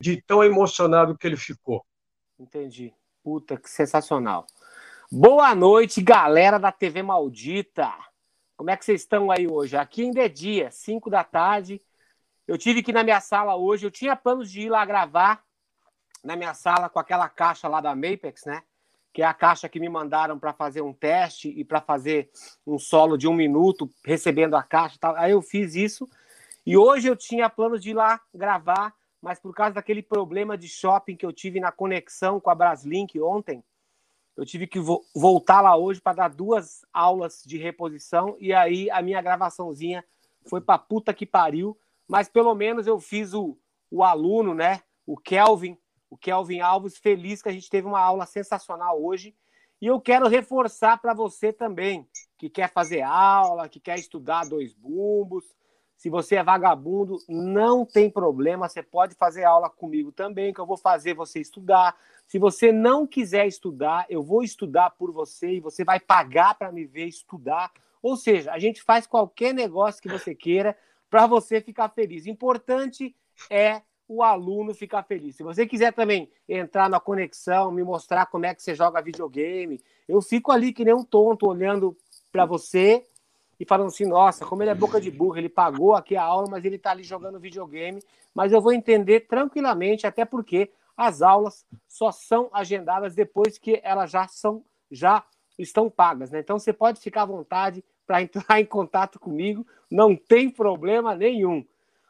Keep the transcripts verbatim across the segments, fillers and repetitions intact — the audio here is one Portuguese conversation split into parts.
de tão emocionado que ele ficou. Entendi. Puta, que sensacional. Boa noite, galera da T V Maldita. Como é que vocês estão aí hoje? Aqui ainda é dia, cinco da tarde. Eu tive que ir na minha sala hoje. Eu tinha planos de ir lá gravar na minha sala com aquela caixa lá da Mapex, né? Que é a caixa que me mandaram para fazer um teste e para fazer um solo de um minuto, recebendo a caixa e tal. Aí eu fiz isso. E hoje eu tinha planos de ir lá gravar, mas por causa daquele problema de shopping que eu tive na conexão com a Braslink ontem, eu tive que vo- voltar lá hoje para dar duas aulas de reposição e aí a minha gravaçãozinha foi para puta que pariu, mas pelo menos eu fiz o, o aluno, né? O Kelvin, o Kelvin Alves, feliz que a gente teve uma aula sensacional hoje. E eu quero reforçar para você também, que quer fazer aula, que quer estudar dois bumbos. Se você é vagabundo, não tem problema, você pode fazer aula comigo também, que eu vou fazer você estudar. Se você não quiser estudar, eu vou estudar por você e você vai pagar para me ver estudar. Ou seja, a gente faz qualquer negócio que você queira para você ficar feliz. Importante é o aluno ficar feliz. Se você quiser também entrar na conexão, me mostrar como é que você joga videogame, eu fico ali que nem um tonto olhando para você e falando assim, nossa, como ele é boca de burro, ele pagou aqui a aula, mas ele está ali jogando videogame, mas eu vou entender tranquilamente, até porque as aulas só são agendadas depois que elas já são, já estão pagas, né? Então você pode ficar à vontade para entrar em contato comigo, não tem problema nenhum.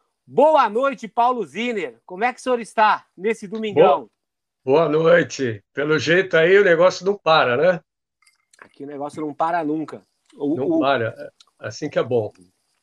Boa noite, Paulo Ziner. Como é que o senhor está nesse domingão? Boa, boa noite. Pelo jeito aí o negócio não para, né? Aqui o negócio não para nunca. Não O, o, para. Assim que é bom.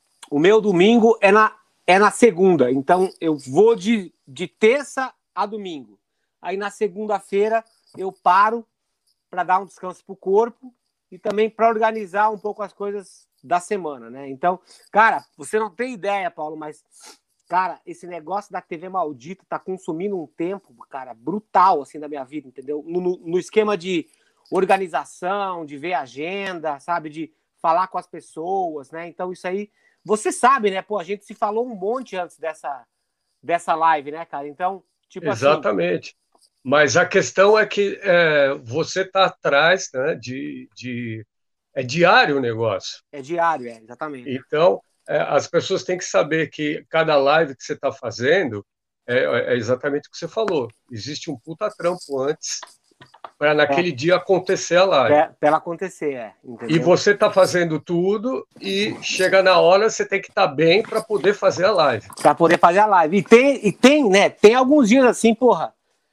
o meu domingo é na, é na segunda, então eu vou de, de terça a domingo. Aí na segunda-feira eu paro para dar um descanso para o corpo e também para organizar um pouco as coisas da semana, né? Então, cara, você não tem ideia, Paulo, mas, cara, esse negócio da T V Maldita tá consumindo um tempo, cara, brutal, assim, da minha vida, entendeu? No, no, no esquema de organização, de ver agenda, sabe? De falar com as pessoas, né? Então, isso aí, você sabe, né? Pô, a gente se falou um monte antes dessa, dessa live, né, cara? Então, tipo assim, Exatamente. Mas a questão é que é, você está atrás, né, de, de... É diário o negócio. é diário, é, exatamente. Então, é, as pessoas têm que saber que cada live que você está fazendo é, é exatamente o que você falou. Existe um puta trampo antes para É, naquele dia acontecer a live. pra ela acontecer, é, E entendeu? você está fazendo tudo e chega na hora, você tem que estar bem para poder fazer a live. Pra poder fazer a live. E tem, e tem, né? Tem alguns dias assim, porra.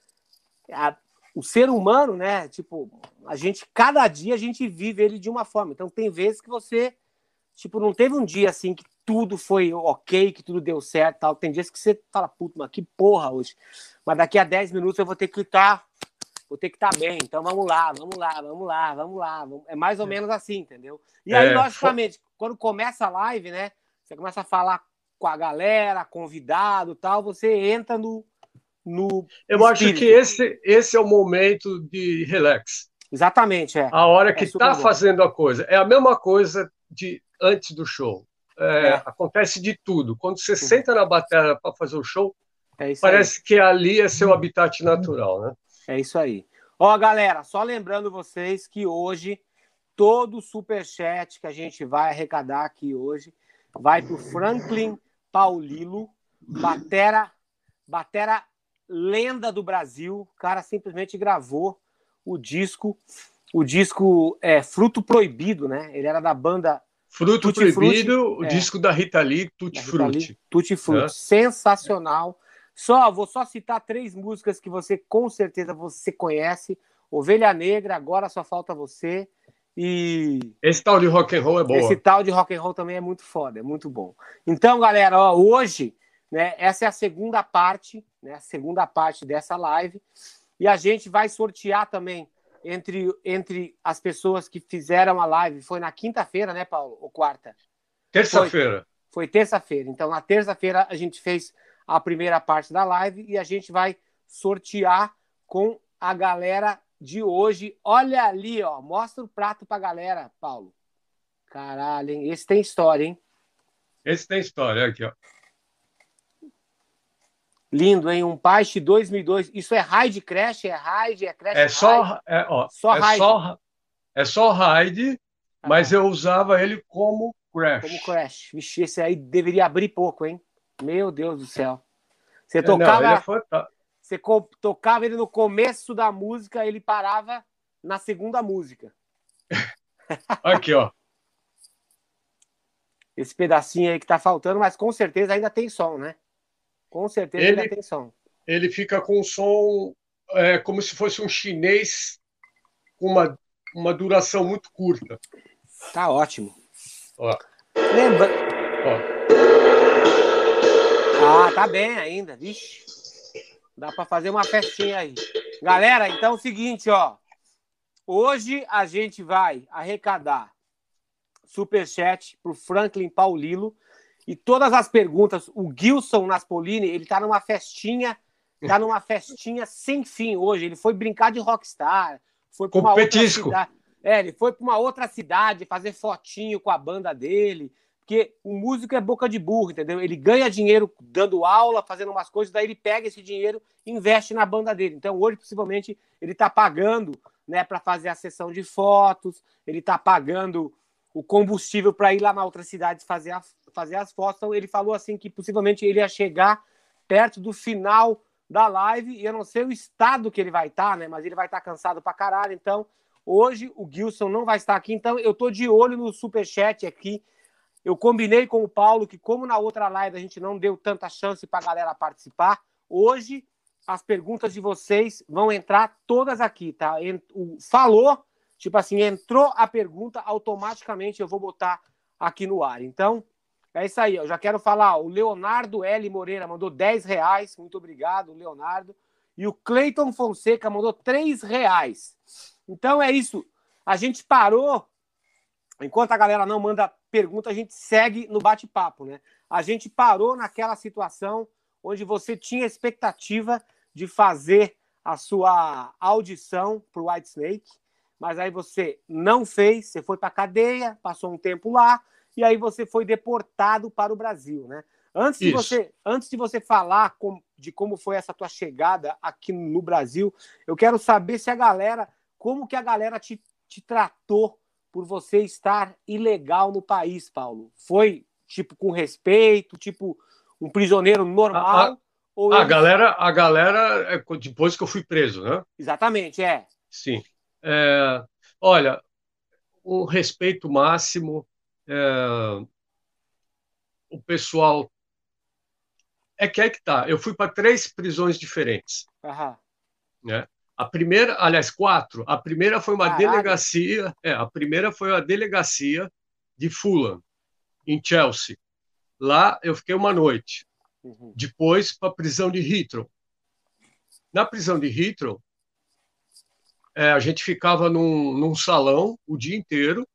A, o ser humano, né? Tipo, a gente, cada dia a gente vive ele de uma forma. Então tem vezes que você, tipo, não teve um dia assim que tudo foi ok, que tudo deu certo tal. Tem dias que você fala, puta, mas que porra hoje. Mas daqui a dez minutos eu vou ter que estar. Vou ter que estar bem, então vamos lá, vamos lá, vamos lá, vamos lá. Vamos... É mais ou menos assim, entendeu? E aí, É, fo- logicamente, quando começa a live, né? Você começa a falar com a galera, convidado e tal, você entra no, no eu acho que espírito. esse, esse é o momento de relax. Exatamente, é. A hora É que super está bom. fazendo a coisa. É a mesma coisa de antes do show. É, É. acontece de tudo. Quando você Uhum. senta na bateria para fazer o show, É isso aí. parece que ali é seu habitat natural, né? É isso aí. Ó, galera, só lembrando vocês que hoje todo o superchat que a gente vai arrecadar aqui hoje vai para o Franklin Paulilo, batera, batera lenda do Brasil. O cara simplesmente gravou o disco, o disco é Fruto Proibido, né? Ele era da banda Fruto Tutti Frutti, Proibido, o é, disco da Rita Lee, da Tutti Rita Lee, Frutti, Tutti Frutti, né? sensacional. Só, vou só citar três músicas que você com certeza você conhece. Ovelha Negra, Agora Só Falta Você e Esse tal de rock and roll é esse boa. tal de rock and roll também é muito foda, é muito bom. Então, galera, ó, hoje, né, essa é a segunda parte, né, a segunda parte dessa live e a gente vai sortear também entre, entre as pessoas que fizeram a live. Foi na quinta-feira, né, Paulo? Ou quarta? Foi. Terça-feira. Foi terça-feira. Então, na terça-feira, a gente fez a primeira parte da live e a gente vai sortear com a galera de hoje. Olha ali, ó. Mostra o prato pra galera, Paulo. Caralho, hein? Esse tem história, hein? Esse tem história aqui, ó. Lindo, hein? Um Pache dois mil e dois. Isso é raid crash? É raid? É crash É só, raid? é, ó, Só é raid. só, é só raid, mas Aham. eu usava ele como Como crash. crash. Vixe, esse aí deveria abrir pouco, hein? Meu Deus do céu. Você É, não, ele é tocava, fantástico. você co- tocava ele no começo da música, ele parava na segunda música. Aqui, ó. Esse pedacinho aí que tá faltando, mas com certeza ainda tem som, né? Com certeza ainda Ele, tem som. ele fica com um som é, como se fosse um chinês com uma, uma duração muito curta. Tá ótimo. Ó, Lembra... ó. Ah, tá bem ainda, vixe. Dá pra fazer uma festinha aí. Galera, então é o seguinte, ó. Hoje a gente vai arrecadar superchat pro Franklin Paulilo e todas as perguntas, o Gilson Naspolini, ele tá numa festinha, tá numa festinha sem fim hoje. Ele foi brincar de rockstar, foi pra Com uma outra petisco. cidade. É, ele foi pra uma outra cidade fazer fotinho com a banda dele. Porque o músico é boca de burro, entendeu? Ele ganha dinheiro dando aula, fazendo umas coisas, daí ele pega esse dinheiro e investe na banda dele. Então, hoje, possivelmente, ele está pagando, né, para fazer a sessão de fotos, ele está pagando o combustível para ir lá na outra cidade fazer, a, fazer as fotos. Então, ele falou assim que possivelmente ele ia chegar perto do final da live, e eu não sei o estado que ele vai estar, tá, né? Mas ele vai estar tá cansado pra caralho. Então, hoje o Gilson não vai estar aqui. Então, eu tô de olho no superchat aqui. Eu combinei com o Paulo que, como na outra live a gente não deu tanta chance para a galera participar, hoje as perguntas de vocês vão entrar todas aqui, tá? Falou, tipo assim, entrou a pergunta, automaticamente eu vou botar aqui no ar. Então, é isso aí. Eu já quero falar, o Leonardo L. Moreira mandou dez reais, muito obrigado, Leonardo. E o Cleiton Fonseca mandou três reais. Então é isso. A gente parou. Enquanto a galera não manda pergunta, a gente segue no bate-papo, né? A gente parou naquela situação onde você tinha expectativa de fazer a sua audição para o Whitesnake, mas aí você não fez, você foi para a cadeia, passou um tempo lá, e aí você foi deportado para o Brasil, né? Antes de, você, antes de você falar com, de como foi essa tua chegada aqui no Brasil, eu quero saber se a galera, como que a galera te, te tratou por você estar ilegal no país, Paulo? Foi, tipo, com respeito, tipo, um prisioneiro normal? A, a, ou a eles... galera, a galera, depois que eu fui preso, né? Exatamente, é. Sim. É, olha, um respeito máximo. É, o pessoal... É que é que tá. Eu fui para três prisões diferentes. Aham. Né? A primeira, aliás, quatro. A primeira foi uma Caralho. delegacia. É, a primeira foi a delegacia de Fulham, em Chelsea. Lá eu fiquei uma noite. Uhum. Depois para a prisão de Heathrow. Na prisão de Heathrow, é, a gente ficava num, num salão o dia inteiro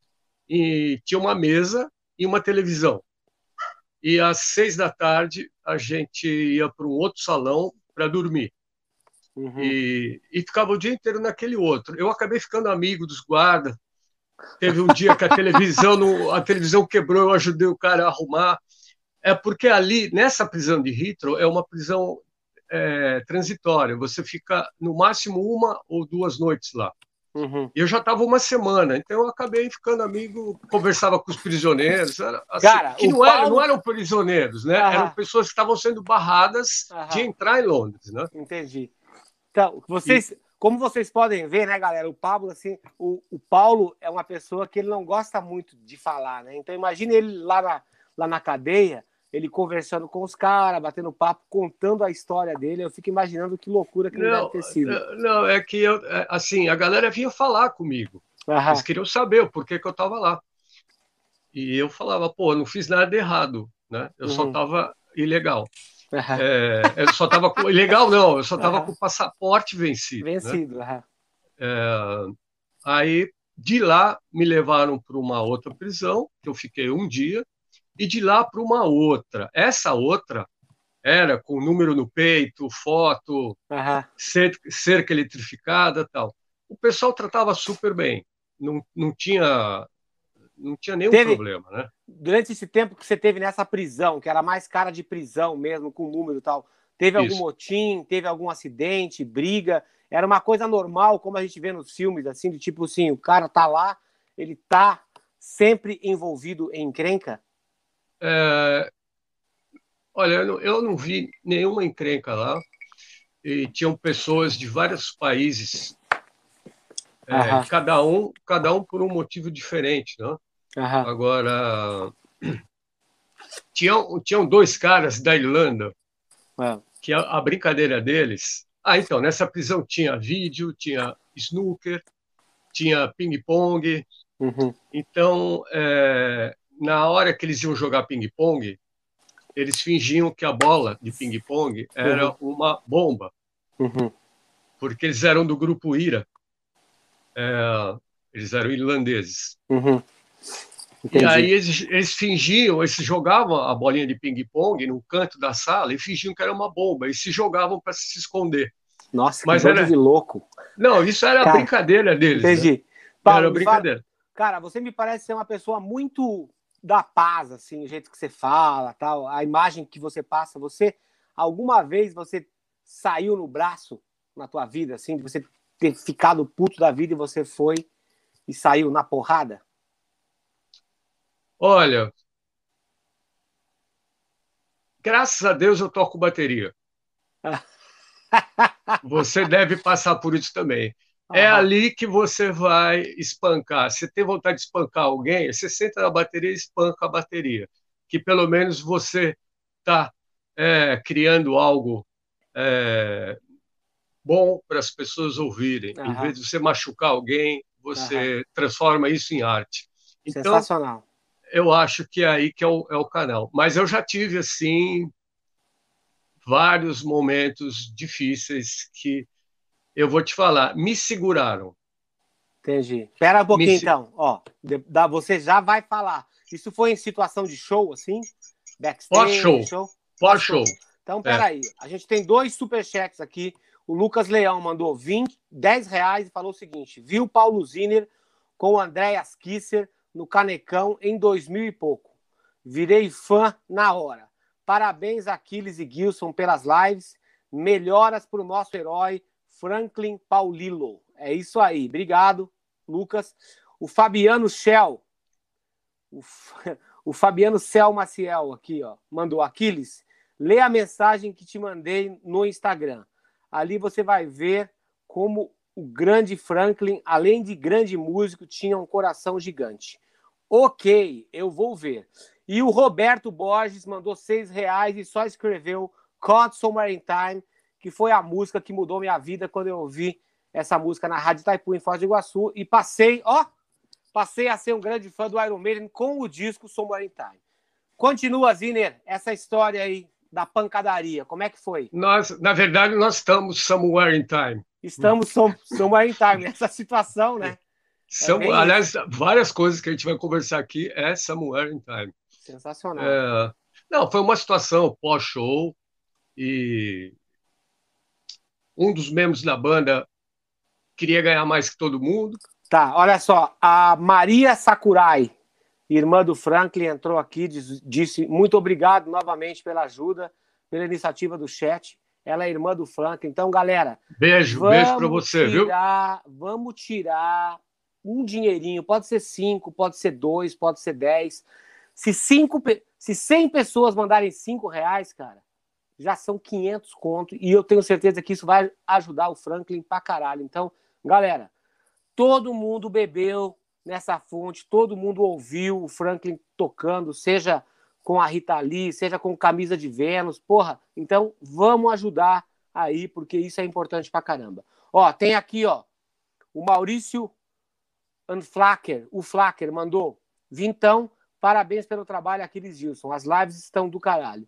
e tinha uma mesa e uma televisão. E às seis da tarde a gente ia para um outro salão para dormir. Uhum. E, e ficava o dia inteiro naquele outro. Eu acabei ficando amigo dos guardas. Teve um dia que a televisão, no, a televisão quebrou, eu ajudei o cara a arrumar. É porque ali, nessa prisão de Heathrow, é uma prisão é, transitória. Você fica no máximo uma ou duas noites lá. Uhum. E eu já estava uma semana, então eu acabei ficando amigo, conversava com os prisioneiros, era assim, Cara, que o não, Paulo... era, não eram prisioneiros, né? Aham. Eram pessoas que estavam sendo barradas Aham. de entrar em Londres, né? Entendi. Então, vocês, E... como vocês podem ver, né, galera, o Pablo, assim, o, o Paulo é uma pessoa que ele não gosta muito de falar, né? Então, imagine ele lá na, lá na cadeia, ele conversando com os caras, batendo papo, contando a história dele. Eu fico imaginando que loucura que não, não deve ter sido. Não, é que eu, assim, a galera vinha falar comigo. Aham. Eles queriam saber o porquê que eu estava lá. E eu falava, pô, não fiz nada errado, né? Eu Uhum. só estava ilegal. Uhum. É, eu só estava com... Ilegal não, eu só estava uhum. com o passaporte vencido. Vencido, né? uhum. É, aí, de lá, me levaram para uma outra prisão, que eu fiquei um dia, e de lá para uma outra. Essa outra era com número no peito, foto, uhum. cerca eletrificada tal. O pessoal tratava super bem, não, não tinha... não tinha nenhum teve, problema, né? Durante esse tempo que você teve nessa prisão, que era mais cara de prisão mesmo, com número e tal, Teve algum Isso. motim, teve algum acidente, briga? Era uma coisa normal, como a gente vê nos filmes, assim, de tipo assim, o cara tá lá, ele tá sempre envolvido em encrenca? É, olha, eu não, eu não vi nenhuma encrenca lá, e tinham pessoas de vários países, é, Aham, cada um, cada um por um motivo diferente, né? aham, Agora, tinham, tinham dois caras da Irlanda aham. que a, a brincadeira deles. Ah, então, nessa prisão tinha vídeo, tinha snooker, tinha ping-pong. Uhum, Então, é, na hora que eles iam jogar ping-pong, eles fingiam que a bola de ping-pong uhum, era uma bomba, uhum, porque eles eram do grupo IRA, é, eles eram irlandeses. uhum. E aí Entendi. eles, eles fingiam, eles jogavam a bolinha de ping-pong no canto da sala e fingiam que era uma bomba, e se jogavam para se esconder. Nossa, que Mas bando de era, louco. não, isso era a Cara, brincadeira deles, né? entendi. Era Paulo, me fala. brincadeira. Cara, você me parece ser uma pessoa muito da paz, assim, o jeito que você fala, tal, a imagem que você passa. Você, alguma vez você saiu no braço na tua vida, assim, de você ter ficado puto da vida e você foi e saiu na porrada? Olha, graças a Deus eu toco bateria. Você deve passar por isso também. É Aham, ali que você vai espancar. Você tem vontade de espancar alguém, você senta na bateria e espanca a bateria. Que pelo menos você está é, criando algo é, bom para as pessoas ouvirem. Em aham, vez de você machucar alguém, aham. você transforma isso em arte. Então, Sensacional. eu acho que é aí que é o, é o canal. Mas eu já tive, assim, vários momentos difíceis que eu vou te falar, me seguraram. Entendi. Espera um Me, pouquinho, se- então. Ó, de- da- você já vai falar. Isso foi em situação de show, assim? Backstage, Pós-show, show? pós-show. Pós-show. Então, É, peraí. A gente tem dois superchats aqui. O Lucas Leão mandou vinte, dez reais e falou o seguinte: viu Paulo Ziner com o Andréas Kisser no Canecão em dois mil e pouco. Virei fã na hora. Parabéns, Aquiles e Gilson, pelas lives. Melhoras para o nosso herói, Franklin Paulillo. É isso aí. Obrigado, Lucas. O Fabiano Shell, o, o Fabiano Cel Maciel aqui, ó, mandou: Aquiles, lê a mensagem que te mandei no Instagram. Ali você vai ver como o grande Franklin, além de grande músico, tinha um coração gigante. Ok, eu vou ver. E o Roberto Borges mandou seis reais e só escreveu Caught Somewhere in Time, que foi a música que mudou minha vida quando eu ouvi essa música na Rádio Itaipu, em Foz do Iguaçu, e passei, ó, passei a ser um grande fã do Iron Maiden com o disco Somewhere in Time. Continua, Ziner, essa história aí da pancadaria, como é que foi? nós, na verdade, nós estamos somewhere in time. Estamos Somewhere in Time, essa situação, né? É Some, bem isso. aliás, várias coisas que a gente vai conversar aqui é somewhere in time. Sensacional. É, não, foi uma situação pós-show e um dos membros da banda queria ganhar mais que todo mundo. Tá, olha só, a Maria Sakurai, irmã do Franklin, entrou aqui, disse muito obrigado novamente pela ajuda, pela iniciativa do chat. Ela é irmã do Franklin. Então, galera, Beijo, beijo para vamos você, viu? tirar, vamos tirar um dinheirinho. Pode ser cinco, pode ser dois, pode ser dez. Se cinco, se cem pessoas mandarem cinco reais, cara, já são quinhentos conto. E eu tenho certeza que isso vai ajudar o Franklin pra caralho. Então, galera, todo mundo bebeu nessa fonte, todo mundo ouviu o Franklin tocando, seja com a Rita Lee, seja com Camisa de Vênus, porra. Então, vamos ajudar aí, porque isso é importante pra caramba. Ó, tem aqui, ó, o Maurício Anflacker, o Flacker mandou: Vintão, parabéns pelo trabalho, Aquiles Gilson. As lives estão do caralho.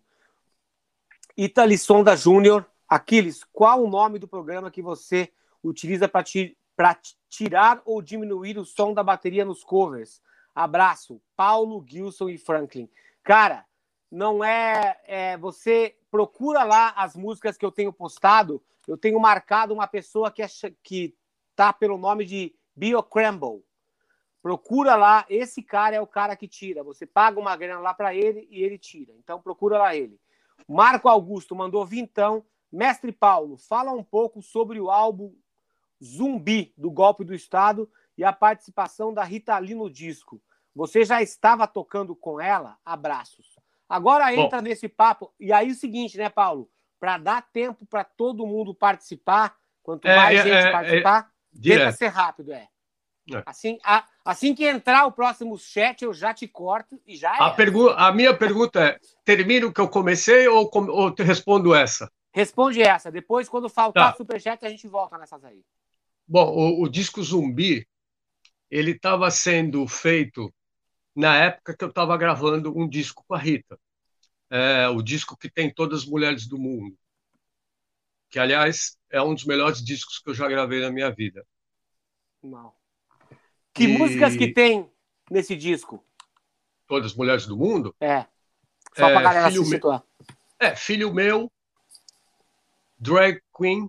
Itali Sonda Júnior, Aquiles, qual o nome do programa que você utiliza para ti, tirar ou diminuir o som da bateria nos covers? Abraço, Paulo, Gilson e Franklin. Cara, não é, é. Você procura lá as músicas que eu tenho postado. Eu tenho marcado uma pessoa que, é, que tá pelo nome de Bio Crumble. Procura lá, esse cara é o cara que tira. Você paga uma grana lá para ele e ele tira. Então procura lá ele. Marco Augusto mandou vintão. Mestre Paulo, fala um pouco sobre o álbum Zumbi, do Golpe do Estado, e a participação da Rita Lee no disco. Você já estava tocando com ela? Abraços. Agora entra Bom, nesse papo. E aí o seguinte, né, Paulo? Para dar tempo para todo mundo participar, quanto é, mais é, gente é, participar, é, tenta ser rápido, é. é. Assim, a, assim que entrar o próximo chat, eu já te corto e já a, pergu a minha pergunta é, termina o que eu comecei ou, ou te respondo essa? Responde essa. Depois, quando faltar tá. superchat, a gente volta nessas aí. Bom, o, o disco Zumbi, ele estava sendo feito na época que eu estava gravando um disco com a Rita. É, o disco que tem todas as mulheres do mundo. Que, aliás, é um dos melhores discos que eu já gravei na minha vida. Não. Que e... músicas que tem nesse disco? Todas as mulheres do mundo? É. Só é, pra galera filho se situar. Me... É, Filho Meu, Drag Queen,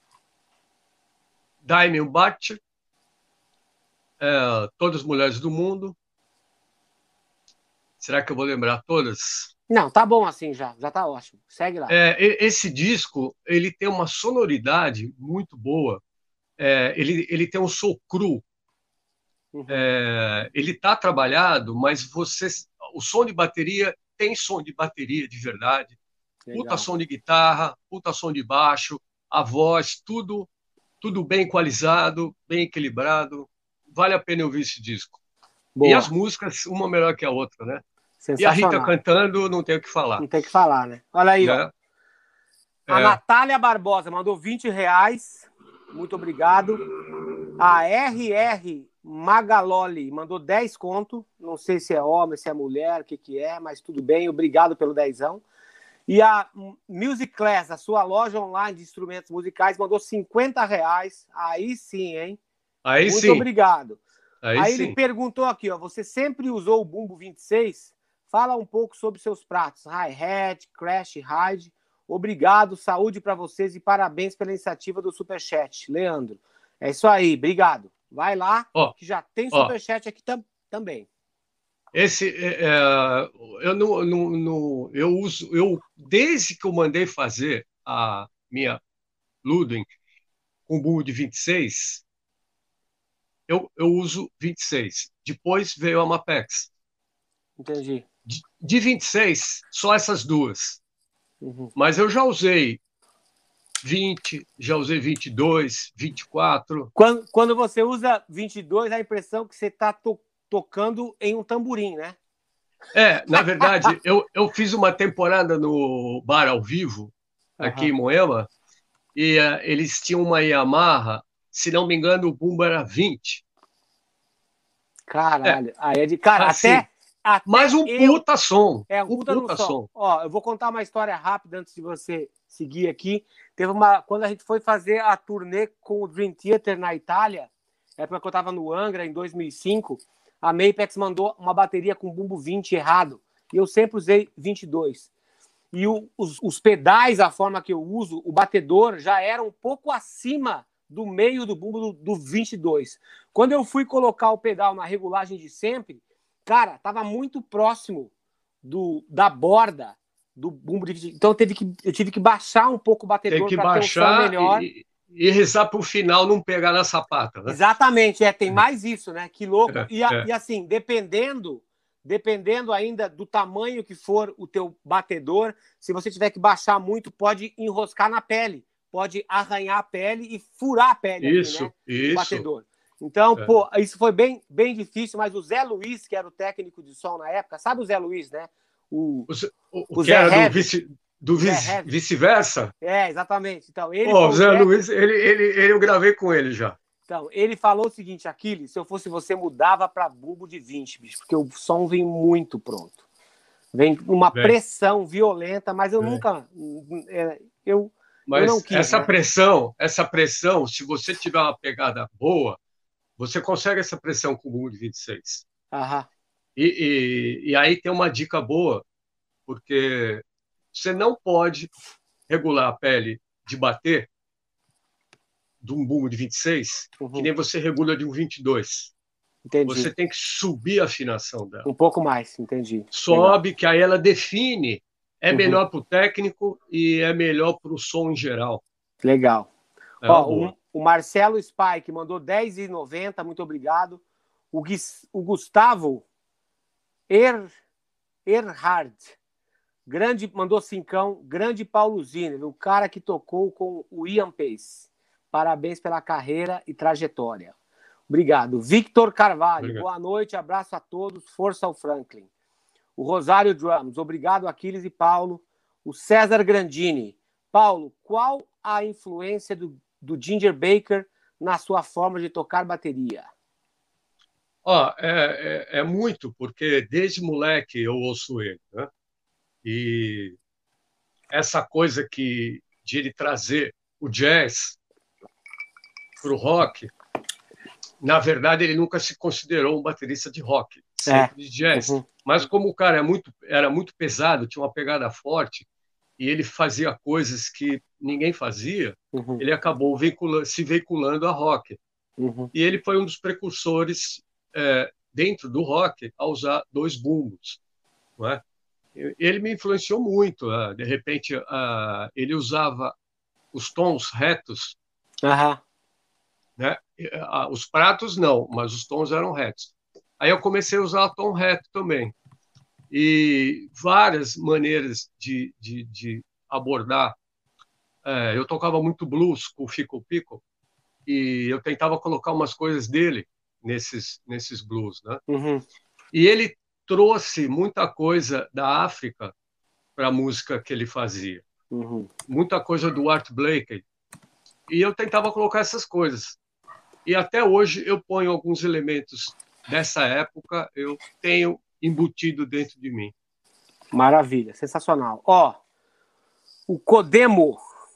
Diamond Butcher, é, Todas as Mulheres do Mundo. Será que eu vou lembrar todas? Não, tá bom assim já, já tá ótimo. Segue lá. É, esse disco, ele tem uma sonoridade muito boa. É, ele, ele tem um soul cru. Uhum. É, ele tá trabalhado, mas você, o som de bateria tem som de bateria de verdade. Legal. Puta som de guitarra, puta som de baixo, a voz, tudo, tudo bem equalizado, bem equilibrado. Vale a pena ouvir esse disco. Boa. E as músicas, uma melhor que a outra, né? E a Rita cantando, não tem o que falar. Não tem o que falar, né? Olha aí, né? Ó. A é. Natália Barbosa mandou vinte reais. Muito obrigado. A R R Magaloli mandou dez conto. Não sei se é homem, se é mulher, o que, que é, mas tudo bem. Obrigado pelo dezão. E a Music Class, a sua loja online de instrumentos musicais, mandou cinquenta reais. Aí sim, hein? Aí Muito sim. obrigado. Aí, Aí sim. ele perguntou aqui, ó, você sempre usou o Bumbo vinte e seis? Fala um pouco sobre seus pratos. Hi-hat, crash, ride. Obrigado, saúde para vocês e parabéns pela iniciativa do Superchat. Leandro, é isso aí, obrigado. Vai lá, oh, que já tem Superchat oh. aqui tam também. Esse, é, eu não, não, não, eu uso, eu desde que eu mandei fazer a minha Ludwig com bumbo de vinte e seis, eu, eu uso vinte e seis. Depois veio a Mapex. Entendi. De, de vinte e seis, só essas duas. Uhum. Mas eu já usei vinte, já usei vinte e dois, vinte e quatro. Quando, quando você usa vinte e dois, a impressão que você está to tocando em um tamborim, né? É, na verdade, eu, eu fiz uma temporada no Bar ao Vivo, aqui uhum. em Moema, e uh, eles tinham uma Yamaha, se não me engano, o bumbo era vinte. Caralho, é. Aí é de cara, assim, até, até mais um eu... puta som. É, um puta, um puta som. som. Ó, eu vou contar uma história rápida antes de você seguir aqui. Teve uma... Quando a gente foi fazer a turnê com o Dream Theater na Itália, época que eu tava no Angra, em dois mil e cinco, a Mapex mandou uma bateria com bumbo vinte errado. E eu sempre usei vinte e dois. E o, os, os pedais, a forma que eu uso, o batedor já era um pouco acima do meio do bumbo do, do vinte e dois. Quando eu fui colocar o pedal na regulagem de sempre, cara, tava muito próximo do, da borda do bumbo de vinte e dois. Então eu, teve que, eu tive que baixar um pouco o batedor para ter um som melhor. E, e rezar para o final não pegar na sapata, né? Exatamente, é, tem mais isso, né? Que louco. É, e, a, é. e assim, dependendo... Dependendo ainda do tamanho que for o teu batedor, se você tiver que baixar muito, pode enroscar na pele, pode arranhar a pele e furar a pele. Isso, aqui, né? isso. O batedor. Então, é. pô, isso foi bem, bem difícil, mas o Zé Luiz, que era o técnico de som na época, sabe o Zé Luiz, né? O, o, o, o que Zé era do vice, do vice, vice-versa? É, exatamente. Então, ele oh, o Zé técnico... Luiz, ele, ele, ele, eu gravei com ele já. Então, ele falou o seguinte, Aquiles, se eu fosse você, mudava para bumbo de vinte, bicho, porque o som vem muito pronto. Vem uma Bem. pressão violenta, mas eu Bem. nunca... Eu, mas eu não quis, essa né? pressão, essa pressão, se você tiver uma pegada boa, você consegue essa pressão com o bumbo de vinte e seis. Aham. E, e, e aí tem uma dica boa, porque você não pode regular a pele de bater de um bumbo de vinte e seis, uhum. que nem você regula de um vinte e dois. Entendi. Você tem que subir a afinação dela. Um pouco mais, entendi. Sobe, Legal. Que aí ela define É Uhum. melhor para o técnico e é melhor para o som em geral. Legal. É Ó, boa. o, o Marcelo Spike mandou dez reais e noventa, muito obrigado. O, Guis, o Gustavo er, Erhard, grande, mandou cincão, grande Paulo Ziner, o cara que tocou com o Ian Pace. Parabéns pela carreira e trajetória. Obrigado. Victor Carvalho, Obrigado. boa noite, abraço a todos, força ao Franklin. O Rosário Drums, obrigado Aquiles e Paulo. O César Grandini, Paulo, qual a influência do, do Ginger Baker na sua forma de tocar bateria? Ó, é, é, é muito, porque desde moleque eu ouço ele, né? E essa coisa que de ele trazer o jazz para o rock, na verdade ele nunca se considerou um baterista de rock, É. sempre de jazz. Uhum. Mas como o cara é muito, era muito pesado, tinha uma pegada forte, e ele fazia coisas que ninguém fazia, Uhum. ele acabou veicula, se veiculando a rock. Uhum. E ele foi um dos precursores é, dentro do rock a usar dois bumbos, não é? Ele me influenciou muito. De repente, ele usava os tons retos, Uhum. né? Os pratos não, mas os tons eram retos. Aí eu comecei a usar tom reto também. E várias maneiras de, de, de abordar. É, eu tocava muito blues com o Fico Pico e eu tentava colocar umas coisas dele nesses, nesses blues, né? Uhum. E ele trouxe muita coisa da África para a música que ele fazia. Uhum. Muita coisa do Art Blakey. E eu tentava colocar essas coisas. E até hoje eu ponho alguns elementos dessa época, eu tenho embutido dentro de mim. Maravilha, sensacional. Ó, o Codemo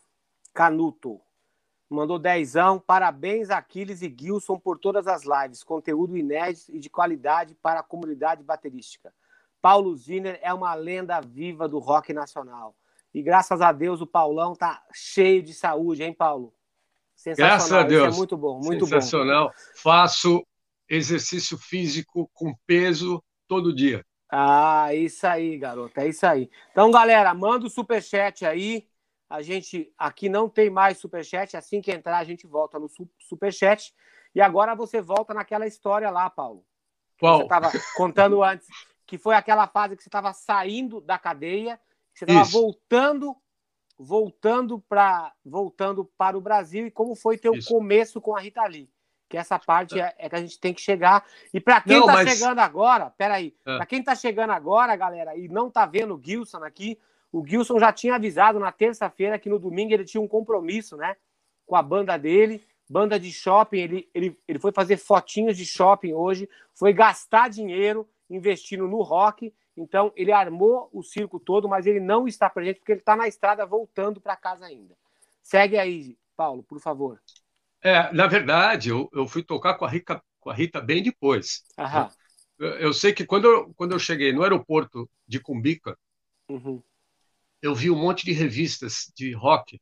Canuto mandou dezão. Parabéns, Aquiles e Gilson, por todas as lives. Conteúdo inédito e de qualidade para a comunidade baterística. Paulo Ziner é uma lenda viva do rock nacional. E graças a Deus o Paulão tá cheio de saúde, hein, Paulo? Sensacional. Graças a Deus. Isso é muito bom, muito Sensacional. bom. Faço exercício físico com peso todo dia. Ah, isso aí, garoto, é isso aí. Então, galera, manda o superchat aí. A gente aqui não tem mais superchat. Assim que entrar, a gente volta no superchat. E agora você volta naquela história lá, Paulo. Qual? Você estava contando antes, que foi aquela fase que você estava saindo da cadeia, que você estava voltando, voltando para voltando para o Brasil, e como foi teu Isso. começo com a Rita Lee. Que essa parte é, é que a gente tem que chegar. E para quem está mas... chegando agora, peraí, é. para quem está chegando agora, galera, e não está vendo o Gilson aqui, o Gilson já tinha avisado na terça-feira que no domingo ele tinha um compromisso, né, com a banda dele, banda de shopping, ele, ele, ele foi fazer fotinhos de shopping hoje, foi gastar dinheiro investindo no rock, então ele armou o circo todo, mas ele não está presente porque ele está na estrada voltando para casa ainda. Segue aí, Paulo, por favor. É, na verdade, eu, eu fui tocar com a Rita, com a Rita bem depois. Aham. Eu, eu sei que quando eu, quando eu cheguei no aeroporto de Cumbica, uhum. eu vi um monte de revistas de rock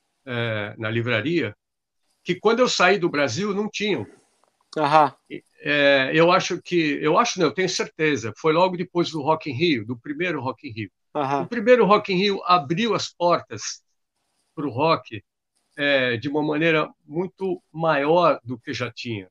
é, na livraria, que quando eu saí do Brasil não tinham. Aham. É, eu acho que, eu acho não, eu tenho certeza, foi logo depois do Rock in Rio, do primeiro Rock in Rio. Aham. O primeiro Rock in Rio abriu as portas para o rock É, de uma maneira muito maior do que já tinha.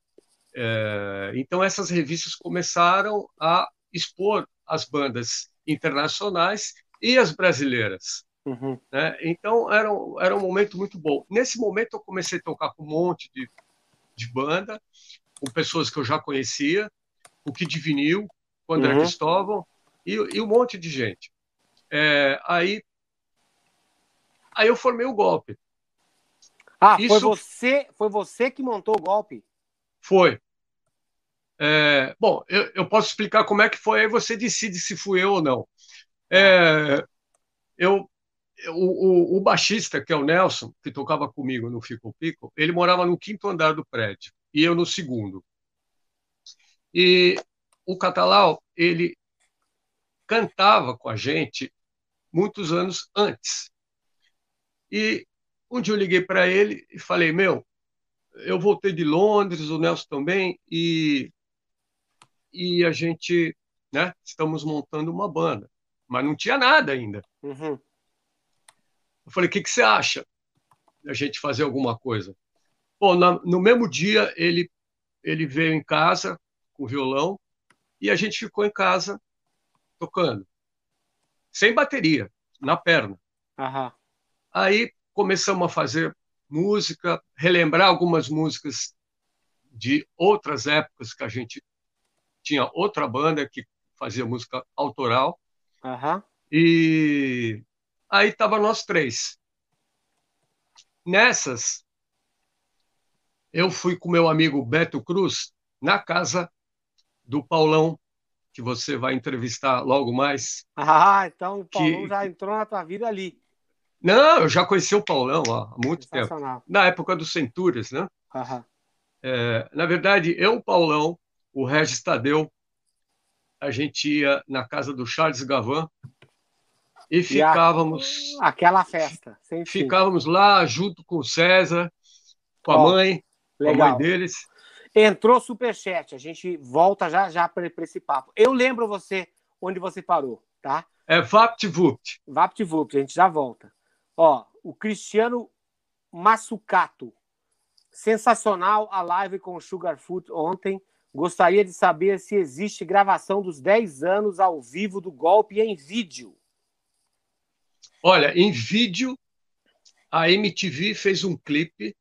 É, então, essas revistas começaram a expor as bandas internacionais e as brasileiras. Uhum. Né? Então, era um, era um momento muito bom. Nesse momento, eu comecei a tocar com um monte de, de banda, com pessoas que eu já conhecia, o Kid Vinil, o André uhum. Cristóvão, e, e um monte de gente. É, aí, aí eu formei o golpe. Ah, Isso... foi, você, foi você que montou o golpe? Foi. É, bom, eu, eu posso explicar como é que foi, aí você decide se fui eu ou não. É, eu, o, o, o baixista, que é o Nelson, que tocava comigo no Fico Pico, ele morava no quinto andar do prédio, e eu no segundo. E o Catalau, ele cantava com a gente muitos anos antes. E um dia eu liguei para ele e falei, meu, eu voltei de Londres, o Nelson também, e, e a gente, né, estamos montando uma banda. Mas não tinha nada ainda. Uhum. Eu falei, o que, que você acha da gente fazer alguma coisa? Bom, na, no mesmo dia, ele, ele veio em casa com o violão e a gente ficou em casa tocando, sem bateria, na perna. Aham. Aí começamos a fazer música, relembrar algumas músicas de outras épocas que a gente tinha outra banda que fazia música autoral. Aham. E aí tava nós três. Nessas, eu fui com meu amigo Beto Cruz na casa do Paulão, que você vai entrevistar logo mais. Ah, então o Paulão Que, já que... entrou na tua vida ali. Não, eu já conheci o Paulão ó, há muito tempo. Sensacional. Na época do Centúrias, né? Aham. É, na verdade, eu, o Paulão, o Regis Tadeu, a gente ia na casa do Charles Gavan e E a, ficávamos, aquela festa, sem fim. ficávamos lá junto com o César, com a Ó, mãe, com a mãe legal. deles. Entrou superchat, a gente volta já já para esse papo. Eu lembro você onde você parou, tá? É VaptVupt. VaptVupt, a gente já volta. Ó, o Cristiano Massucato. Sensacional a live com o Sugarfoot ontem. Gostaria de saber se existe gravação dos dez anos ao vivo do golpe em vídeo. Olha, em vídeo, a M T V fez um clipe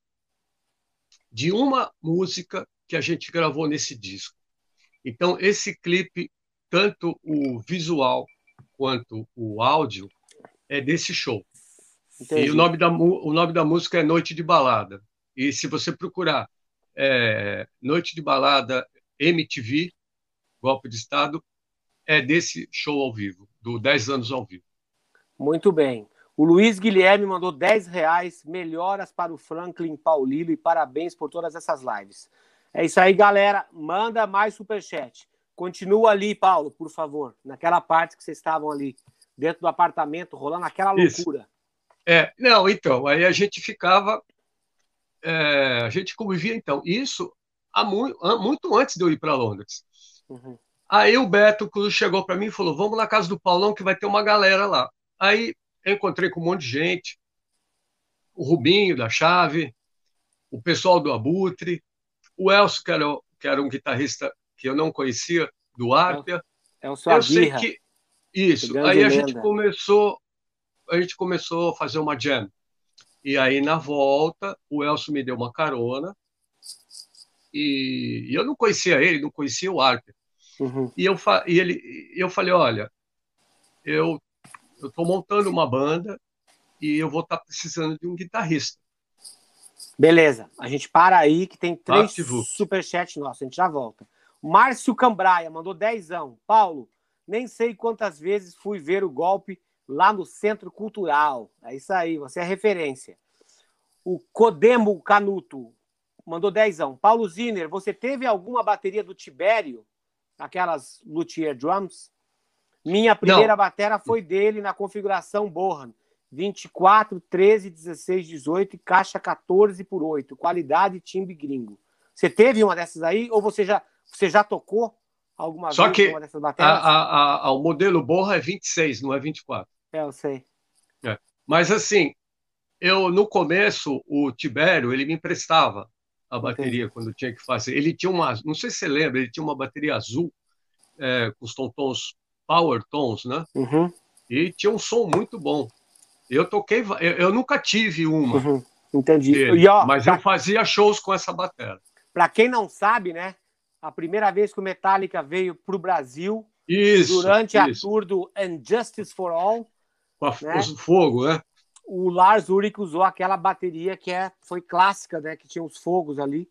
de uma música que a gente gravou nesse disco. Então, esse clipe, tanto o visual quanto o áudio, é desse show. Entendi. E o nome da, o nome da música é Noite de Balada. E se você procurar é, Noite de Balada M T V, Golpe de Estado, é desse show ao vivo, do dez anos ao vivo. Muito bem. O Luiz Guilherme mandou dez reais, melhoras para o Franklin Paulino e parabéns por todas essas lives. É isso aí, galera. Manda mais superchat. Continua ali, Paulo, por favor, naquela parte que vocês estavam ali, dentro do apartamento, rolando aquela loucura. Isso. É, não, então, aí a gente ficava, é, a gente convivia, então, isso há muito, muito antes de eu ir para Londres. Uhum. Aí o Beto Cruz chegou para mim e falou, vamos na casa do Paulão que vai ter uma galera lá. Aí eu encontrei com um monte de gente, o Rubinho da Chave, o pessoal do Abutre, o Elcio, que era, que era um guitarrista que eu não conhecia, do Árpia. É o seu Eu sei Aguirra, que isso. grande Aí a gente lenda. começou, a gente começou a fazer uma jam. E aí na volta, o Elcio me deu uma carona e, e eu não conhecia ele, não conhecia o Árpia. Uhum. E eu fa e ele, eu falei, olha, eu eu estou montando uma banda e eu vou estar tá precisando de um guitarrista. Beleza, a gente para aí que tem três VaptVupt. superchats nossos, a gente já volta. Márcio Cambraia mandou dezão. Paulo, nem sei quantas vezes fui ver o golpe lá no Centro Cultural. É isso aí, você é referência. O Codemo Canuto mandou dezão. Paulo Ziner, você teve alguma bateria do Tibério? Aquelas Luthier Drums? Minha primeira Não. batera foi dele na configuração Bohan. vinte e quatro, treze, dezesseis, dezoito e caixa quatorze por oito. Qualidade timbre gringo. Você teve uma dessas aí ou você já, você já tocou alguma Só vez que uma dessas a, bateras? a, a, o modelo Borra é vinte e seis, não é vinte e quatro. É, eu sei. É. Mas assim, eu no começo, o Tibério, ele me emprestava a bateria Entendi. quando tinha que fazer. Ele tinha uma, não sei se você lembra, ele tinha uma bateria azul é, com os tons power tons, né? Uhum. E tinha um som muito bom. Eu toquei, eu, eu nunca tive uma Uhum. Entendi. dele, E, ó, mas pra, eu fazia shows com essa bateria. Pra quem não sabe, né? A primeira vez que o Metallica veio pro Brasil, Isso, durante a isso. tour do And Justice for All, Com a, né? o fogo, né? O Lars Ulrich usou aquela bateria que é, foi clássica, né? Que tinha os fogos ali.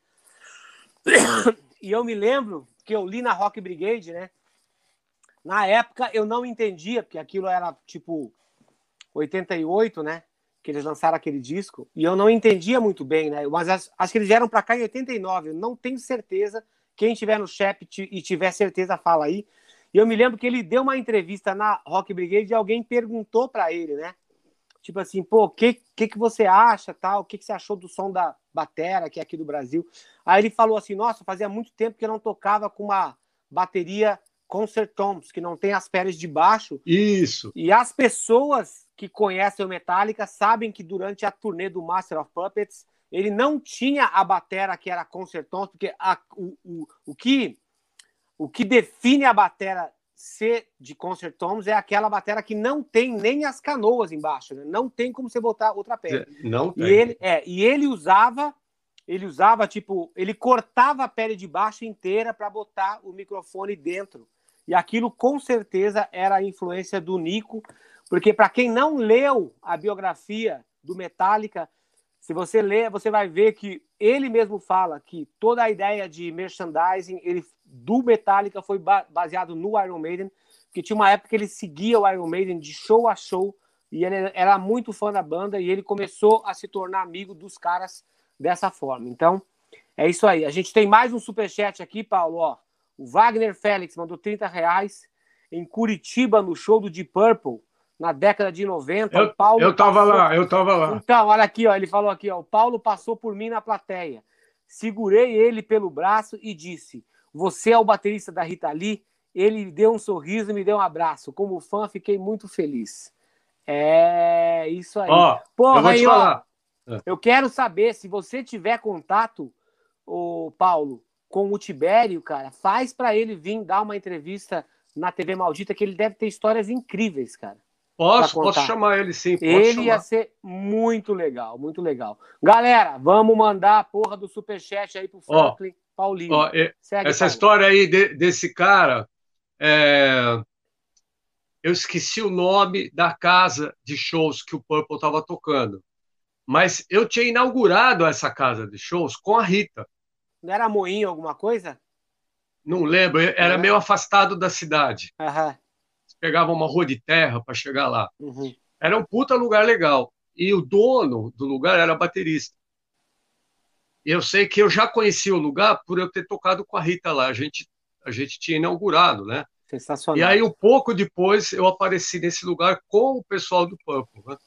E eu me lembro que eu li na Rock Brigade, né? Na época eu não entendia, porque aquilo era tipo oitenta e oito, né? Que eles lançaram aquele disco, e eu não entendia muito bem, né? Mas acho, acho que eles vieram para cá em oitenta e nove, eu não tenho certeza. Quem tiver no chat e tiver certeza, fala aí. E eu me lembro que ele deu uma entrevista na Rock Brigade e alguém perguntou para ele, né? Tipo assim, pô, o que, que, que você acha, tal? O que, que você achou do som da batera, que é aqui do Brasil? Aí ele falou assim, nossa, fazia muito tempo que eu não tocava com uma bateria concert toms, que não tem as peles de baixo. Isso. E as pessoas que conhecem o Metallica sabem que durante a turnê do Master of Puppets, ele não tinha a batera que era concert toms, porque a, o, o, o, que, o que define a batera ser de concert toms é aquela batera que não tem nem as canoas embaixo, né? Não tem como você botar outra pele. Não tem. E ele, é, e ele usava... Ele usava, tipo, ele cortava a pele de baixo inteira para botar o microfone dentro. E aquilo, com certeza, era a influência do Nico, porque, para quem não leu a biografia do Metallica, se você ler, você vai ver que ele mesmo fala que toda a ideia de merchandising ele, do Metallica foi ba- baseado no Iron Maiden, porque tinha uma época que ele seguia o Iron Maiden de show a show, e ele era muito fã da banda, e ele começou a se tornar amigo dos caras dessa forma. Então, é isso aí. A gente tem mais um superchat aqui, Paulo. Ó, o Wagner Félix mandou trinta reais em Curitiba, no show do Deep Purple, na década de noventa. Eu, o Paulo eu tava passou... lá, eu tava lá. Então, olha aqui, ó, ele falou aqui, ó, o Paulo passou por mim na plateia. Segurei ele pelo braço e disse, você é o baterista da Rita Lee? Ele deu um sorriso e me deu um abraço. Como fã, fiquei muito feliz. É isso aí. Ó, Porra, eu vou te aí, falar. Ó, eu quero saber, se você tiver contato, ô, Paulo, com o Tibério, cara, faz para ele vir dar uma entrevista na T V Maldita, que ele deve ter histórias incríveis, cara. Posso, posso chamar ele sim. Pode ele chamar. Ia ser muito legal, muito legal. Galera, vamos mandar a porra do superchat aí pro Franklin ó, Paulinho. Ó, é, Segue, essa Paulo. história aí de, desse cara, é... eu esqueci o nome da casa de shows que o Purple estava tocando. Mas eu tinha inaugurado essa casa de shows com a Rita. Não era Moinho alguma coisa? Não lembro, era é. meio afastado da cidade. Uhum. Você pegava uma rua de terra para chegar lá. Uhum. Era um puta lugar legal. E o dono do lugar era baterista. E eu sei que eu já conhecia o lugar por eu ter tocado com a Rita lá. A gente, a gente tinha inaugurado, né? Sensacional. E aí, um pouco depois, eu apareci nesse lugar com o pessoal do Purple, né?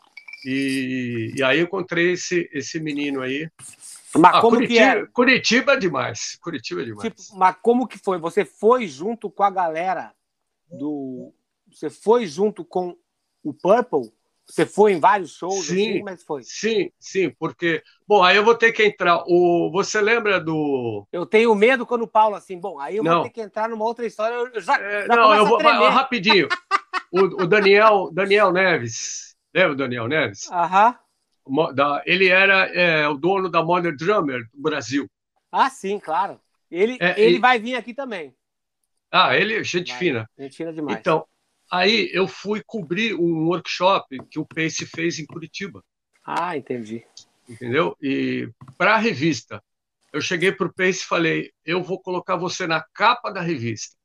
E, e aí eu encontrei esse, esse menino aí. Mas ah, como Curitiba, que era? Curitiba é demais. Curitiba é demais. Tipo, mas como que foi? Você foi junto com a galera do... Você foi junto com o Purple? Você foi em vários shows? Sim, assim, mas foi. sim, sim, porque... Bom, aí eu vou ter que entrar... O, você lembra do... Eu tenho medo quando o Paulo assim, bom, aí eu não. vou ter que entrar numa outra história, eu já, é, já Não, eu vou... a Rapidinho. o, o Daniel, Daniel Neves... Lembra o Daniel Neves? Aham. Da, ele era é, o dono da Modern Drummer do Brasil. Ah, sim, claro. Ele, é, ele e... vai vir aqui também. Ah, ele é gente vai. fina. Gente fina demais. Então, aí eu fui cobrir um workshop que o Pace fez em Curitiba. Ah, entendi. Entendeu? E para a revista, eu cheguei para o Pace e falei, eu vou colocar você na capa da revista.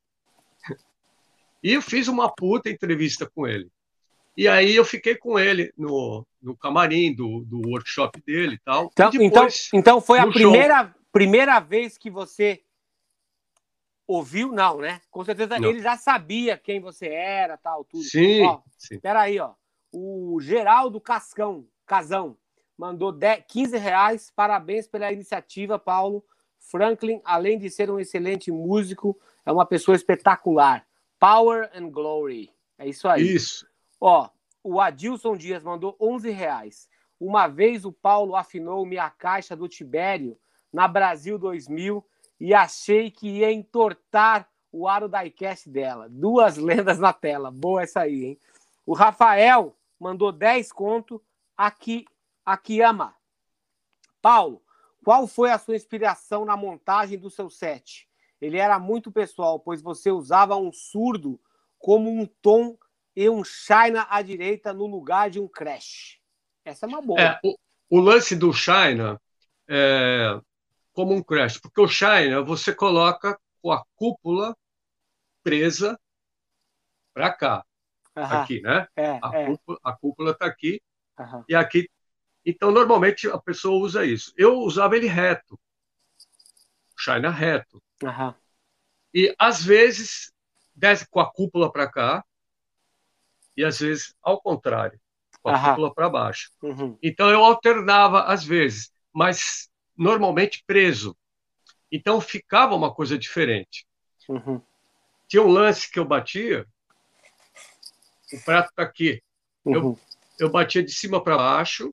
E eu fiz uma puta entrevista com ele. E aí eu fiquei com ele no, no camarim do, do workshop dele e tal. Então, e depois, então, então foi a primeira, show... primeira vez que você ouviu? Não, né? Com certeza não. ele já sabia quem você era, tal, tudo. Sim, ó, sim. Espera aí, ó. O Geraldo Cascão, Casão, mandou dez, quinze reais. Parabéns pela iniciativa, Paulo. Franklin, além de ser um excelente músico, é uma pessoa espetacular. Power and Glory. É isso aí. Isso. Ó, o Adilson Dias mandou onze reais. Uma vez o Paulo afinou minha caixa do Tibério na Brasil dois mil e achei que ia entortar o aro da diecast dela. Duas lendas na tela. Boa essa aí, hein? O Rafael mandou dez conto. Aqui, aqui ama. Paulo, qual foi a sua inspiração na montagem do seu set? Ele era muito pessoal, pois você usava um surdo como um tom e um China à direita no lugar de um Crash. Essa é uma boa. É, o, o lance do China é como um Crash, porque o China você coloca com a cúpula presa para cá. Aham. Aqui, né? É, a, é. Cúpula, a cúpula está aqui Aham. e aqui. Então, normalmente, a pessoa usa isso. Eu usava ele reto. China reto. Aham. E, às vezes, desce com a cúpula para cá e, às vezes, ao contrário, com a Aham. cúpula para baixo. Uhum. Então, eu alternava, às vezes, mas normalmente preso. Então, ficava uma coisa diferente. Uhum. tinha um lance que eu batia, o prato tá aqui. Uhum. Eu, eu batia de cima para baixo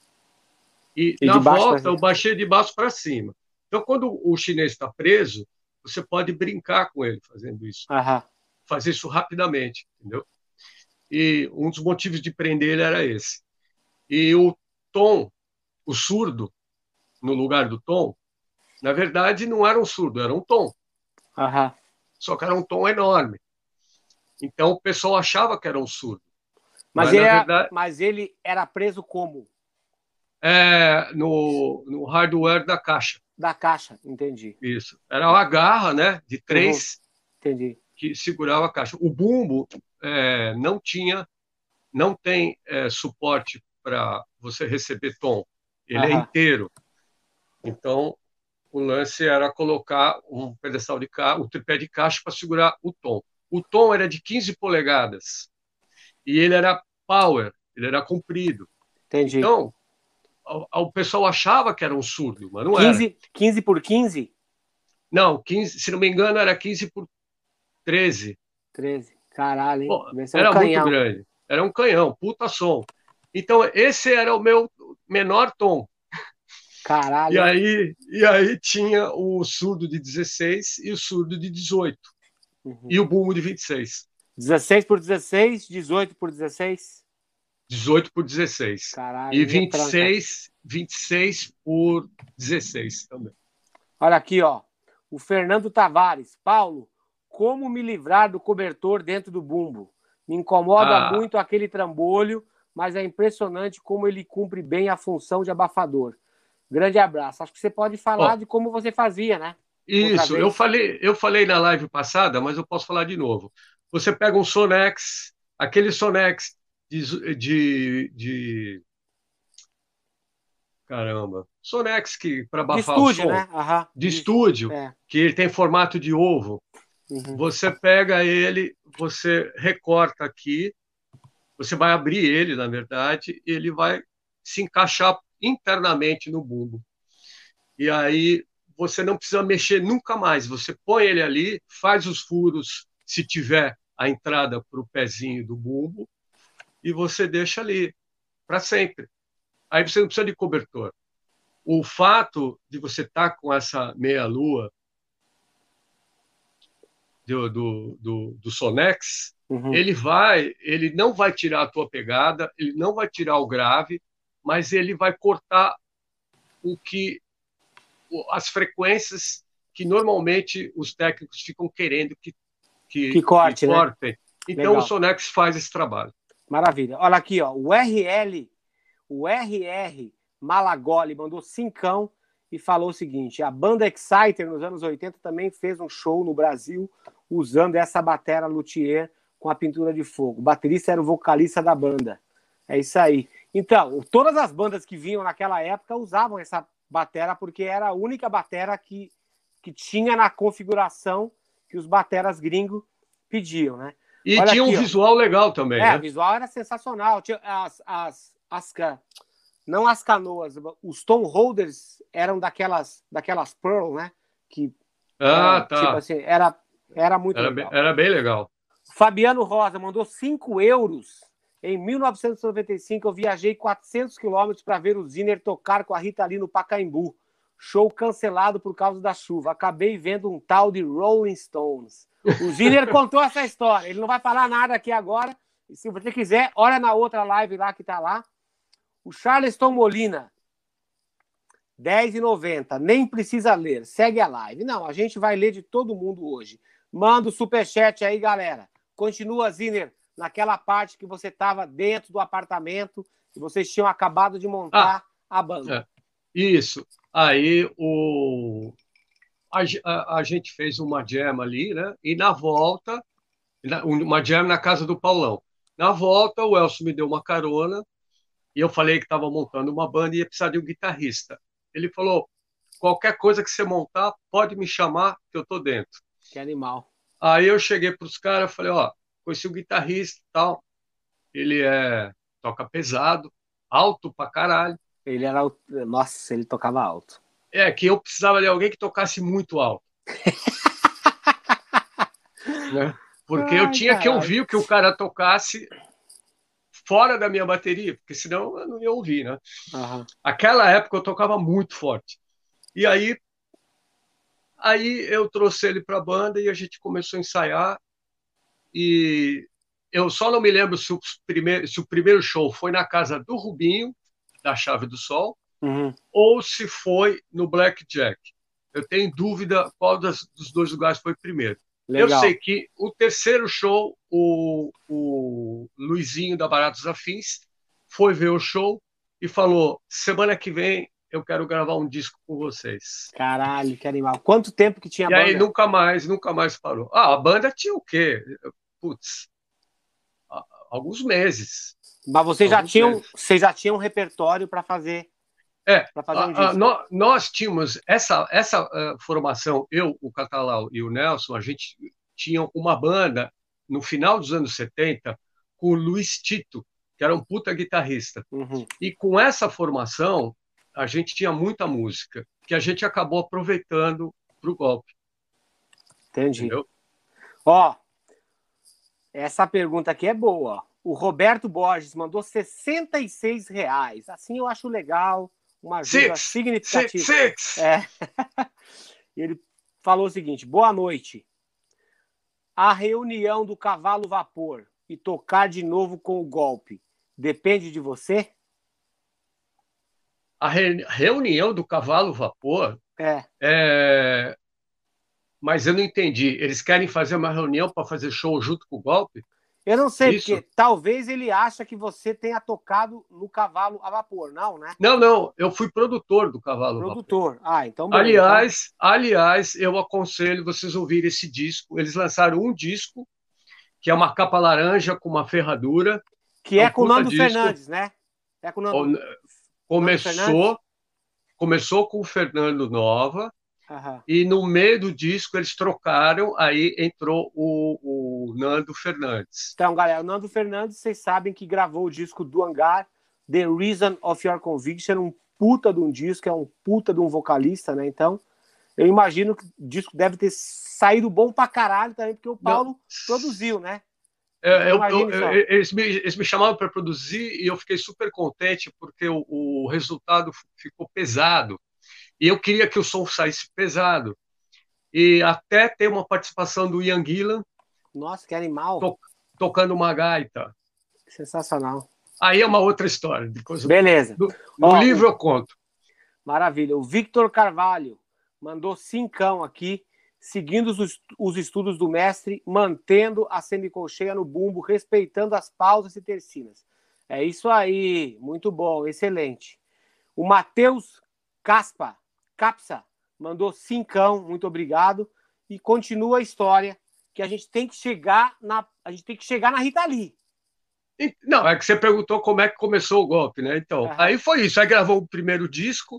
e, E na de baixo volta, pra... eu baixei de baixo para cima. Então, quando o chinês está preso, você pode brincar com ele fazendo isso. Aham. Fazer isso rapidamente, entendeu? E um dos motivos de prender ele era esse. E o tom, o surdo, no lugar do tom, na verdade, não era um surdo, era um tom. Aham. Só que era um tom enorme. Então, o pessoal achava que era um surdo. Mas, Mas, ele na era, verdade, mas ele era preso como? é no, no hardware da caixa. Da caixa, entendi. Isso. Era uma garra, né, de Uhum. três Entendi. que segurava a caixa. O bumbo é, não tinha, não tem é, suporte para você receber tom. Ele é Aham. inteiro. Então, o lance era colocar um pedestal de caixa, um tripé de caixa para segurar o tom. O tom era de quinze polegadas e ele era power, ele era comprido. Entendi. Então, o, o pessoal achava que era um surdo, mas não era. quinze, quinze por quinze? Não, quinze, se não me engano, era quinze por treze. treze. Caralho, hein? Pô, Deve ser um era muito canhão. grande. Era um canhão, puta som. Então, esse era o meu menor tom. Caralho, E hein? aí, e aí tinha o surdo de dezesseis e o surdo de dezoito. Uhum. E o bumbo de vinte e seis. dezesseis por dezesseis, dezoito por dezesseis. dezoito por dezesseis. Caralho, E e retranca. vinte e seis, vinte e seis por dezesseis também. Olha aqui, ó. O Fernando Tavares. Paulo, como me livrar do cobertor dentro do bumbo? Me incomoda Ah, muito aquele trambolho, mas é impressionante como ele cumpre bem a função de abafador. Grande abraço. Acho que você pode falar ó, de como você fazia, né? Outra isso, eu vez. falei, eu falei na live passada, mas eu posso falar de novo. Você pega um Sonex, aquele Sonex de, de, de caramba, Sonex que para De abafar o estúdio, som, né? Aham. de De... estúdio, É. que ele tem formato de ovo. Uhum. Você pega ele, você recorta aqui, você vai abrir ele, na verdade, e ele vai se encaixar internamente no bumbo. E aí você não precisa mexer nunca mais. Você põe ele ali, faz os furos, se tiver a entrada para o pezinho do bumbo, e você deixa ali para sempre. Aí você não precisa de cobertor. O fato de você estar tá com essa meia-lua do, do, do, do Sonex, Uhum. ele vai, ele não vai tirar a tua pegada, ele não vai tirar o grave, mas ele vai cortar o que as frequências que normalmente os técnicos ficam querendo que, que, Que corte, que né? cortem. Então Legal. o Sonex faz esse trabalho. Maravilha. Olha aqui, ó. O R L, o R R Malagoli mandou cincão e falou o seguinte: a banda Exciter nos anos oitenta também fez um show no Brasil usando essa batera luthier com a pintura de fogo. O baterista era o vocalista da banda. É isso aí. Então, todas as bandas que vinham naquela época usavam essa batera porque era a única batera que, que tinha na configuração que os bateras gringos pediam, né? E Olha tinha um aqui, visual ó. legal também, é, né? o visual era sensacional. Tinha as, as, as, não as canoas, os tom holders eram daquelas, daquelas Pearl, né? Que Ah, era, tipo tá. assim, era, era muito Era legal. bem, era bem legal. Fabiano Rosa mandou cinco euros. Em mil novecentos e noventa e cinco, eu viajei quatrocentos quilômetros para ver o Zinner tocar com a Rita Lee no Pacaembu. Show cancelado por causa da chuva. Acabei vendo um tal de Rolling Stones. O Zinner contou essa história. Ele não vai falar nada aqui agora. E se você quiser, olha na outra live lá que tá lá. O Charleston Molina, dez reais e noventa centavos. Nem precisa ler. Segue a live. Não, a gente vai ler de todo mundo hoje. Manda o superchat aí, galera. Continua, Zinner, naquela parte que você estava dentro do apartamento e vocês tinham acabado de montar ah, a banda. É. Isso. Aí o... a, a, a gente fez uma jam ali, né? E na volta, uma jam na casa do Paulão. Na volta, o Elcio me deu uma carona e eu falei que estava montando uma banda e ia precisar de um guitarrista. Ele falou, qualquer coisa que você montar, pode me chamar que eu tô dentro. Que animal. Aí eu cheguei para os caras e falei, ó, conheci o guitarrista e tal, ele é, toca pesado, alto pra caralho. Ele era, nossa, ele tocava alto. É, que eu precisava de alguém que tocasse muito alto. né? Porque eu Ai, tinha que caralho. ouvir o que o cara tocasse fora da minha bateria, porque senão eu não ia ouvir, né? Aham. Aquela época eu tocava muito forte. E aí, aí eu trouxe ele para a banda e a gente começou a ensaiar. E eu só não me lembro se o primeiro, se o primeiro show foi na casa do Rubinho, da Chave do Sol, Uhum. ou se foi no Blackjack. Eu tenho dúvida qual das, dos dois lugares foi primeiro. Eu sei Legal. que o terceiro show, o, o Luizinho da Baratos Afins foi ver o show e falou: semana que vem eu quero gravar um disco com vocês. Caralho, que animal. Quanto tempo que tinha a E aí banda? nunca mais, nunca mais parou. Ah, a banda tinha o quê? Putz, alguns meses. Mas vocês já Alguns tinham, meses. vocês já tinham um repertório para fazer, É, para fazer um a, a, disco. nó- nós tínhamos essa, essa uh, formação, eu, o Catalau e o Nelson, a gente tinha uma banda no final dos anos setenta com o Luiz Tito, que era um puta guitarrista. Uhum. E com essa formação, a gente tinha muita música, que a gente acabou aproveitando para o golpe. Entendi. Entendeu? Ó, essa pergunta aqui é boa. O Roberto Borges mandou sessenta e seis reais. Assim eu acho legal, uma ajuda Six, significativa. six, six. É. Ele falou o seguinte: boa noite. A reunião do Cavalo Vapor e tocar de novo com o golpe depende de você? A re- reunião do Cavalo Vapor, É. é... mas eu não entendi. Eles querem fazer uma reunião para fazer show junto com o golpe? Eu não sei, Isso? porque talvez ele acha que você tenha tocado no Cavalo a Vapor, não, né? Não, não. Eu fui produtor do Cavalo Vapor. Produtor. Ah, então beleza. Aliás, aliás, eu aconselho vocês ouvirem esse disco. Eles lançaram um disco que é uma capa laranja com uma ferradura. Que é, é um com o puta Nando disco. Fernandes, né? É com o Nando, Nando Começou, começou com o Fernando Nova. Aham. E no meio do disco eles trocaram, aí entrou o, o Nando Fernandes. Então, galera, o Nando Fernandes, vocês sabem que gravou o disco do Hangar, The Reason of Your Conviction, um puta de um disco, é um puta de um vocalista, né? Então, eu imagino que o disco deve ter saído bom pra caralho também, porque o Paulo Não. produziu, né? É, eu, eu, eu, eles, me, eles me chamaram para produzir e eu fiquei super contente porque o, o resultado ficou pesado. E eu queria que o som saísse pesado. E até ter uma participação do Ian Gillan. Nossa, que animal. To, tocando uma gaita. Sensacional. Aí é uma outra história. Depois, beleza. No, no Ó, livro eu conto. Maravilha. O Victor Carvalho mandou cincão aqui, seguindo os, os estudos do mestre, mantendo a semicolcheia no bumbo, respeitando as pausas e tercinas. É isso aí. Muito bom. Excelente. O Matheus Caspa Capsa mandou cincão, muito obrigado. E continua a história que a gente tem que chegar na a gente tem que chegar na Rita Lee. Não, é que você perguntou como é que começou o golpe, né? Então, uhum. Aí foi isso. Aí gravou o primeiro disco.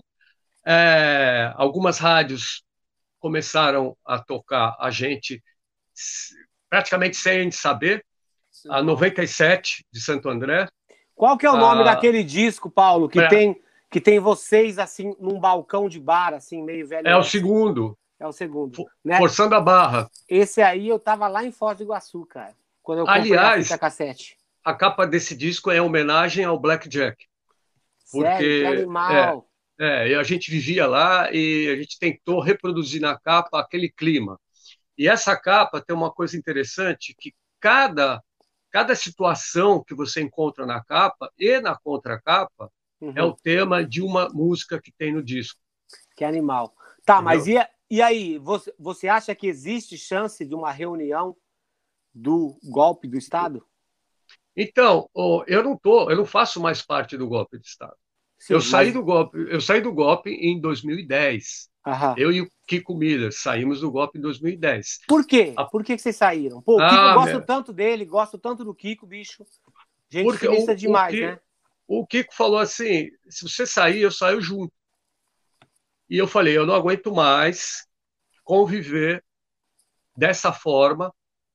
É, algumas rádios começaram a tocar a gente praticamente sem a gente saber. Sim. A noventa e sete de Santo André. Qual que é o nome a... daquele disco, Paulo, que é... tem que tem vocês assim num balcão de bar, assim meio velho? É o segundo. É o segundo. For, né? Forçando a barra. Esse aí eu tava lá em Foz do Iguaçu, cara, quando eu comprei Aliás, a fita cassete. A capa desse disco é homenagem ao Blackjack. Porque, Sério? Que animal. É, é, a gente vivia lá e a gente tentou reproduzir na capa aquele clima. E essa capa tem uma coisa interessante, que cada, cada situação que você encontra na capa e na contracapa uhum. é o tema de uma música que tem no disco. Que animal. Tá, Entendeu? Mas e, e aí, você, você acha que existe chance de uma reunião do golpe do Estado? Então, eu não tô, eu não faço mais parte do golpe de Estado. Sim, eu saí mas... do golpe, eu saí do golpe em dois mil e dez. Aham. Eu e o Kiko Miller saímos do golpe em dois mil e dez. Por quê? A... Por que vocês saíram? Pô, o Kiko, ah, eu gosto meu... tanto dele, gosto tanto do Kiko, bicho. Gente Porque finíssima o, demais, o Kiko, né? O Kiko falou assim, se você sair, eu saio junto. E eu falei, eu não aguento mais conviver dessa forma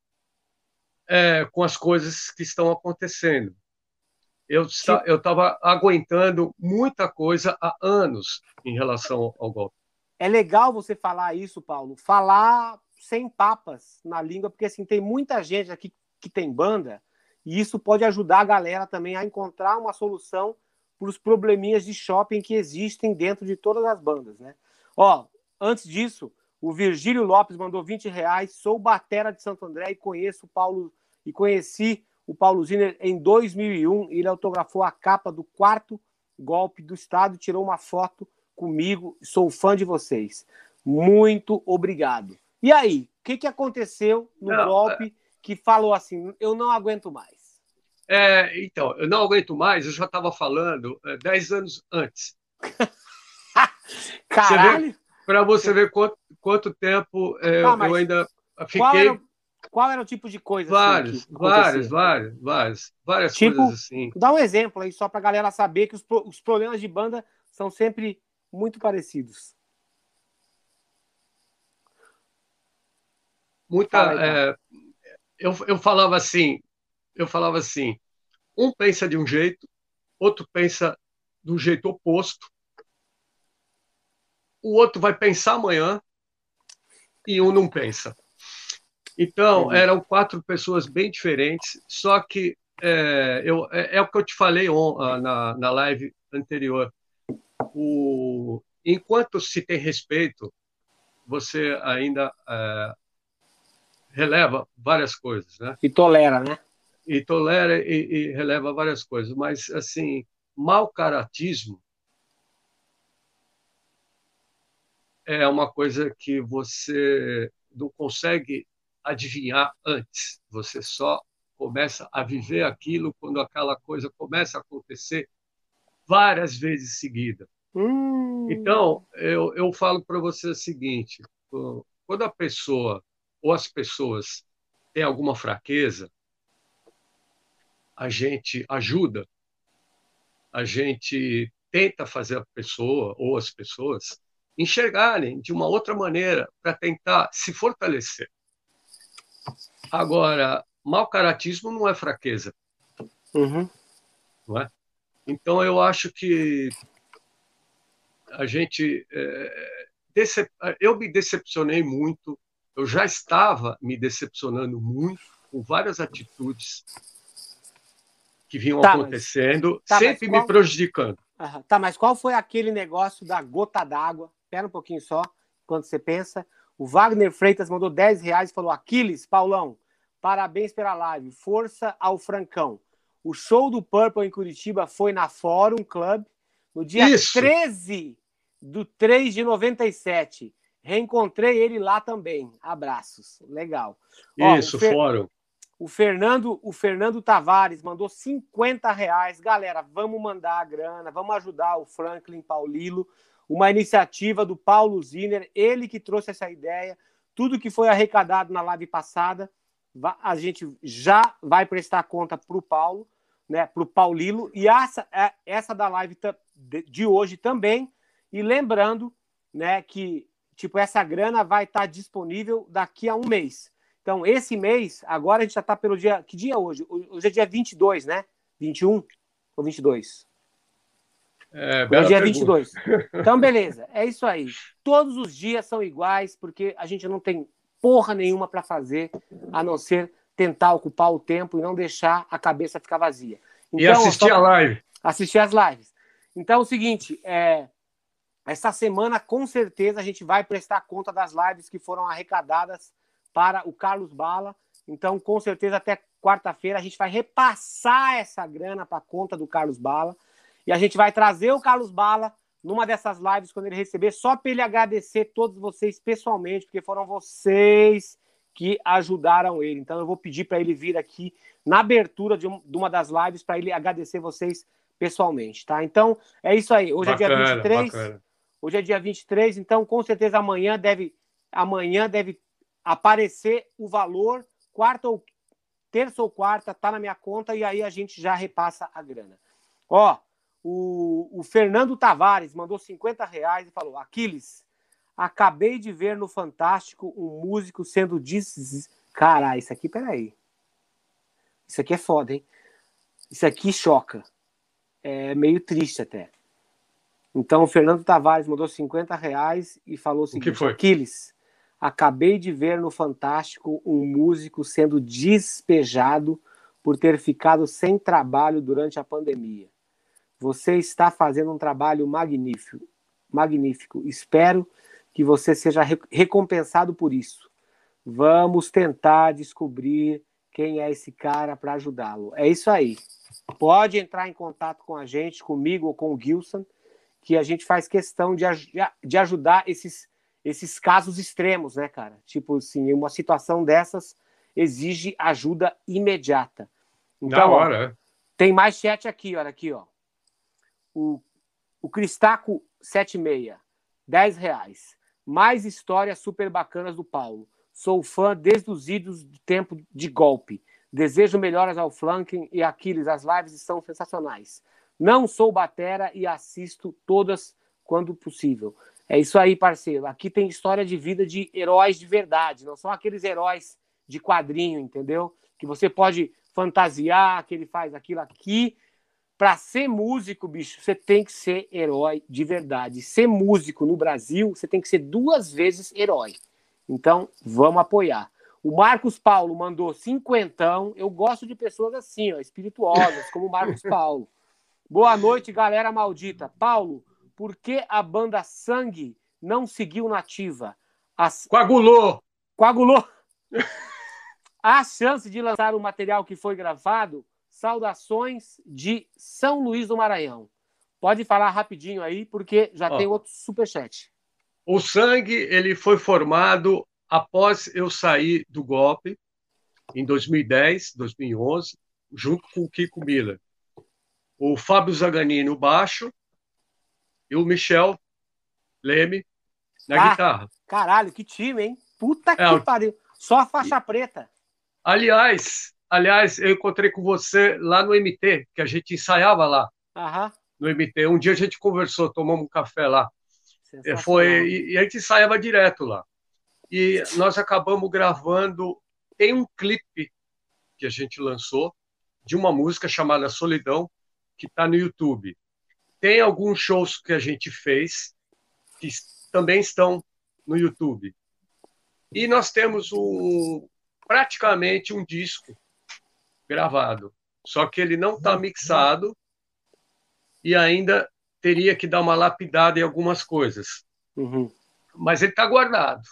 é, com as coisas que estão acontecendo. Eu estava aguentando muita coisa há anos em relação ao golpe. É legal você falar isso, Paulo. Falar sem papas na língua, porque assim, tem muita gente aqui que tem banda, e isso pode ajudar a galera também a encontrar uma solução para os probleminhas de shopping que existem dentro de todas as bandas, né? Ó, antes disso, o Virgílio Lopes mandou vinte reais. Sou batera de Santo André e conheço o Paulo e conheci o Paulo Ziner em dois mil e um. Ele autografou a capa do quarto golpe do Estado, tirou uma foto comigo. Sou fã de vocês. Muito obrigado. E aí, o que, que aconteceu no não, golpe é... que falou assim, eu não aguento mais? É, então, eu não aguento mais, eu já estava falando é, dez anos antes. Caralho! Para você ver quanto, quanto tempo é, tá, eu ainda fiquei... Qual era, qual era o tipo de coisa vários, assim que várias, várias, várias, várias tipo, coisas assim. Dá um exemplo aí, só para a galera saber que os, os problemas de banda são sempre muito parecidos. Muita... Aí, é, eu, eu falava assim, eu falava assim, um pensa de um jeito, outro pensa do jeito oposto, o outro vai pensar amanhã e um não pensa. Então, Entendi. Eram quatro pessoas bem diferentes, só que é, eu, é, é o que eu te falei on, na, na live anterior. O, enquanto se tem respeito, você ainda é, releva várias coisas, né? E tolera, né? E tolera e, e releva várias coisas, mas, assim, mau caratismo é uma coisa que você não consegue adivinhar antes. Você só começa a viver aquilo quando aquela coisa começa a acontecer várias vezes seguida. Hum. Então, eu, eu falo para você o seguinte, quando a pessoa ou as pessoas têm alguma fraqueza, a gente ajuda, a gente tenta fazer a pessoa ou as pessoas enxergarem de uma outra maneira para tentar se fortalecer. Agora, mau caratismo não é fraqueza. Uhum. Não é? Então, eu acho que a gente... É, decep... Eu me decepcionei muito, eu já estava me decepcionando muito com várias atitudes que vinham tá, acontecendo, mas... tá, sempre qual... me prejudicando. Uhum. Tá, mas qual foi aquele negócio da gota d'água? Espera um pouquinho só, enquanto você pensa. O Wagner Freitas mandou dez reais e falou: Aquiles, Paulão, parabéns pela live, força ao Francão. O show do Purple em Curitiba foi na Fórum Club no dia Isso. treze do três de noventa e sete. Reencontrei ele lá também. Abraços. Legal. Isso, Ó, o Fer... Fórum. O Fernando, o Fernando Tavares mandou cinquenta reais. Galera, vamos mandar a grana, vamos ajudar o Franklin Paulilo, uma iniciativa do Paulo Ziner, ele que trouxe essa ideia. Tudo que foi arrecadado na live passada, a gente já vai prestar conta para o Paulo, né, para o Paulilo, e essa, essa da live de hoje também. E lembrando, né, que tipo, essa grana vai estar disponível daqui a um mês. Então, esse mês, agora a gente já está pelo dia... Que dia é hoje? Hoje é dia vinte e dois, né? vinte e um ou vinte e dois? É, hoje é dia vinte e dois. Então, beleza. É isso aí. Todos os dias são iguais, porque a gente não tem porra nenhuma para fazer, a não ser tentar ocupar o tempo e não deixar a cabeça ficar vazia. Então, e assistir ó, a live. Assistir as lives. Então, é o seguinte, é... essa semana, com certeza, a gente vai prestar conta das lives que foram arrecadadas para o Carlos Bala. Então, com certeza, até quarta-feira a gente vai repassar essa grana para a conta do Carlos Bala e a gente vai trazer o Carlos Bala numa dessas lives quando ele receber, só para ele agradecer todos vocês pessoalmente, porque foram vocês que ajudaram ele. Então, eu vou pedir para ele vir aqui na abertura de, um, de uma das lives para ele agradecer vocês pessoalmente, tá? Então, é isso aí. Hoje bacana, é dia vinte e três. Bacana. Hoje é dia vinte e três, então, com certeza, amanhã deve... Amanhã deve aparecer o valor, quarta ou terça ou quarta, tá na minha conta e aí a gente já repassa a grana. Ó, o, o Fernando Tavares mandou cinquenta reais e falou: Aquiles, acabei de ver no Fantástico um músico sendo des... Caralho, isso aqui, peraí. Isso aqui é foda, hein? Isso aqui choca. É meio triste até. Então, o Fernando Tavares mandou cinquenta reais e falou o seguinte: o que foi? Aquiles, Acabei de ver no Fantástico um músico sendo despejado por ter ficado sem trabalho durante a pandemia. Você está fazendo um trabalho magnífico. Magnífico. Espero que você seja recompensado por isso. Vamos tentar descobrir quem é esse cara para ajudá-lo. É isso aí. Pode entrar em contato com a gente, comigo ou com o Gilson, que a gente faz questão de, de ajudar esses, esses casos extremos, né, cara? Tipo assim, uma situação dessas exige ajuda imediata. Então, Na hora. Ó, tem mais chat aqui, olha aqui, ó. O, o Cristaco setenta e seis, dez reais. Mais histórias super bacanas do Paulo. Sou fã desde os idos do tempo de golpe. Desejo melhoras ao Flanken e Aquiles. As lives estão sensacionais. Não sou batera e assisto todas quando possível. É isso aí, parceiro. Aqui tem história de vida de heróis de verdade. Não são aqueles heróis de quadrinho, entendeu? Que você pode fantasiar, que ele faz aquilo aqui. Para ser músico, bicho, você tem que ser herói de verdade. Ser músico no Brasil, você tem que ser duas vezes herói. Então, vamos apoiar. O Marcos Paulo mandou cinquentão. Eu gosto de pessoas assim, ó, espirituosas, como o Marcos Paulo. Boa noite, galera maldita. Paulo, por que a banda Sangue não seguiu nativa? As... Coagulou! Coagulou! Há chance de lançar o material que foi gravado? Saudações de São Luís do Maranhão. Pode falar rapidinho aí, porque já Ó, tem outro superchat. O Sangue ele foi formado após eu sair do golpe, em dois mil e dez, dois mil e onze, junto com o Kiko Miller. O Fábio Zaganini no baixo e o Michel Leme na ah, guitarra. Caralho, que time, hein? Puta é, que pariu. Só a faixa preta. Aliás, aliás, eu encontrei com você lá no M T, que a gente ensaiava lá. Aham. No M T. Um dia a gente conversou, tomamos um café lá. Foi, e, e a gente ensaiava direto lá. E nós acabamos gravando. Tem um clipe que a gente lançou de uma música chamada Solidão, que está no YouTube. Tem alguns shows que a gente fez que também estão no YouTube. E nós temos um, praticamente um disco gravado, só que ele não está mixado e ainda teria que dar uma lapidada em algumas coisas. Uhum. Mas ele está guardado.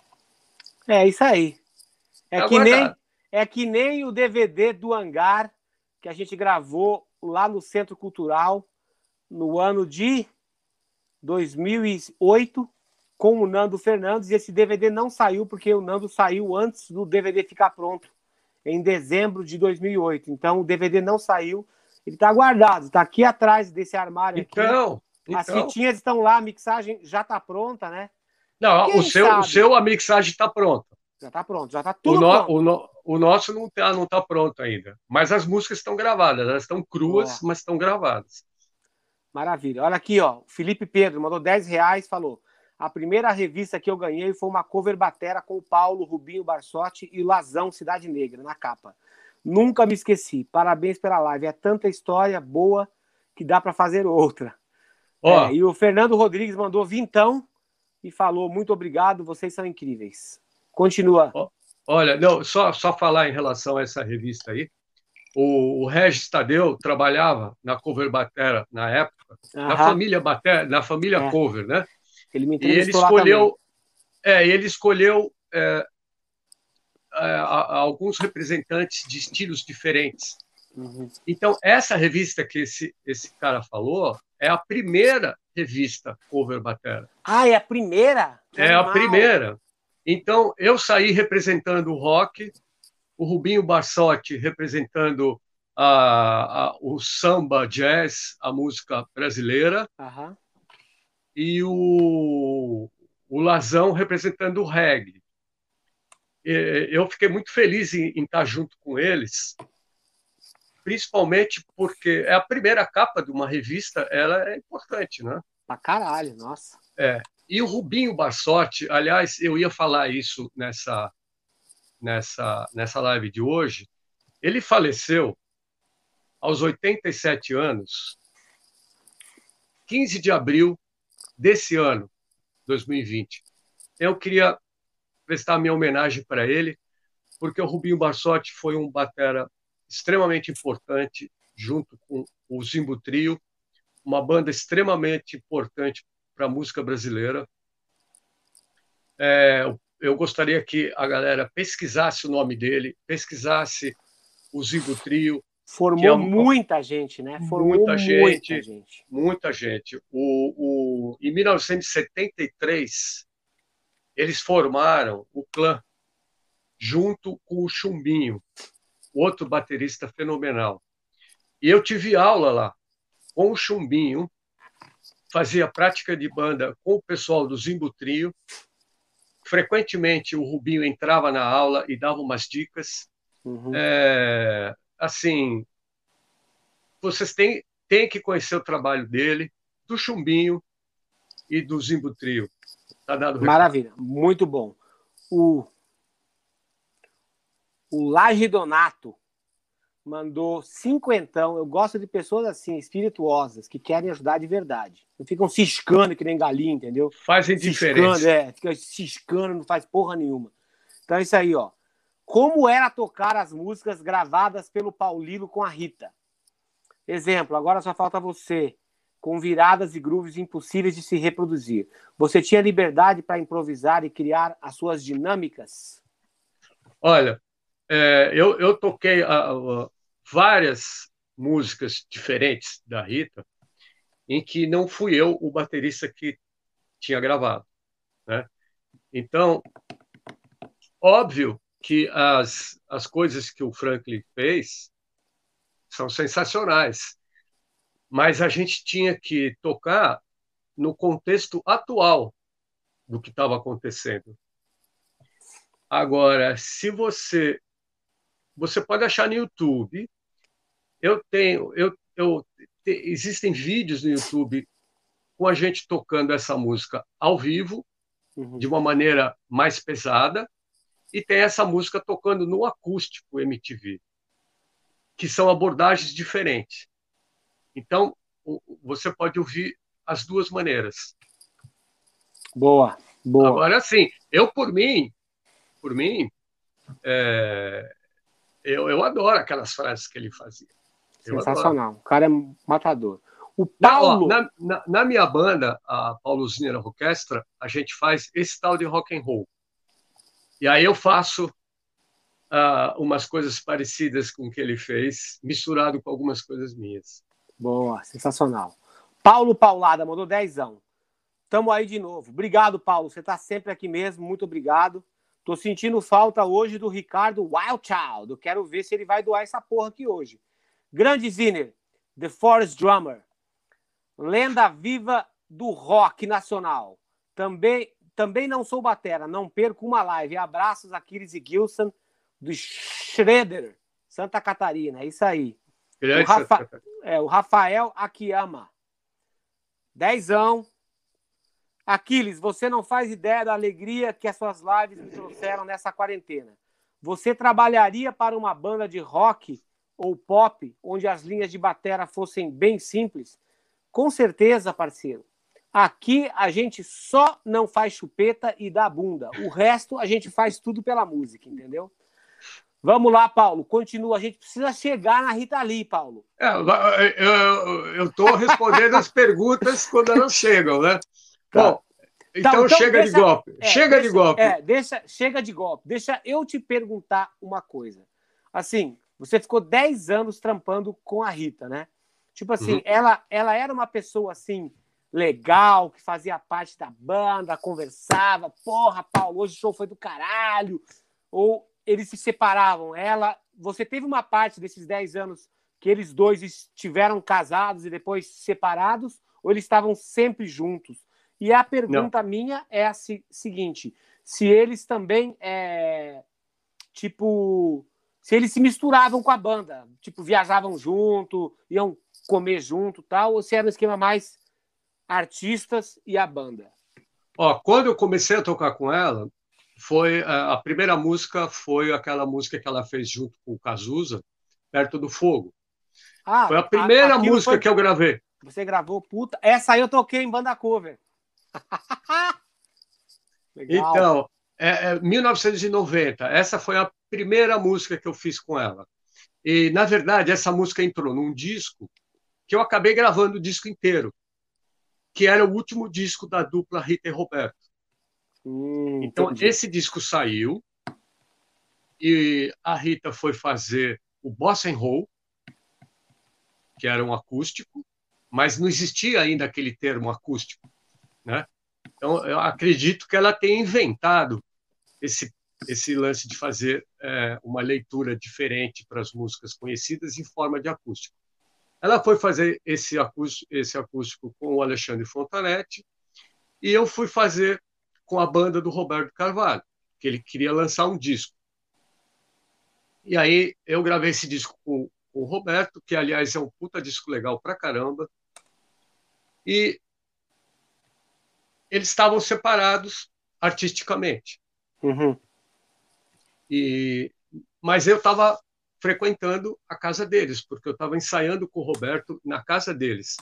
É isso aí. É, tá que nem, é que nem o D V D do Hangar que a gente gravou lá no Centro Cultural no ano de dois mil e oito com o Nando Fernandes, e esse D V D não saiu porque o Nando saiu antes do D V D ficar pronto, em dezembro de dois mil e oito. Então o D V D não saiu, ele está guardado, está aqui atrás desse armário então, aqui. As então... fitinhas estão lá, a mixagem já está pronta, né? Não, o seu, o seu, a mixagem está pronta. Já está pronto, já está tudo o no, pronto. O, no, o nosso não está não tá pronto ainda, mas as músicas estão gravadas, elas estão cruas, oh. mas estão gravadas. Maravilha. Olha aqui, ó, o Felipe Pedro mandou dez reais, falou: a primeira revista que eu ganhei foi uma cover batera com o Paulo, Rubinho Barsotti e o Lazão Cidade Negra na capa. Nunca me esqueci. Parabéns pela live. É tanta história boa que dá para fazer outra. Oh. É, e o Fernando Rodrigues mandou vintão e falou: muito obrigado, vocês são incríveis. Continua. Oh. Olha, não, só, só falar em relação a essa revista aí. O, o Regis Tadeu trabalhava na Cover Batera na época, Aham. na família Batera, na família É. Cover, né? Ele me e ele escolheu, é, ele escolheu é, é, a, a alguns representantes de estilos diferentes. Uhum. Então, essa revista que esse, esse cara falou é a primeira revista Cover Batera. Ah, é a primeira? Que é animal. a primeira. Então, eu saí representando o rock, o Rubinho Barsotti representando a, a, o samba, jazz, a música brasileira, uhum. e o, o Lazão representando o reggae. E, eu fiquei muito feliz em, em estar junto com eles, principalmente porque é a primeira capa de uma revista, ela é importante, né? Pra caralho, nossa. É. E o Rubinho Barsotti, aliás, eu ia falar isso nessa, nessa, nessa live de hoje, ele faleceu aos oitenta e sete anos, quinze de abril desse ano, dois mil e vinte. Eu queria prestar minha homenagem para ele, porque o Rubinho Barsotti foi um batera extremamente importante, junto com o Zimbo Trio, uma banda extremamente importante para a música brasileira. É, eu gostaria que a galera pesquisasse o nome dele, pesquisasse o Zimbo Trio, Formou que é muita gente, né? Formou muita gente, muita gente. Muita gente. O, o, em mil novecentos e setenta e três, eles formaram o Clã, junto com o Chumbinho, outro baterista fenomenal. E eu tive aula lá com o Chumbinho, fazia prática de banda com o pessoal do Zimbo Trio. Frequentemente o Rubinho entrava na aula e dava umas dicas. Uhum. É, assim, vocês têm, têm que conhecer o trabalho dele, do Chumbinho e do Zimbo Trio. Tá dado o recado. Maravilha, muito bom. O, o Laje Donato mandou cinquentão. Eu gosto de pessoas assim, espirituosas, que querem ajudar de verdade. Não ficam ciscando que nem galinha, entendeu? Fazem ciscando, diferença. é, fica ciscando, não faz porra nenhuma. Então é isso aí, ó. Como era tocar as músicas gravadas pelo Paulino com a Rita? Exemplo, agora só falta você, com viradas e grooves impossíveis de se reproduzir. Você tinha liberdade para improvisar e criar as suas dinâmicas? Olha, é, eu, eu toquei uh, uh, várias músicas diferentes da Rita, em que não fui eu o baterista que tinha gravado, né? Então, óbvio que as, as coisas que o Franklin fez são sensacionais, mas a gente tinha que tocar no contexto atual do que estava acontecendo. Agora, se você você pode achar no YouTube, eu tenho eu, eu te, existem vídeos no YouTube com a gente tocando essa música ao vivo, uhum, de uma maneira mais pesada, e tem essa música tocando no acústico M T V, que são abordagens diferentes. Então, você pode ouvir as duas maneiras. Boa, boa. Agora, assim, eu, por mim, por mim, é, eu, eu adoro aquelas frases que ele fazia. Eu Sensacional. adoro. O cara é matador. O Paulo... Na, ó, na, na, na minha banda, a Paulo Zinner Orquestra, a gente faz esse tal de rock and roll. E aí eu faço uh, umas coisas parecidas com o que ele fez, misturado com algumas coisas minhas. Boa, sensacional. Paulo Paulada mandou dezão. Tamo aí de novo. Obrigado, Paulo. Você tá sempre aqui mesmo. Muito obrigado. Tô sentindo falta hoje do Ricardo Wildchild. Eu quero ver se ele vai doar essa porra aqui hoje. Grande Zinner, The Forest Drummer. Lenda viva do rock nacional. Também, também não sou batera. Não perco uma live. Abraços, Aquiles e Gilson, do Schroeder, Santa Catarina. É isso aí. O, Rafa... é, o Rafael Akiyama. Dezão. Aquiles, você não faz ideia da alegria que as suas lives me trouxeram nessa quarentena. Você trabalharia para uma banda de rock ou pop, onde as linhas de batera fossem bem simples? Com certeza, parceiro. Aqui a gente só não faz chupeta e dá bunda. O resto a gente faz tudo pela música, entendeu? Vamos lá, Paulo. Continua. A gente precisa chegar na Rita Lee, Paulo. É, eu estou respondendo as perguntas quando elas chegam, né? Tá. Bom, então, então chega deixa, de golpe. É, chega deixa, de golpe. É, deixa, chega de golpe. Deixa eu te perguntar uma coisa. Assim, você ficou dez anos trampando com a Rita, né? Tipo assim, uhum. ela, ela era uma pessoa assim, legal, que fazia parte da banda, conversava, porra, Paulo, hoje o show foi do caralho. Ou eles se separavam. Ela, você teve uma parte desses dez anos que eles dois estiveram casados e depois separados, ou eles estavam sempre juntos? E a pergunta Não. minha é a seguinte: se eles também, é, tipo, se eles se misturavam com a banda, tipo, viajavam junto, iam comer junto, tal, ou se era um esquema mais artistas e a banda? Ó, quando eu comecei a tocar com ela, foi a primeira música foi aquela música que ela fez junto com o Cazuza, Perto do Fogo. Ah, foi a primeira a, música foi... que eu gravei. Você gravou, puta. Essa aí eu toquei em banda cover. Legal. Então, é, é, mil novecentos e noventa. Essa foi a primeira música que eu fiz com ela. E, na verdade, essa música entrou num disco que eu acabei gravando o disco inteiro, que era o último disco da dupla Rita e Roberto. Hum, Então, entendi. esse disco saiu e a Rita foi fazer o Bossa Roll, que era um acústico, mas não existia ainda aquele termo acústico, né? Então, eu acredito que ela tenha inventado esse, esse lance de fazer é, uma leitura diferente para as músicas conhecidas em forma de acústico. Ela foi fazer esse acústico, esse acústico com o Alexandre Fontanetti e eu fui fazer com a banda do Roberto Carvalho, que ele queria lançar um disco. E aí eu gravei esse disco com, com o Roberto, que, aliás, é um puta disco legal pra caramba. E eles estavam separados artisticamente. Uhum. E, mas eu estava frequentando a casa deles, porque eu estava ensaiando com o Roberto na casa deles.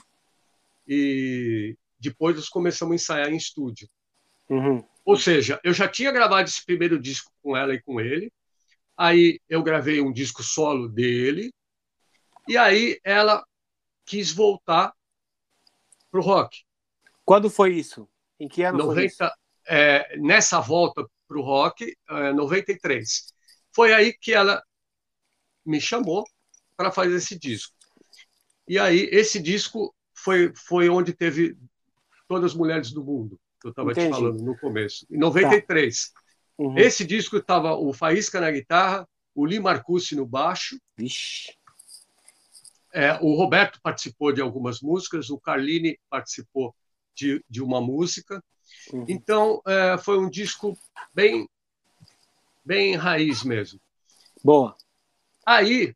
E depois nós começamos a ensaiar em estúdio. Uhum. Ou seja, eu já tinha gravado esse primeiro disco com ela e com ele, aí eu gravei um disco solo dele, e aí ela quis voltar para o rock. Quando foi isso? Em que ano foi isso? noventa, é, nessa volta para o rock, é, noventa e três. Foi aí que ela me chamou para fazer esse disco. E aí, esse disco foi, foi onde teve Todas as Mulheres do Mundo, que eu estava te Entendi. falando no começo, em noventa e três. Tá. Uhum. Esse disco estava o Faísca na guitarra, o Lee Marcucci no baixo. Vixe. É, o Roberto participou de algumas músicas, o Carlini participou de, de uma música. Uhum. Então, é, foi um disco bem, bem raiz mesmo. Boa. Aí,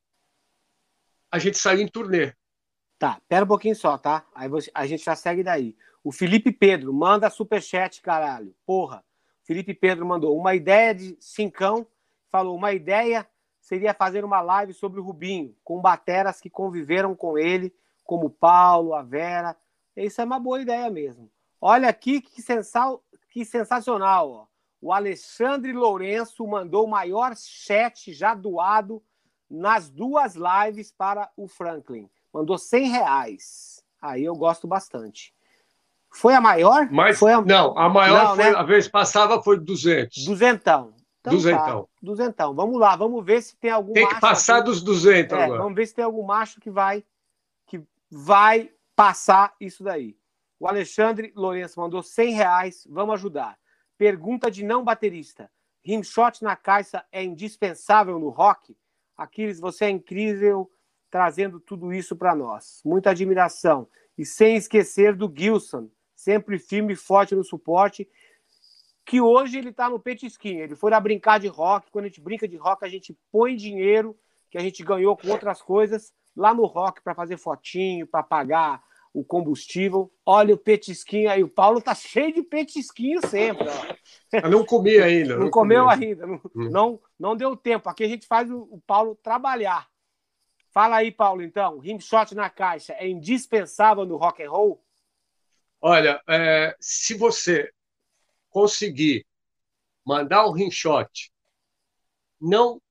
a gente saiu em turnê. Tá, pera um pouquinho só, tá? Aí você, a gente já segue daí. O Felipe Pedro, manda superchat, caralho. Porra. Felipe Pedro mandou uma ideia de cincão, falou, uma ideia seria fazer uma live sobre o Rubinho, com bateras que conviveram com ele, como o Paulo, a Vera. Isso é uma boa ideia mesmo. Olha aqui que, sensal, que sensacional, ó. O Alexandre Lourenço mandou o maior chat já doado nas duas lives para o Franklin. Mandou cem reais. Aí eu gosto bastante. Foi a maior? Mas, foi a... Não, a maior não, foi, né? a vez passada foi duzentos. Duzentão. Então, Duzentão. Tá. Duzentão. Vamos lá, vamos ver se tem algum tem macho. que passar aqui. Dos duzentos é, agora. Vamos ver se tem algum macho que vai, que vai passar isso daí. O Alexandre Lourenço mandou cem reais. Vamos ajudar. Pergunta de não baterista. Rimshot na caixa é indispensável no rock? Aquiles, você é incrível trazendo tudo isso para nós. Muita admiração. E sem esquecer do Gilson, sempre firme e forte no suporte, que hoje ele está no petisquinho. Ele foi lá brincar de rock. Quando a gente brinca de rock, a gente põe dinheiro que a gente ganhou com outras coisas lá no rock para fazer fotinho, para pagar o combustível. Olha o petisquinho aí. O Paulo tá cheio de petisquinho sempre. Ó. Eu não comi ainda. Não, não comeu comi. ainda. Não, hum. não, não deu tempo. Aqui a gente faz o, o Paulo trabalhar. Fala aí, Paulo, então. Rimshot na caixa é indispensável no rock and roll? Olha, é, se você conseguir mandar o rimshot não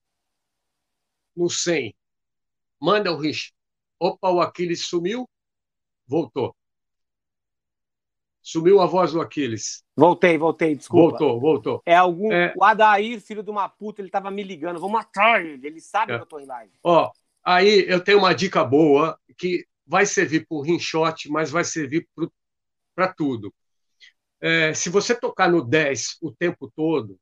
no cem, manda o rimshot. Opa, o Aquiles sumiu, voltou. Sumiu a voz do Aquiles. Voltei, voltei, desculpa. Voltou, voltou. É algum... É... O Adair, filho de uma puta, ele tava me ligando. Vamos matar ele, ele sabe é. que eu tô em live. Ó, aí eu tenho uma dica boa que vai servir para o rimshot, mas vai servir para tudo. É, se você tocar no dez o tempo todo,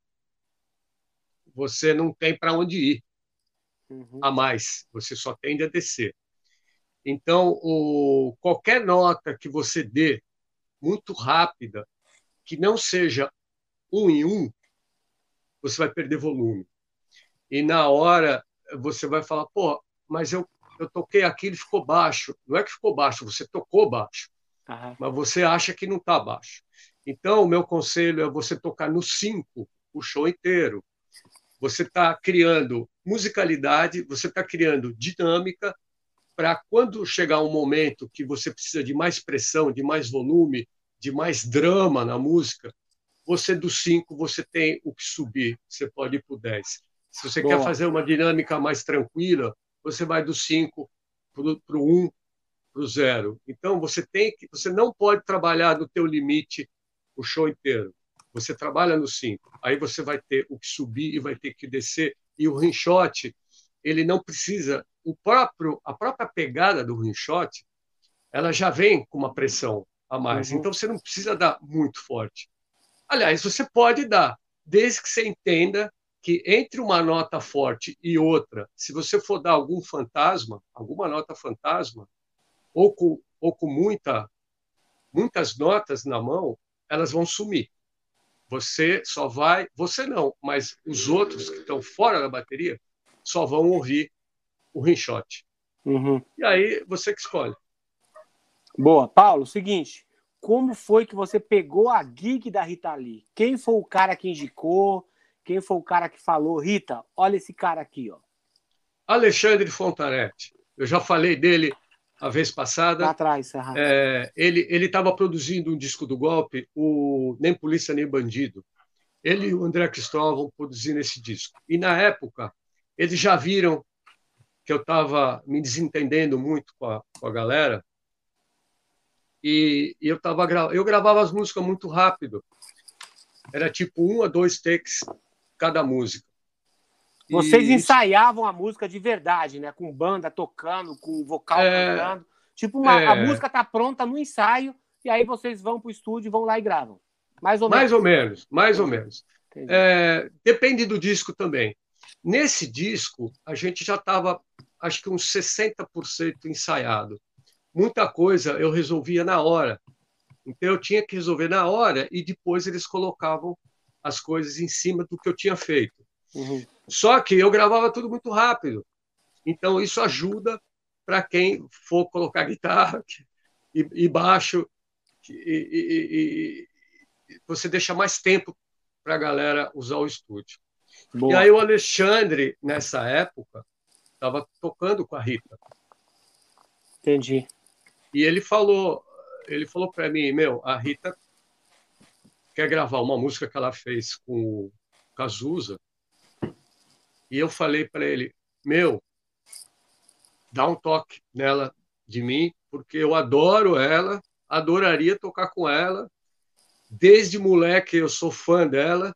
você não tem para onde ir uhum. a mais, você só tende a descer. Então, o, qualquer nota que você dê muito rápida, que não seja um em um, você vai perder volume. E na hora você vai falar, pô, mas eu, eu toquei aqui, ele ficou baixo. Não é que ficou baixo, você tocou baixo, uhum. mas você acha que não está baixo. Então, o meu conselho é você tocar no cinco o show inteiro. Você está criando musicalidade, você está criando dinâmica para quando chegar um momento que você precisa de mais pressão, de mais volume, de mais drama na música, você do cinco, você tem o que subir, você pode ir para o dez. Se você Boa. quer fazer uma dinâmica mais tranquila, você vai do cinco para o um, para o zero. Então, você tem que, você não pode trabalhar no teu limite o show inteiro. Você trabalha no cinco. Aí você vai ter o que subir e vai ter que descer. E o rinshot, ele não precisa... O próprio, a própria pegada do rinshot, ela já vem com uma pressão a mais. Uhum. Então, você não precisa dar muito forte. Aliás, você pode dar, desde que você entenda que entre uma nota forte e outra, se você for dar algum fantasma, alguma nota fantasma, ou com, ou com muita, muitas notas na mão, elas vão sumir. Você só vai, você não, mas os outros que estão fora da bateria só vão ouvir o rinshot. Uhum. E aí você que escolhe. Boa. Paulo, seguinte, como foi que você pegou a gig da Rita Lee? Quem foi o cara que indicou? Quem foi o cara que falou, Rita, olha esse cara aqui, ó. Alexandre Fontanetti. Eu já falei dele a vez passada. Lá atrás, é, ele ele estava produzindo um disco do golpe, o Nem Polícia Nem Bandido. Ele e o André Cristóvão produzindo esse disco. E na época eles já viram que eu estava me desentendendo muito com a, com a galera e, e eu tava eu gravava as músicas muito rápido. Era tipo um a dois takes cada música. Vocês e... ensaiavam a música de verdade, né? Com banda tocando, com vocal é... cantando. Tipo, uma, é... a música tá pronta no ensaio e aí vocês vão pro estúdio, vão lá e gravam. Mais ou menos. Mais ou menos, mais ou menos. É... Depende do disco também. Nesse disco, a gente já estava, acho que uns sessenta por cento ensaiado. Muita coisa eu resolvia na hora. Então, eu tinha que resolver na hora e depois eles colocavam as coisas em cima do que eu tinha feito. Uhum. Só que eu gravava tudo muito rápido. Então, isso ajuda para quem for colocar guitarra e, e baixo. E, e, e, você deixa mais tempo para a galera usar o estúdio. Boa. E aí o Alexandre, nessa época, estava tocando com a Rita. Entendi. E ele falou, ele falou para mim, meu, a Rita quer gravar uma música que ela fez com o Cazuza. E eu falei para ele, meu, dá um toque nela de mim, porque eu adoro ela, adoraria tocar com ela. Desde moleque eu sou fã dela.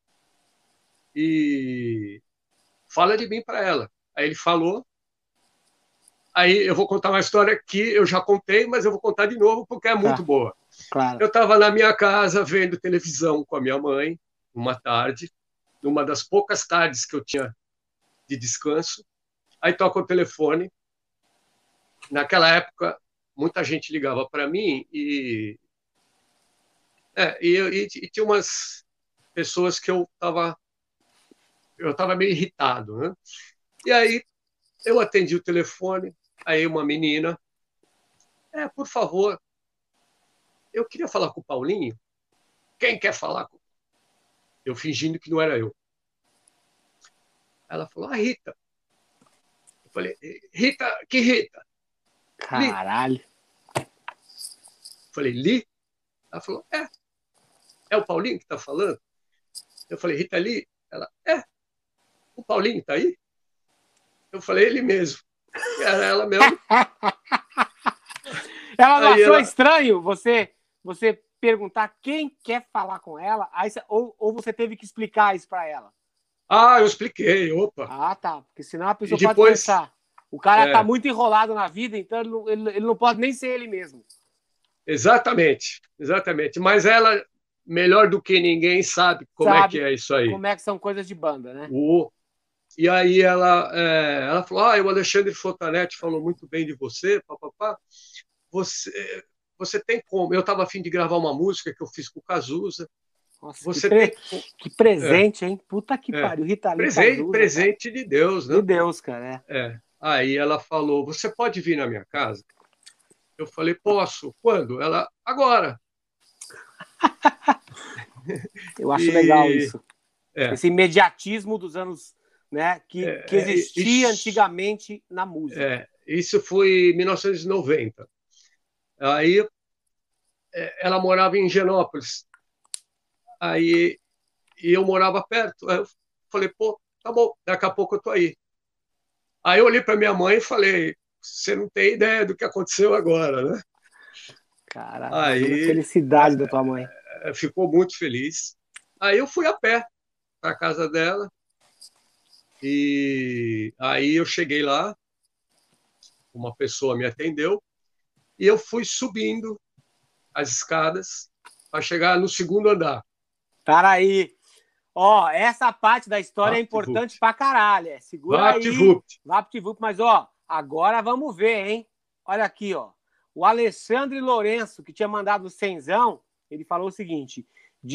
E fala de mim para ela. Aí ele falou. Aí eu vou contar uma história que eu já contei, mas eu vou contar de novo porque é muito tá. boa. Claro. Eu estava na minha casa vendo televisão com a minha mãe, uma tarde, numa das poucas tardes que eu tinha de descanso. Aí toca o telefone. Naquela época, muita gente ligava para mim e, é, e, e, e tinha umas pessoas que eu estava eu estava meio irritado, né? E aí eu atendi o telefone, aí uma menina, é, por favor, eu queria falar com o Paulinho. Quem quer falar com? Eu fingindo que não era eu. Ela falou, ah, Rita. Eu falei, Rita, que Rita? Caralho. Li. Falei, Li? Ela falou, é. É o Paulinho que está falando? Eu falei, Rita Lee? Ela, é. O Paulinho está aí? Eu falei, ele mesmo. Era ela mesmo. Ela não achou ela... estranho você, você perguntar quem quer falar com ela, aí, ou, ou você teve que explicar isso para ela? Ah, eu expliquei, opa. Ah, tá. Porque senão a pessoa e depois... pode pensar. O cara é... tá muito enrolado na vida, então ele não, ele, ele não pode nem ser ele mesmo. Exatamente, exatamente. Mas ela, melhor do que ninguém, sabe como sabe é que é isso aí. Como é que são coisas de banda, né? O... E aí ela, é... ela falou, ah, o Alexandre Fontanetti falou muito bem de você, papapá. Você, você tem como? Eu estava a fim de gravar uma música que eu fiz com o Cazuza. Nossa, você que, pre... tem... que presente, é. hein? Puta que é. pariu. Rita Lee, presente, Cazuza, presente de Deus, né? De Deus, cara. É. é. Aí ela falou, você pode vir na minha casa? Eu falei, posso. Quando? Ela, agora. Eu acho e... legal isso. É. Esse imediatismo dos anos, né, que, é, que existia isso... antigamente na música. É. Isso foi em mil novecentos e noventa. Aí ela morava em Higienópolis. Aí e eu morava perto. Aí eu falei, pô, tá bom, daqui a pouco eu tô aí. Aí eu olhei para minha mãe e falei, você não tem ideia do que aconteceu agora, né? Cara, imagina a Aí felicidade da tua mãe. é, ficou muito feliz. Aí eu fui a pé para a casa dela e aí eu cheguei lá, uma pessoa me atendeu e eu fui subindo as escadas para chegar no segundo andar. Cara aí. Ó, essa parte da história é importante VaptVupt. pra caralho. É. Segura aí. VaptVupt. VaptVupt, mas ó, agora vamos ver, hein? Olha aqui, ó. O Alexandre Lourenço, que tinha mandado o cenzão, ele falou o seguinte: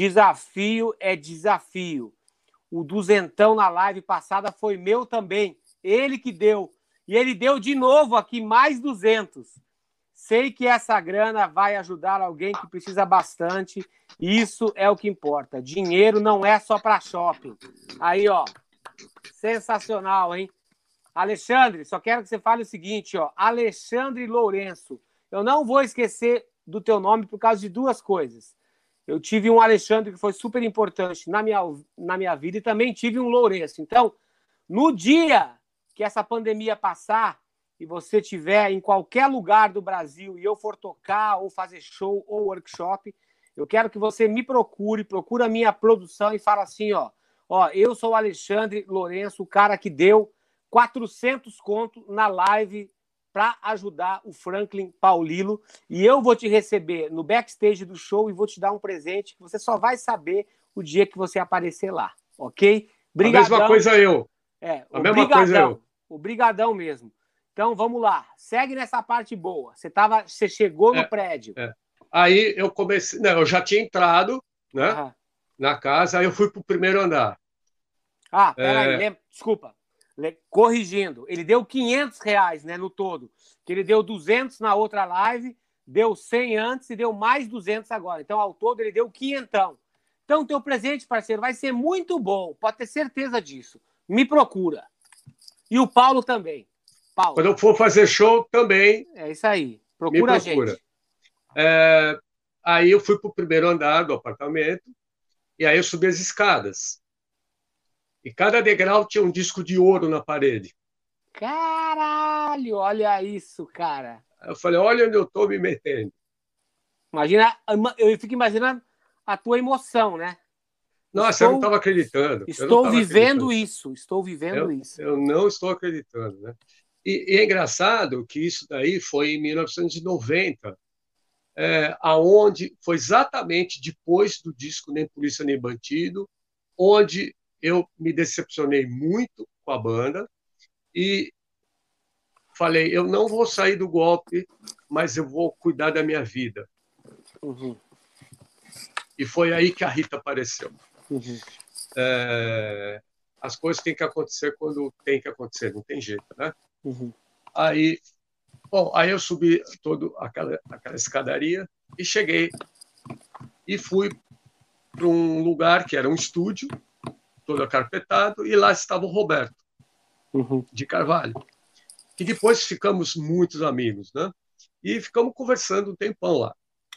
desafio é desafio. O duzentão na live passada foi meu também. Ele que deu. E ele deu de novo aqui mais duzentos. Sei que essa grana vai ajudar alguém que precisa bastante. Isso é o que importa. Dinheiro não é só para shopping. Aí, ó. Sensacional, hein? Alexandre, só quero que você fale o seguinte, ó. Alexandre Lourenço. Eu não vou esquecer do teu nome por causa de duas coisas. Eu tive um Alexandre que foi super importante na minha, na minha vida e também tive um Lourenço. Então, no dia que essa pandemia passar e você estiver em qualquer lugar do Brasil e eu for tocar ou fazer show ou workshop, eu quero que você me procure, procura a minha produção e fala assim, ó, ó, eu sou o Alexandre Lourenço, o cara que deu quatrocentos conto na live para ajudar o Franklin Paulilo e eu vou te receber no backstage do show e vou te dar um presente que você só vai saber o dia que você aparecer lá, ok? Brigadão. A mesma coisa eu. É, a mesma coisa eu. Obrigadão mesmo. Então, vamos lá. Segue nessa parte boa. Você, tava, você chegou no é, prédio. É. Aí eu comecei... Não, eu já tinha entrado, né, uhum. na casa, aí eu fui para o primeiro andar. Ah, peraí. É... Lembra... Desculpa. Corrigindo. Ele deu quinhentos reais, né, no todo. Que ele deu duzentos na outra live, deu cem antes e deu mais duzentos agora. Então, ao todo, ele deu quinhentão. Então, teu presente, parceiro, vai ser muito bom. Pode ter certeza disso. Me procura. E o Paulo também. Paulo. Quando eu for fazer show, também. É isso aí. Procura, me procura. a gente. É, aí eu fui para o primeiro andar do apartamento e aí eu subi as escadas. E cada degrau tinha um disco de ouro na parede. Caralho, olha isso, cara. Eu falei, olha onde eu estou me metendo. Imagina, eu fico imaginando a tua emoção, né? Nossa, estou, eu não estava acreditando. Estou vivendo acreditando. isso, estou vivendo eu, isso. Eu não estou acreditando, né? E, e é engraçado que isso daí foi em mil novecentos e noventa, é, aonde foi exatamente depois do disco Nem Polícia Nem Bandido, onde eu me decepcionei muito com a banda e falei, eu não vou sair do golpe, mas eu vou cuidar da minha vida. Uhum. E foi aí que a Rita apareceu. Uhum. É, as coisas têm que acontecer quando tem que acontecer, não tem jeito, né? Uhum. Aí, bom, aí eu subi toda aquela, aquela escadaria e cheguei e fui para um lugar que era um estúdio, todo acarpetado, e lá estava o Roberto, uhum. de Carvalho, que depois ficamos muitos amigos, né? E ficamos conversando um tempão lá.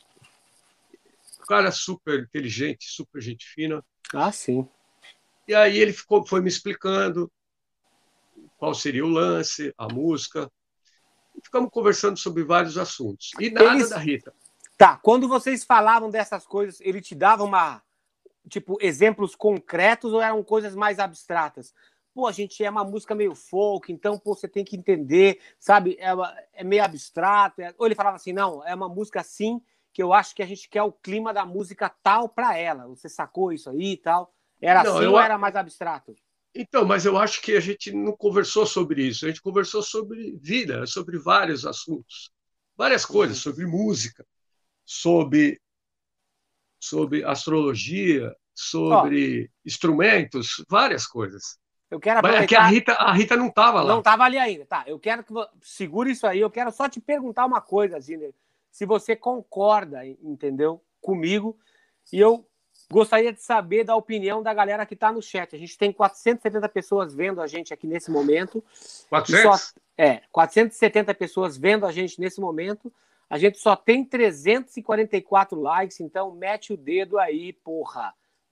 O cara super inteligente, super gente fina. Ah, sim. E aí ele ficou, foi me explicando qual seria o lance, a música. E ficamos conversando sobre vários assuntos. E nada Eles... da Rita. Tá, quando vocês falavam dessas coisas, ele te dava uma, tipo, exemplos concretos ou eram coisas mais abstratas? Pô, a gente é uma música meio folk, então, pô, você tem que entender, sabe? É, uma, é meio abstrato. É... Ou ele falava assim, não, é uma música assim que eu acho que a gente quer o clima da música tal para ela. Você sacou isso aí e tal? Era não, assim eu... ou era mais abstrato? Então, mas eu acho que a gente não conversou sobre isso. A gente conversou sobre vida, sobre vários assuntos. Várias coisas, uhum. sobre música, sobre, sobre astrologia, sobre oh. instrumentos, várias coisas. Eu quero aproveitar... Mas é que a Rita, a Rita não estava lá. Não estava ali ainda. Tá, eu quero que você segure isso aí. Eu quero só te perguntar uma coisa, Ziner. Se você concorda, entendeu? Comigo. E eu gostaria de saber da opinião da galera que está no chat. A gente tem quatrocentas e setenta pessoas vendo a gente aqui nesse momento. quatrocentas? Só... É, quatrocentas e setenta pessoas vendo a gente nesse momento. A gente só tem trezentos e quarenta e quatro likes, então mete o dedo aí, porra.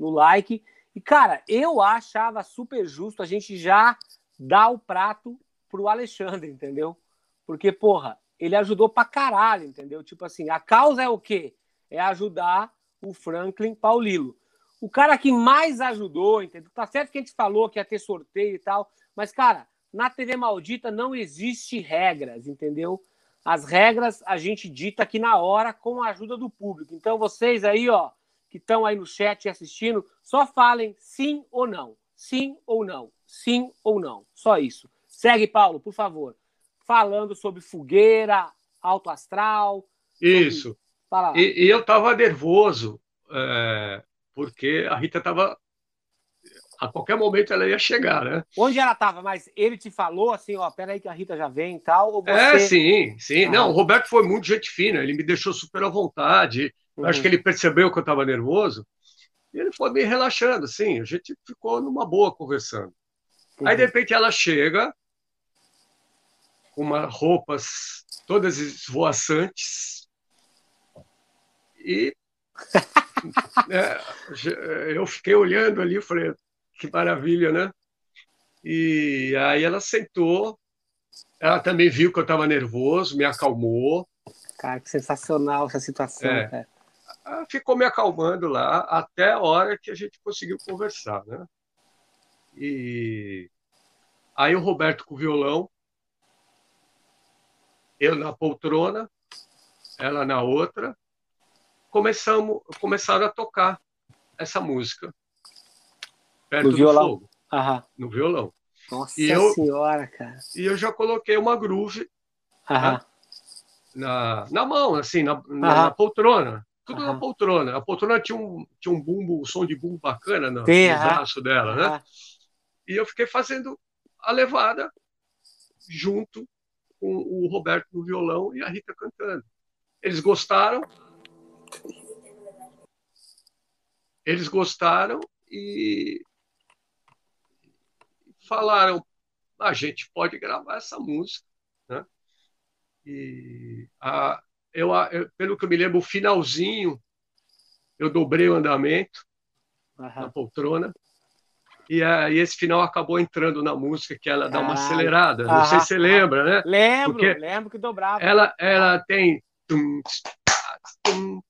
no like. E, cara, eu achava super justo a gente já dar o prato pro Alexandre, entendeu? Porque, porra, ele ajudou pra caralho, entendeu? Tipo assim, a causa é o quê? É ajudar o Franklin Paulilo. O cara que mais ajudou, entendeu? Tá certo que a gente falou que ia ter sorteio e tal, mas, cara, na T V Maldita não existe regras, entendeu? As regras a gente dita aqui na hora com a ajuda do público. Então, vocês aí, ó, que estão aí no chat assistindo, só falem sim ou não. Sim ou não. Sim ou não. Só isso. Segue, Paulo, por favor. Falando sobre fogueira, alto astral. Isso. Sobre... Fala lá. E, e eu estava nervoso, é, porque a Rita estava... A qualquer momento ela ia chegar, né? Onde ela estava? Mas ele te falou assim, ó, peraí que a Rita já vem e tal? Ou você... É, sim, sim. Aham. Não, o Roberto foi muito gente fina, ele me deixou super à vontade. Eu Uhum. acho que ele percebeu que eu estava nervoso e ele foi me relaxando, assim. A gente ficou numa boa conversando. Uhum. Aí, de repente, ela chega com umas roupas todas esvoaçantes e é, eu fiquei olhando ali e falei, que maravilha, né? E aí ela sentou, ela também viu que eu estava nervoso, me acalmou. Cara, que sensacional essa situação, É, cara. ficou me acalmando lá até a hora que a gente conseguiu conversar, né? E aí o Roberto com o violão, eu na poltrona, ela na outra, começamos, começaram a tocar essa música Perto No do violão. Fogo, Aham. no violão. Nossa E eu, senhora, cara. e eu já coloquei uma groove, Aham. né, na, na mão, assim, na, na, Aham. na poltrona. Tudo na Aham. poltrona. A poltrona tinha um, tinha um bumbo, um som de bumbo bacana no, Tem, no aham. braço dela, né? Aham. E eu fiquei fazendo a levada junto com o Roberto no violão e a Rita cantando. Eles gostaram. Eles gostaram e falaram, a gente pode gravar essa música, né? E a, eu, eu, pelo que eu me lembro, o finalzinho, eu dobrei o andamento Aham. na poltrona e aí esse final acabou entrando na música, que ela dá uma Caralho. acelerada. Não Aham. sei se você lembra, né? Lembro, Porque lembro que dobrava. ela, ela tem... tum, tum,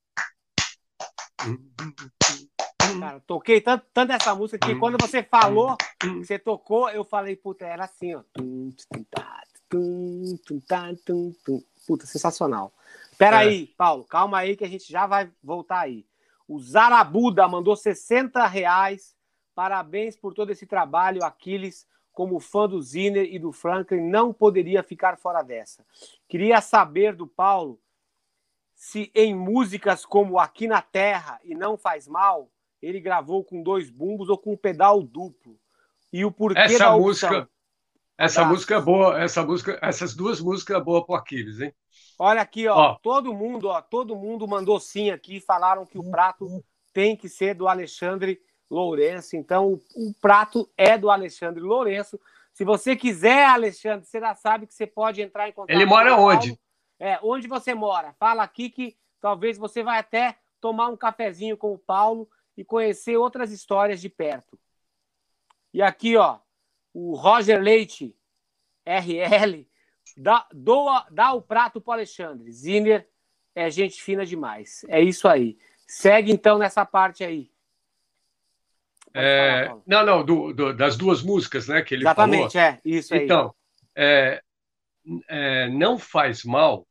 Cara, toquei tanto, tanto essa música que quando você falou, que você tocou, eu falei, puta, era assim, ó. Tum, tum, tá, tum, tum, tá, tum, tum. Puta, sensacional. Pera É. aí, Paulo, calma aí que a gente já vai voltar aí. O Zarabuda mandou sessenta reais. Parabéns por todo esse trabalho, Aquiles. Como fã do Zinner e do Franklin, não poderia ficar fora dessa. Queria saber do Paulo se em músicas como Aqui na Terra e Não Faz Mal, ele gravou com dois bumbos ou com um pedal duplo. E o porquê Essa da música, opção. essa Abraço. música é boa, essa música, essas duas músicas é boa pro Aquiles, hein? Olha aqui, ó, Ó. todo mundo, ó, todo mundo mandou sim aqui, falaram que o prato tem que ser do Alexandre Lourenço. Então, o, o prato é do Alexandre Lourenço. Se você quiser, Alexandre, você já sabe que você pode entrar em contato Ele mora com o onde? Paulo. É, onde você mora? Fala aqui que talvez você vai até tomar um cafezinho com o Paulo e conhecer outras histórias de perto. E aqui, ó, o Roger Leite, R L, dá, doa, dá o prato pro Alexandre. Zinner é gente fina demais. É isso aí. Segue, então, nessa parte aí. Pode É, falar, Paulo. não, não, do, do, das duas músicas, né, que ele Exatamente, falou. é, isso aí. Então, é, é, Não Faz Mal,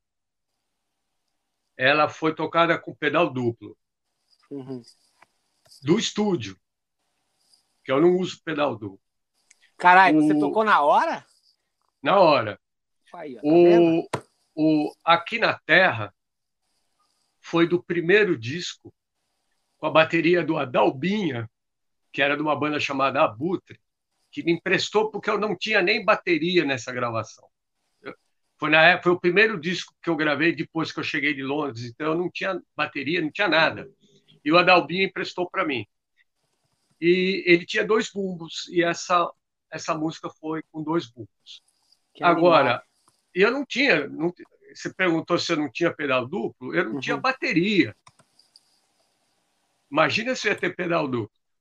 ela foi tocada com pedal duplo, Uhum. do estúdio, que eu não uso pedal duplo. Caralho, O, você tocou na hora? Na hora. Aí, ó, tá o, o Aqui na Terra foi do primeiro disco, com a bateria do Adalbinha, que era de uma banda chamada Abutre, que me emprestou porque eu não tinha nem bateria nessa gravação. Foi, na época, foi o primeiro disco que eu gravei depois que eu cheguei de Londres, então eu não tinha bateria, não tinha nada. E o Adalbinha emprestou para mim. E ele tinha dois bumbos, e essa, essa música foi com dois bumbos. Que Agora, animal. eu não tinha... Não, você perguntou se eu não tinha pedal duplo, eu não Uhum. tinha bateria. Imagina se eu ia ter pedal duplo.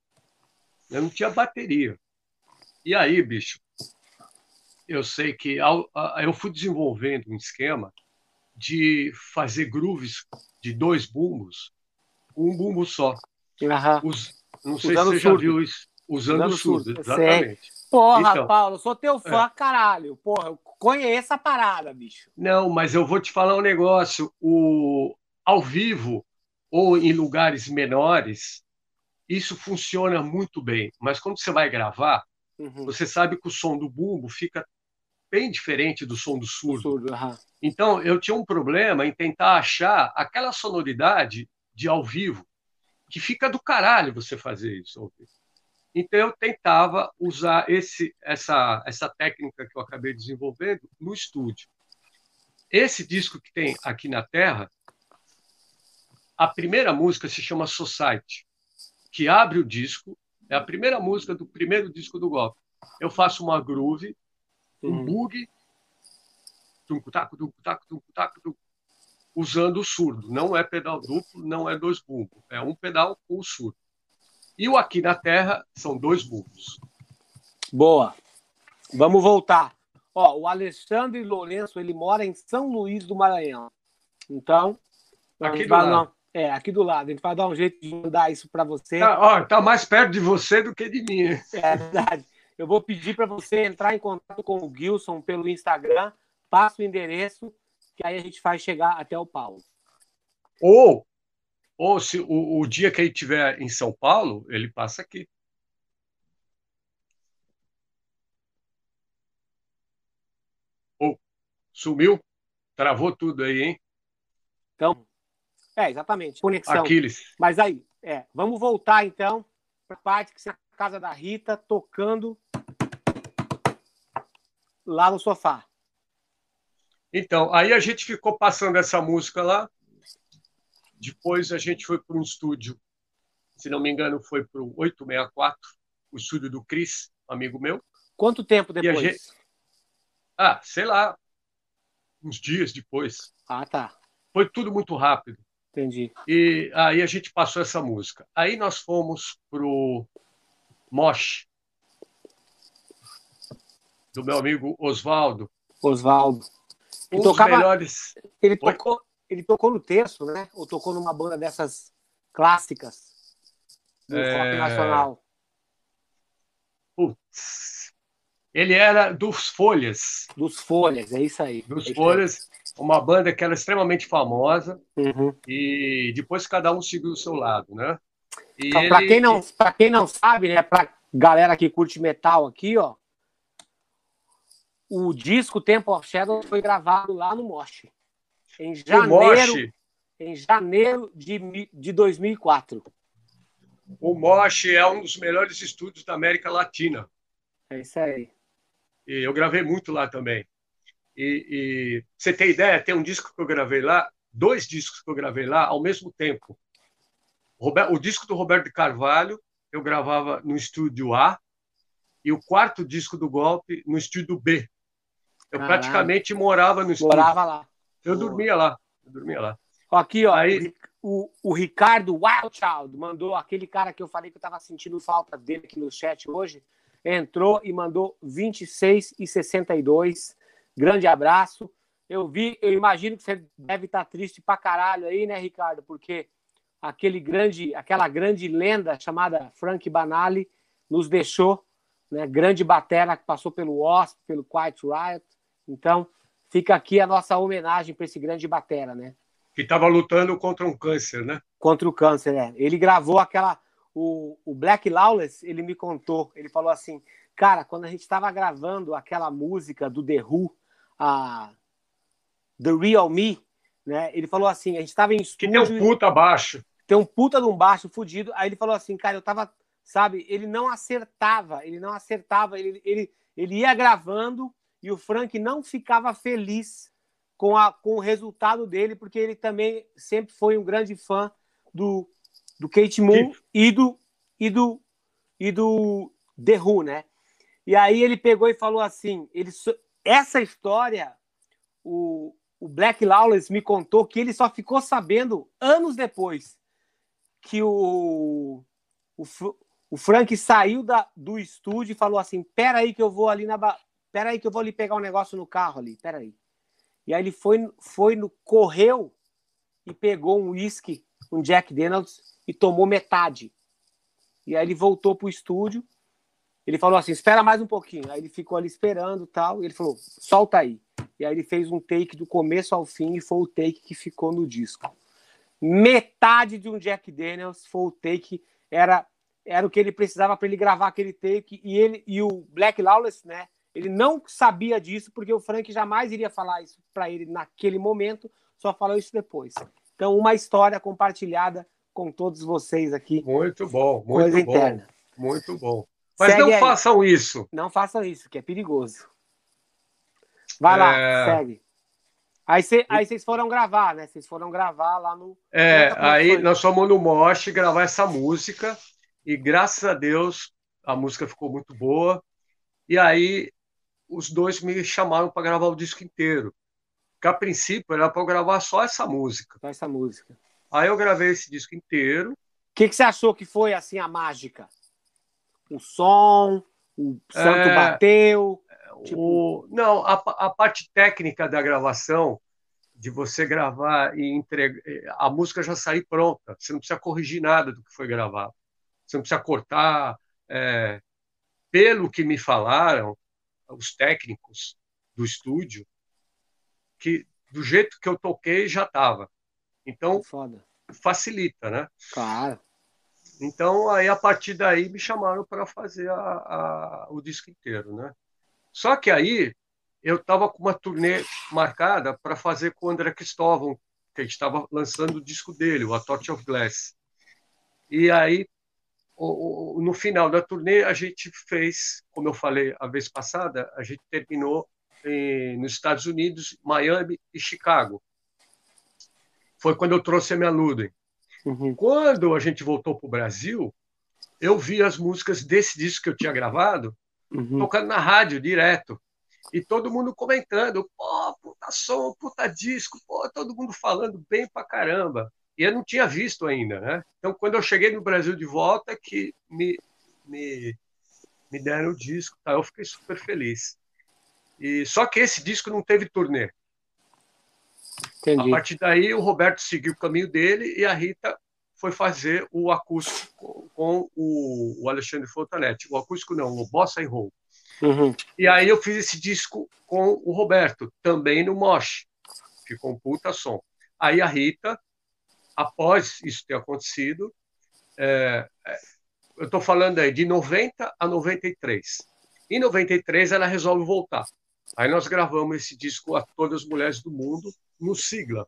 Eu não tinha bateria. E aí, bicho, eu sei que ao, a, eu fui desenvolvendo um esquema de fazer grooves de dois bumbos com um bumbo só. Aham. Us, não sei se Usando você já surdo. viu isso. Usando, Usando surdo, surdo. Eu sei. exatamente. Porra, Então, Paulo, eu sou teu é, fã, caralho. Porra, eu conheço a parada, bicho. não, mas eu vou te falar um negócio. O, ao vivo ou em lugares menores, isso funciona muito bem. Mas quando você vai gravar, Uhum. você sabe que o som do bumbo fica bem diferente do som do O surdo. surdo, aham. Então, eu tinha um problema em tentar achar aquela sonoridade de ao vivo, que fica do caralho você fazer isso ao vivo. Então, eu tentava usar esse, essa, essa técnica que eu acabei desenvolvendo no estúdio. Esse disco que tem aqui na Terra, a primeira música se chama Society, que abre o disco, é a primeira música do primeiro disco do Golpe. Eu faço uma groove, um Uhum. bug, tum-taco, tum-taco, tum-taco, tum, usando o surdo. Não é pedal duplo, não é dois bumbos. É um pedal com o surdo. E o Aqui na Terra são dois bumbos. Boa. Vamos voltar. Ó, o Alexandre Lourenço, ele mora em São Luís do Maranhão. Então, a Aqui gente do vai lado. dar, é, aqui do lado. A gente vai dar um jeito de mandar isso para você. Tá, ó, tá mais perto de você do que de mim. É verdade. Eu vou pedir para você entrar em contato com o Gilson pelo Instagram, passa o endereço, que aí a gente faz chegar até o Paulo. Ou, ou se o, o dia que ele estiver em São Paulo, ele passa aqui. Ou sumiu, travou tudo aí, hein? Então, é, exatamente, conexão. Aquiles. Mas aí, é, vamos voltar então para a parte que você na casa da Rita, tocando lá no sofá. Então, aí a gente ficou passando essa música lá. Depois a gente foi para um estúdio, se não me engano, foi para o oito seis quatro, o estúdio do Chris, amigo meu. Quanto tempo E a gente, depois? ah, sei lá, uns dias depois. Ah, tá. Foi tudo muito rápido. Entendi. E aí a gente passou essa música. Aí nós fomos pro Mosh, do meu amigo Oswaldo. Oswaldo. Um tocava, dos melhores. Ele tocou, ele tocou no terço, né? Ou tocou numa banda dessas clássicas do é... rock nacional? Putz. Ele era dos Folhas. Dos Folhas, é isso aí. Dos é Folhas, uma banda que era extremamente famosa. Uhum. E depois cada um seguiu o seu lado, né? E então, ele... para quem não, para quem não sabe, né? Para galera que curte metal aqui, ó, o disco Temple of Shadow foi gravado lá no Mosh, em janeiro, Mosh, em janeiro de, de dois mil e quatro. O Mosh é um dos melhores estúdios da América Latina. É isso aí. E eu gravei muito lá também. E, e você tem ideia? Tem um disco que eu gravei lá, dois discos que eu gravei lá ao mesmo tempo. O disco do Roberto de Carvalho eu gravava no estúdio A e o quarto disco do Golpe no estúdio B. Eu Caralho. praticamente morava no estúdio. Morava lá. Eu Boa. dormia lá. Eu dormia lá. Aqui, ó, Aí... o, o Ricardo Wildchild mandou, aquele cara que eu falei que eu estava sentindo falta dele aqui no chat hoje, entrou e mandou vinte e seis e sessenta e dois. Grande abraço. Eu vi, eu imagino que você deve estar triste pra caralho aí, né, Ricardo? Porque aquele grande, aquela grande lenda chamada Frank Banali nos deixou, né? Grande batera que passou pelo Wasp, pelo Quiet Riot. Então, fica aqui a nossa homenagem para esse grande batera, né? Que estava lutando contra um câncer, né? Contra o câncer, é. Ele gravou aquela... O, o Black Lawless, ele me contou, ele falou assim, cara, quando a gente estava gravando aquela música do The Who, a The Real Me, né? Ele falou assim, a gente estava em estúdio... Que tem um puta baixo. Tem um puta de um baixo fudido. Aí ele falou assim, cara, eu tava... Sabe, ele não acertava, ele não acertava, ele, ele, ele ia gravando e o Frank não ficava feliz com, a, com o resultado dele, porque ele também sempre foi um grande fã do, do Kate Moon e do, e, do, e do The Who, né? E aí ele pegou e falou assim, ele, essa história, o, o Black Lawless me contou que ele só ficou sabendo anos depois que o, o, O Frank saiu da, do estúdio e falou assim, pera aí que eu vou ali na... Pera aí que eu vou ali pegar um negócio no carro ali, pera aí. E aí ele foi, foi no... Correu e pegou um whisky, um Jack Daniels, e tomou metade. E aí ele voltou pro estúdio, ele falou assim, espera mais um pouquinho. Aí ele ficou ali esperando e tal, e ele falou, solta aí. E aí ele fez um take do começo ao fim e foi o take que ficou no disco. Metade de um Jack Daniels foi o take, era, era o que ele precisava para ele gravar aquele take, e ele e o Black Lawless, né, ele não sabia disso, porque o Frank jamais iria falar isso para ele naquele momento, só falou isso depois. Então, uma história compartilhada com todos vocês aqui. Muito bom, muito coisa bom. Interna. Muito bom. Mas segue não aí. façam isso. Não façam isso, que é perigoso. Vai é... lá, segue. Aí vocês aí foram gravar, né? Vocês foram gravar lá no... É, aí nós fomos no Mosh gravar essa música e, graças a Deus, a música ficou muito boa. E aí os dois me chamaram para gravar o disco inteiro. Porque, a princípio, era para eu gravar só essa música. Só essa música. Aí eu gravei esse disco inteiro. O que, que você achou que foi, assim, a mágica? O som, o santo é... bateu... Tipo... O... Não, a, a parte técnica da gravação, de você gravar e entregar... A música já sair pronta. Você não precisa corrigir nada do que foi gravado. Você não precisa cortar. É... Pelo que me falaram, os técnicos do estúdio, que do jeito que eu toquei já estava. Então, foda. Facilita, né? Claro. Então, aí a partir daí me chamaram para fazer a, a, o disco inteiro, né? Só que aí eu estava com uma turnê marcada para fazer com o André Cristóvão, que a gente estava lançando o disco dele, o A Touch of Glass. E aí, o, o, no final da turnê, a gente fez, como eu falei a vez passada, a gente terminou em, nos Estados Unidos, Miami e Chicago. Foi quando eu trouxe a minha Ludwig. Uhum. Quando a gente voltou para o Brasil, eu vi as músicas desse disco que eu tinha gravado, uhum, tocando na rádio direto. E todo mundo comentando, pô, puta som, puta disco, pô, todo mundo falando bem pra caramba. E eu não tinha visto ainda, né? Então, quando eu cheguei no Brasil de volta, que me, me, me deram o disco, tá? Eu fiquei super feliz. E, só que esse disco não teve turnê. Entendi. A partir daí, o Roberto seguiu o caminho dele e a Rita foi fazer o acústico com o, o Alexandre Fontanetti. O acústico não, o Bossa e Roll. Uhum. E aí eu fiz esse disco com o Roberto, também no Mosh. Ficou um puta som. Aí a Rita, após isso ter acontecido, é, é, eu estou falando aí de noventa a noventa e três. Em noventa e três ela resolve voltar. Aí nós gravamos esse disco A Todas as Mulheres do Mundo, no Sigla.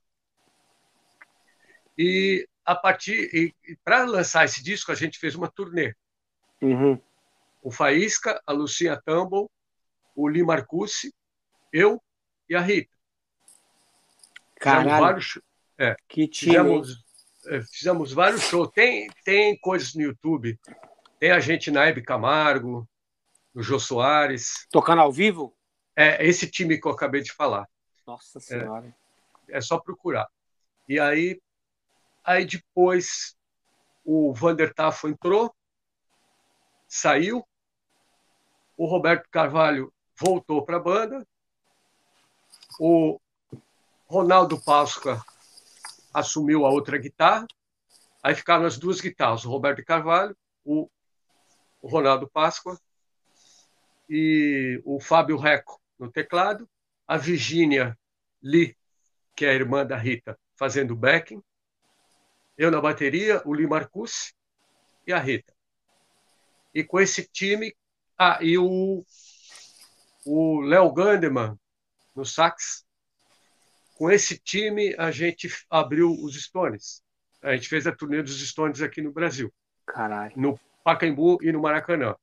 E a partir para lançar esse disco a gente fez uma turnê. Uhum. O Faísca, a Lucinha Tumble, o Lee Marcucci, eu e a Rita. Caralho, fizemos vários, é, que time, fizemos, é, fizemos vários shows. Tem, tem coisas no YouTube. Tem a gente na Hebe Camargo, no Jô Soares. Tocando ao vivo? É esse time que eu acabei de falar. Nossa Senhora. É, é só procurar. E aí, aí depois o Vander Tafo entrou, saiu, o Roberto Carvalho voltou para a banda, o Ronaldo Páscoa assumiu a outra guitarra, aí ficaram as duas guitarras, o Roberto Carvalho, o, o Ronaldo Páscoa e o Fábio Reco no teclado, a Virgínia Lee, que é a irmã da Rita, fazendo backing, eu na bateria, o Lee Marcucci e a Rita. E com esse time, ah, e o, o Léo Gandeman no sax. Com esse time, a gente abriu os Stones. A gente fez a turnê dos Stones aqui no Brasil. Caralho. No Pacaembu e no Maracanã.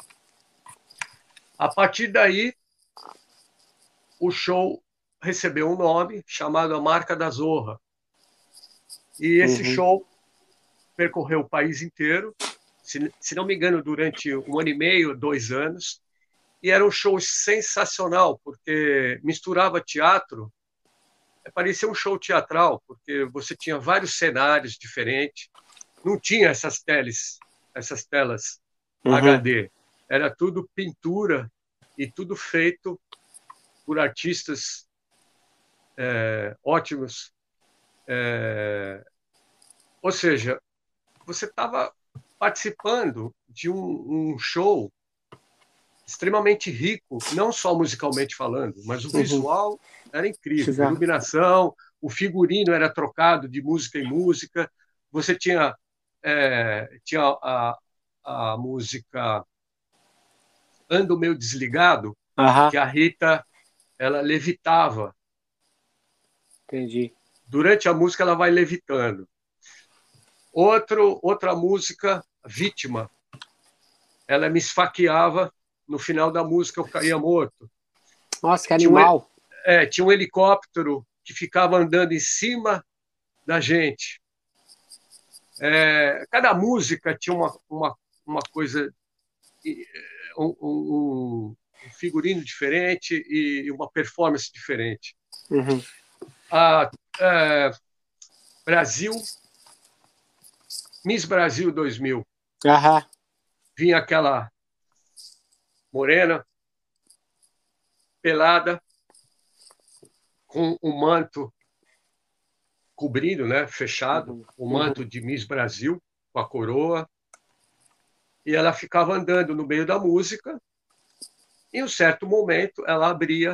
A partir daí, o show recebeu um nome chamado A Marca da Zorra. E esse uhum. show percorreu o país inteiro, se, se não me engano, durante um ano e meio, dois anos. E era um show sensacional, porque misturava teatro, parecia um show teatral, porque você tinha vários cenários diferentes, não tinha essas teles, essas telas Uhum. H D. Era tudo pintura e tudo feito por artistas é, ótimos. É, ou seja, você estava participando de um, um show extremamente rico, não só musicalmente falando, mas o Uhum. visual era incrível. A Exato. iluminação, o figurino era trocado de música em música. Você tinha, é, tinha a, a música Ando Meio Desligado, Aham, que a Rita ela levitava. entendi. Durante a música ela vai levitando. Outro, outra música, Vítima, ela me esfaqueava. No final da música eu caía morto. Nossa, que Tinha um, animal. é, tinha um helicóptero que ficava andando em cima da gente. É, cada música tinha uma, uma, uma coisa, um, um, um figurino diferente e uma performance diferente. Uhum. A, a Brasil, Miss Brasil dois mil, Aham. vinha aquela morena, pelada, com um manto cobrindo, né, fechado, Uhum. o Uhum. manto de Miss Brasil, com a coroa, e ela ficava andando no meio da música. Em um certo momento, ela abria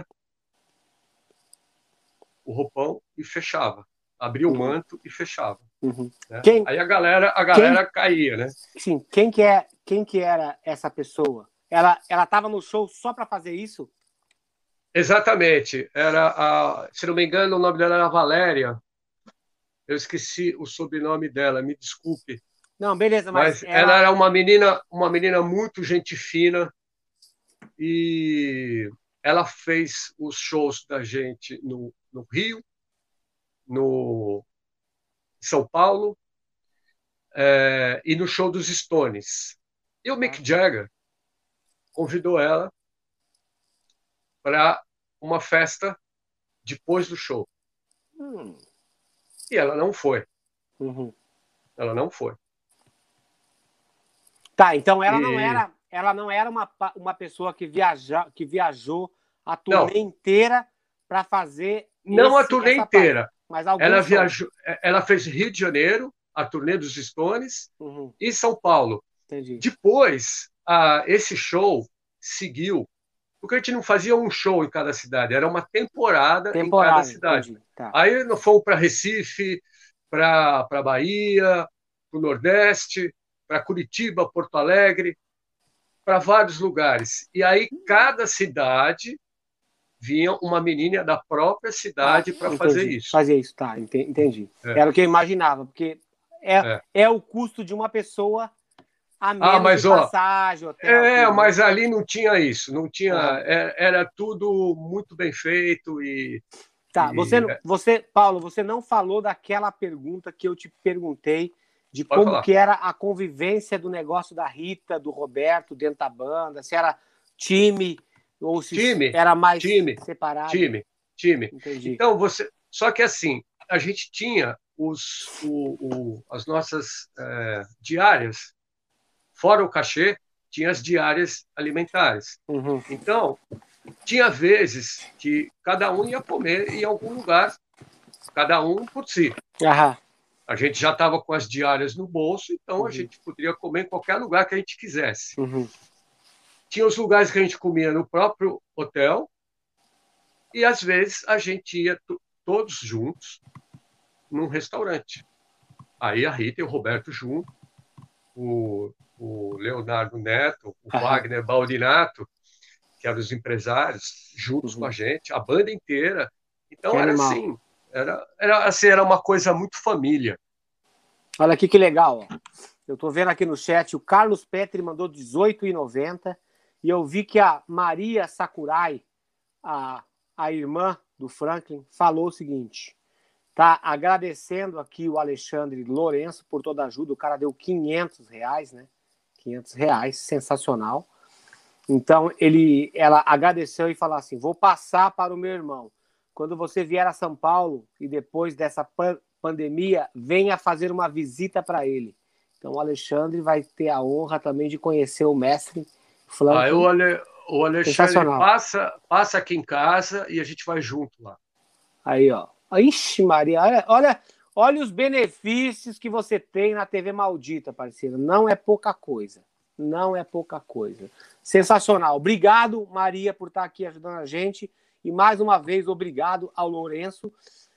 o roupão e fechava. Abria o Uhum. manto e fechava. Uhum. Né? Quem, Aí a galera, a quem, galera caía, né? sim, quem que é, quem que era essa pessoa? Ela, ela tava no show só para fazer isso? Exatamente. Era a, se não me engano, o nome dela era Valéria. Eu esqueci o sobrenome dela, me desculpe. Não, beleza, mas Mas ela ela. era uma menina, uma menina muito gente fina e ela fez os shows da gente no, no Rio, no São Paulo, é, e no show dos Stones. E o Mick Jagger convidou ela para uma festa depois do show. Hum. E ela não foi. Uhum. Ela não foi. Tá, então ela não E era, ela não era uma, uma pessoa que, viaja, que viajou a não, turnê inteira para fazer não a esse, turnê essa parte, inteira. mas Ela alguns shows. viajou, ela fez Rio de Janeiro, a turnê dos Stones, Uhum. e São Paulo. Entendi. Depois, a, esse show seguiu, porque a gente não fazia um show em cada cidade, era uma temporada em cada Temporário, cidade. entendi. Tá. Aí nós fomos para Recife, para Bahia, para o Nordeste, para Curitiba, Porto Alegre, para vários lugares. E aí cada cidade vinha uma menina da própria Ah, cidade para fazer entendi. isso. Fazia isso, tá, entendi. É, Era o que eu imaginava, porque é, é. é o custo de uma pessoa a Ah, menos de mas ó, passagem, hotel, é, tudo, né? mas ali não tinha isso, não tinha, Aham. é, era tudo muito bem feito e, Tá, você, e não- é, você, Paulo, você não falou daquela pergunta que eu te perguntei de pode como falar. que era a convivência do negócio da Rita, do Roberto dentro da banda, se era time ou se Time, era mais time, separado. time, time. Entendi. Então você, só que assim, a gente tinha os, o, o, as nossas é, diárias, fora o cachê, tinha as diárias alimentares. Uhum. Então tinha vezes que cada um ia comer em algum lugar, cada um por si. Aham. A gente já estava com as diárias no bolso, então Uhum. a gente poderia comer em qualquer lugar que a gente quisesse. Uhum. Tinha os lugares que a gente comia no próprio hotel e às vezes a gente ia todos juntos num restaurante. Aí a Rita e o Roberto junto, o, o Leonardo Neto, o Aham. Wagner Baldinato, que eram os empresários, juntos Uhum. com a gente, a banda inteira. Que Então era animal. assim, era, era, assim, era uma coisa muito família. Olha aqui que legal, ó. Eu tô vendo aqui no chat, o Carlos Petri mandou dezoito reais e noventa centavos e eu vi que a Maria Sakurai, a, a irmã do Franklin, falou o seguinte, tá agradecendo aqui o Alexandre Lourenço por toda a ajuda, o cara deu quinhentos reais, né? quinhentos reais, sensacional. Então, ele, ela agradeceu e falou assim, vou passar para o meu irmão. Quando você vier a São Paulo e depois dessa pan pandemia, venha fazer uma visita para ele. Então o Alexandre vai ter a honra também de conhecer o mestre Aí o, Franklin. Ale, o Alexandre passa, passa aqui em casa e a gente vai junto lá. Aí, ó. Ixi, Maria, olha, olha, olha os benefícios que você tem na T V Maldita, parceiro. Não é pouca coisa. Não é pouca coisa. Sensacional. Obrigado, Maria, por estar aqui ajudando a gente. E mais uma vez, obrigado ao Lourenço.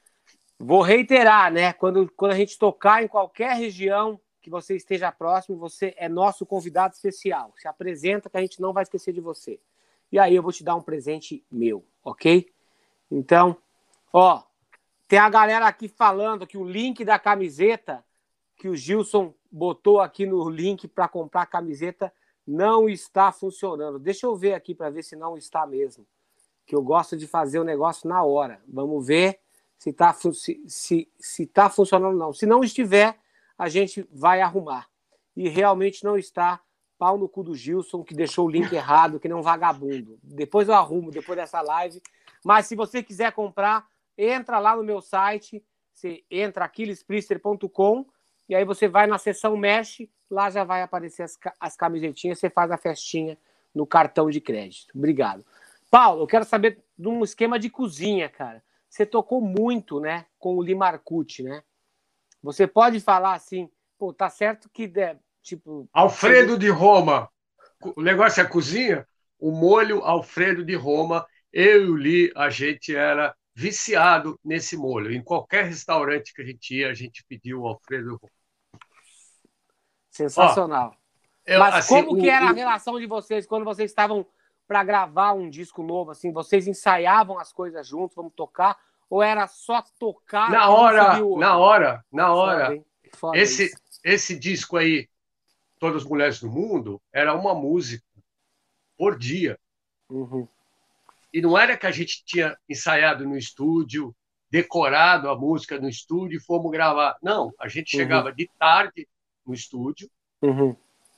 Vou reiterar, né? Quando, quando a gente tocar em qualquer região que você esteja próximo, você é nosso convidado especial. Se apresenta que a gente não vai esquecer de você. E aí eu vou te dar um presente meu, ok? Então, ó, tem a galera aqui falando que o link da camiseta que o Gilson botou aqui no link para comprar a camiseta não está funcionando. Deixa eu ver aqui para ver se não está mesmo. Que eu gosto de fazer o negócio na hora. Vamos ver se está se, se, se tá funcionando ou não. Se não estiver, a gente vai arrumar. E realmente não está. Pau no cu do Gilson, que deixou o link errado, que nem um vagabundo. Depois eu arrumo, depois dessa live. Mas se você quiser comprar, entra lá no meu site. Você entra aquiles priester ponto com e aí você vai na seção Mesh, lá já vai aparecer as, as camisetinhas, você faz a festinha no cartão de crédito. Obrigado. Paulo, eu quero saber de um esquema de cozinha, cara. Você tocou muito, né, com o Lee Marcucci, né? Você pode falar assim, pô, tá certo que, tipo... Alfredo de Roma. O negócio é cozinha? O molho Alfredo de Roma, eu e o Lee, a gente era viciado nesse molho. Em qualquer restaurante que a gente ia, a gente pediu o Alfredo de Roma. Sensacional. Ó, eu, Mas assim, como o, que era o... a relação de vocês quando vocês estavam para gravar um disco novo? Assim, vocês ensaiavam as coisas juntos, vamos tocar? Ou era só tocar na hora, na hora, na hora. Foda, Foda esse, isso. esse disco aí, Todas as Mulheres do Mundo, era uma música por dia. Uhum. E não era que a gente tinha ensaiado no estúdio, decorado a música no estúdio e fomos gravar. Não, a gente chegava uhum. de tarde no estúdio, uhum.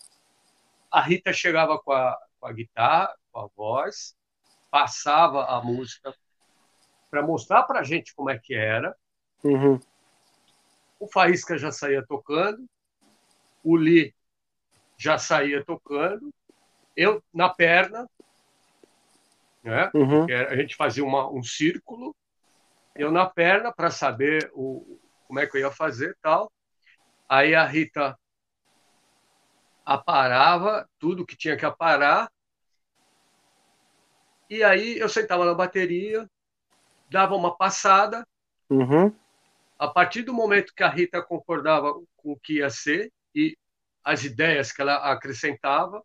a Rita chegava com a, com a guitarra, com a voz, passava a música para mostrar para a gente como é que era. Uhum. O Faísca já saía tocando, o Lee já saía tocando, eu na perna, né? Uhum. A gente fazia uma, um círculo, eu na perna para saber o, como é que eu ia fazer e tal. Aí a Rita aparava tudo que tinha que aparar, e aí eu sentava na bateria, dava uma passada. Uhum. A partir do momento que a Rita concordava com o que ia ser e as ideias que ela acrescentava,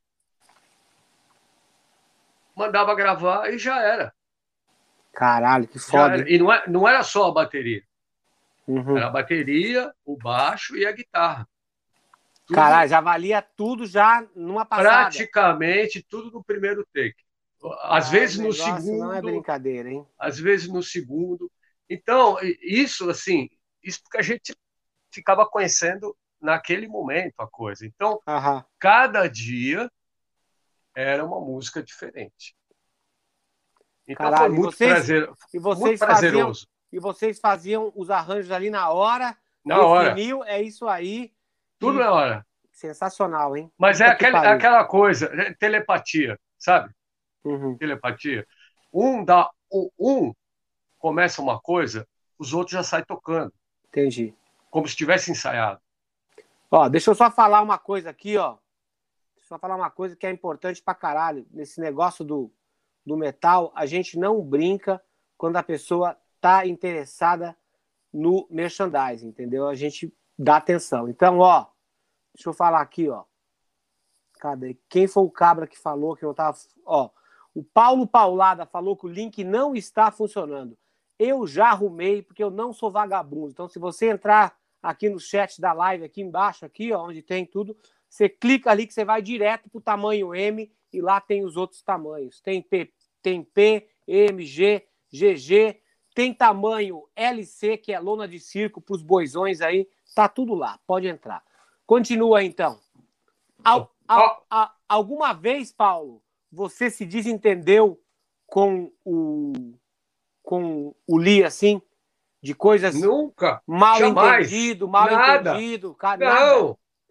mandava gravar e já era. Caralho, que foda. E não, é, não era só a bateria. Uhum. Era a bateria, o baixo e a guitarra. Tudo, Caralho, já valia tudo já numa passada. Praticamente tudo no primeiro take. Às ah, vezes no segundo. Não é brincadeira, hein? Às vezes no segundo. Então, isso, assim, isso porque a gente ficava conhecendo naquele momento a coisa. Então, Aham. cada dia era uma música diferente. Então, Caralho, foi muito, vocês, prazer, e vocês muito prazeroso. Faziam, e vocês faziam os arranjos ali na hora, na hora. Definiu, é isso aí. Tudo na hora. Sensacional, hein? Mas é aquele, aquela coisa, telepatia, sabe? Uhum. Telepatia. Um dá, um começa uma coisa, os outros já saem tocando. Entendi. Como se tivesse ensaiado. Ó, deixa eu só falar uma coisa aqui, ó. Deixa eu só falar uma coisa que é importante pra caralho. Nesse negócio do, do metal, a gente não brinca quando a pessoa tá interessada no merchandising, entendeu? A gente dá atenção. Então, ó, deixa eu falar aqui, ó. Cadê? Quem foi o cabra que falou que eu tava... Ó, o Paulo Paulada falou que o link não está funcionando. Eu já arrumei, porque eu não sou vagabundo. Então, se você entrar aqui no chat da live, aqui embaixo, aqui, ó, onde tem tudo, você clica ali que você vai direto pro tamanho M e lá tem os outros tamanhos. Tem P, tem P, M, G, G G, tem tamanho L C, que é lona de circo pros boizões aí. Tá tudo lá, pode entrar. Continua, então. Al, al, al, alguma vez, Paulo, você se desentendeu com o, com o Lee, assim? De coisas Nunca, mal jamais, entendido, mal nada, entendido? Cara, não,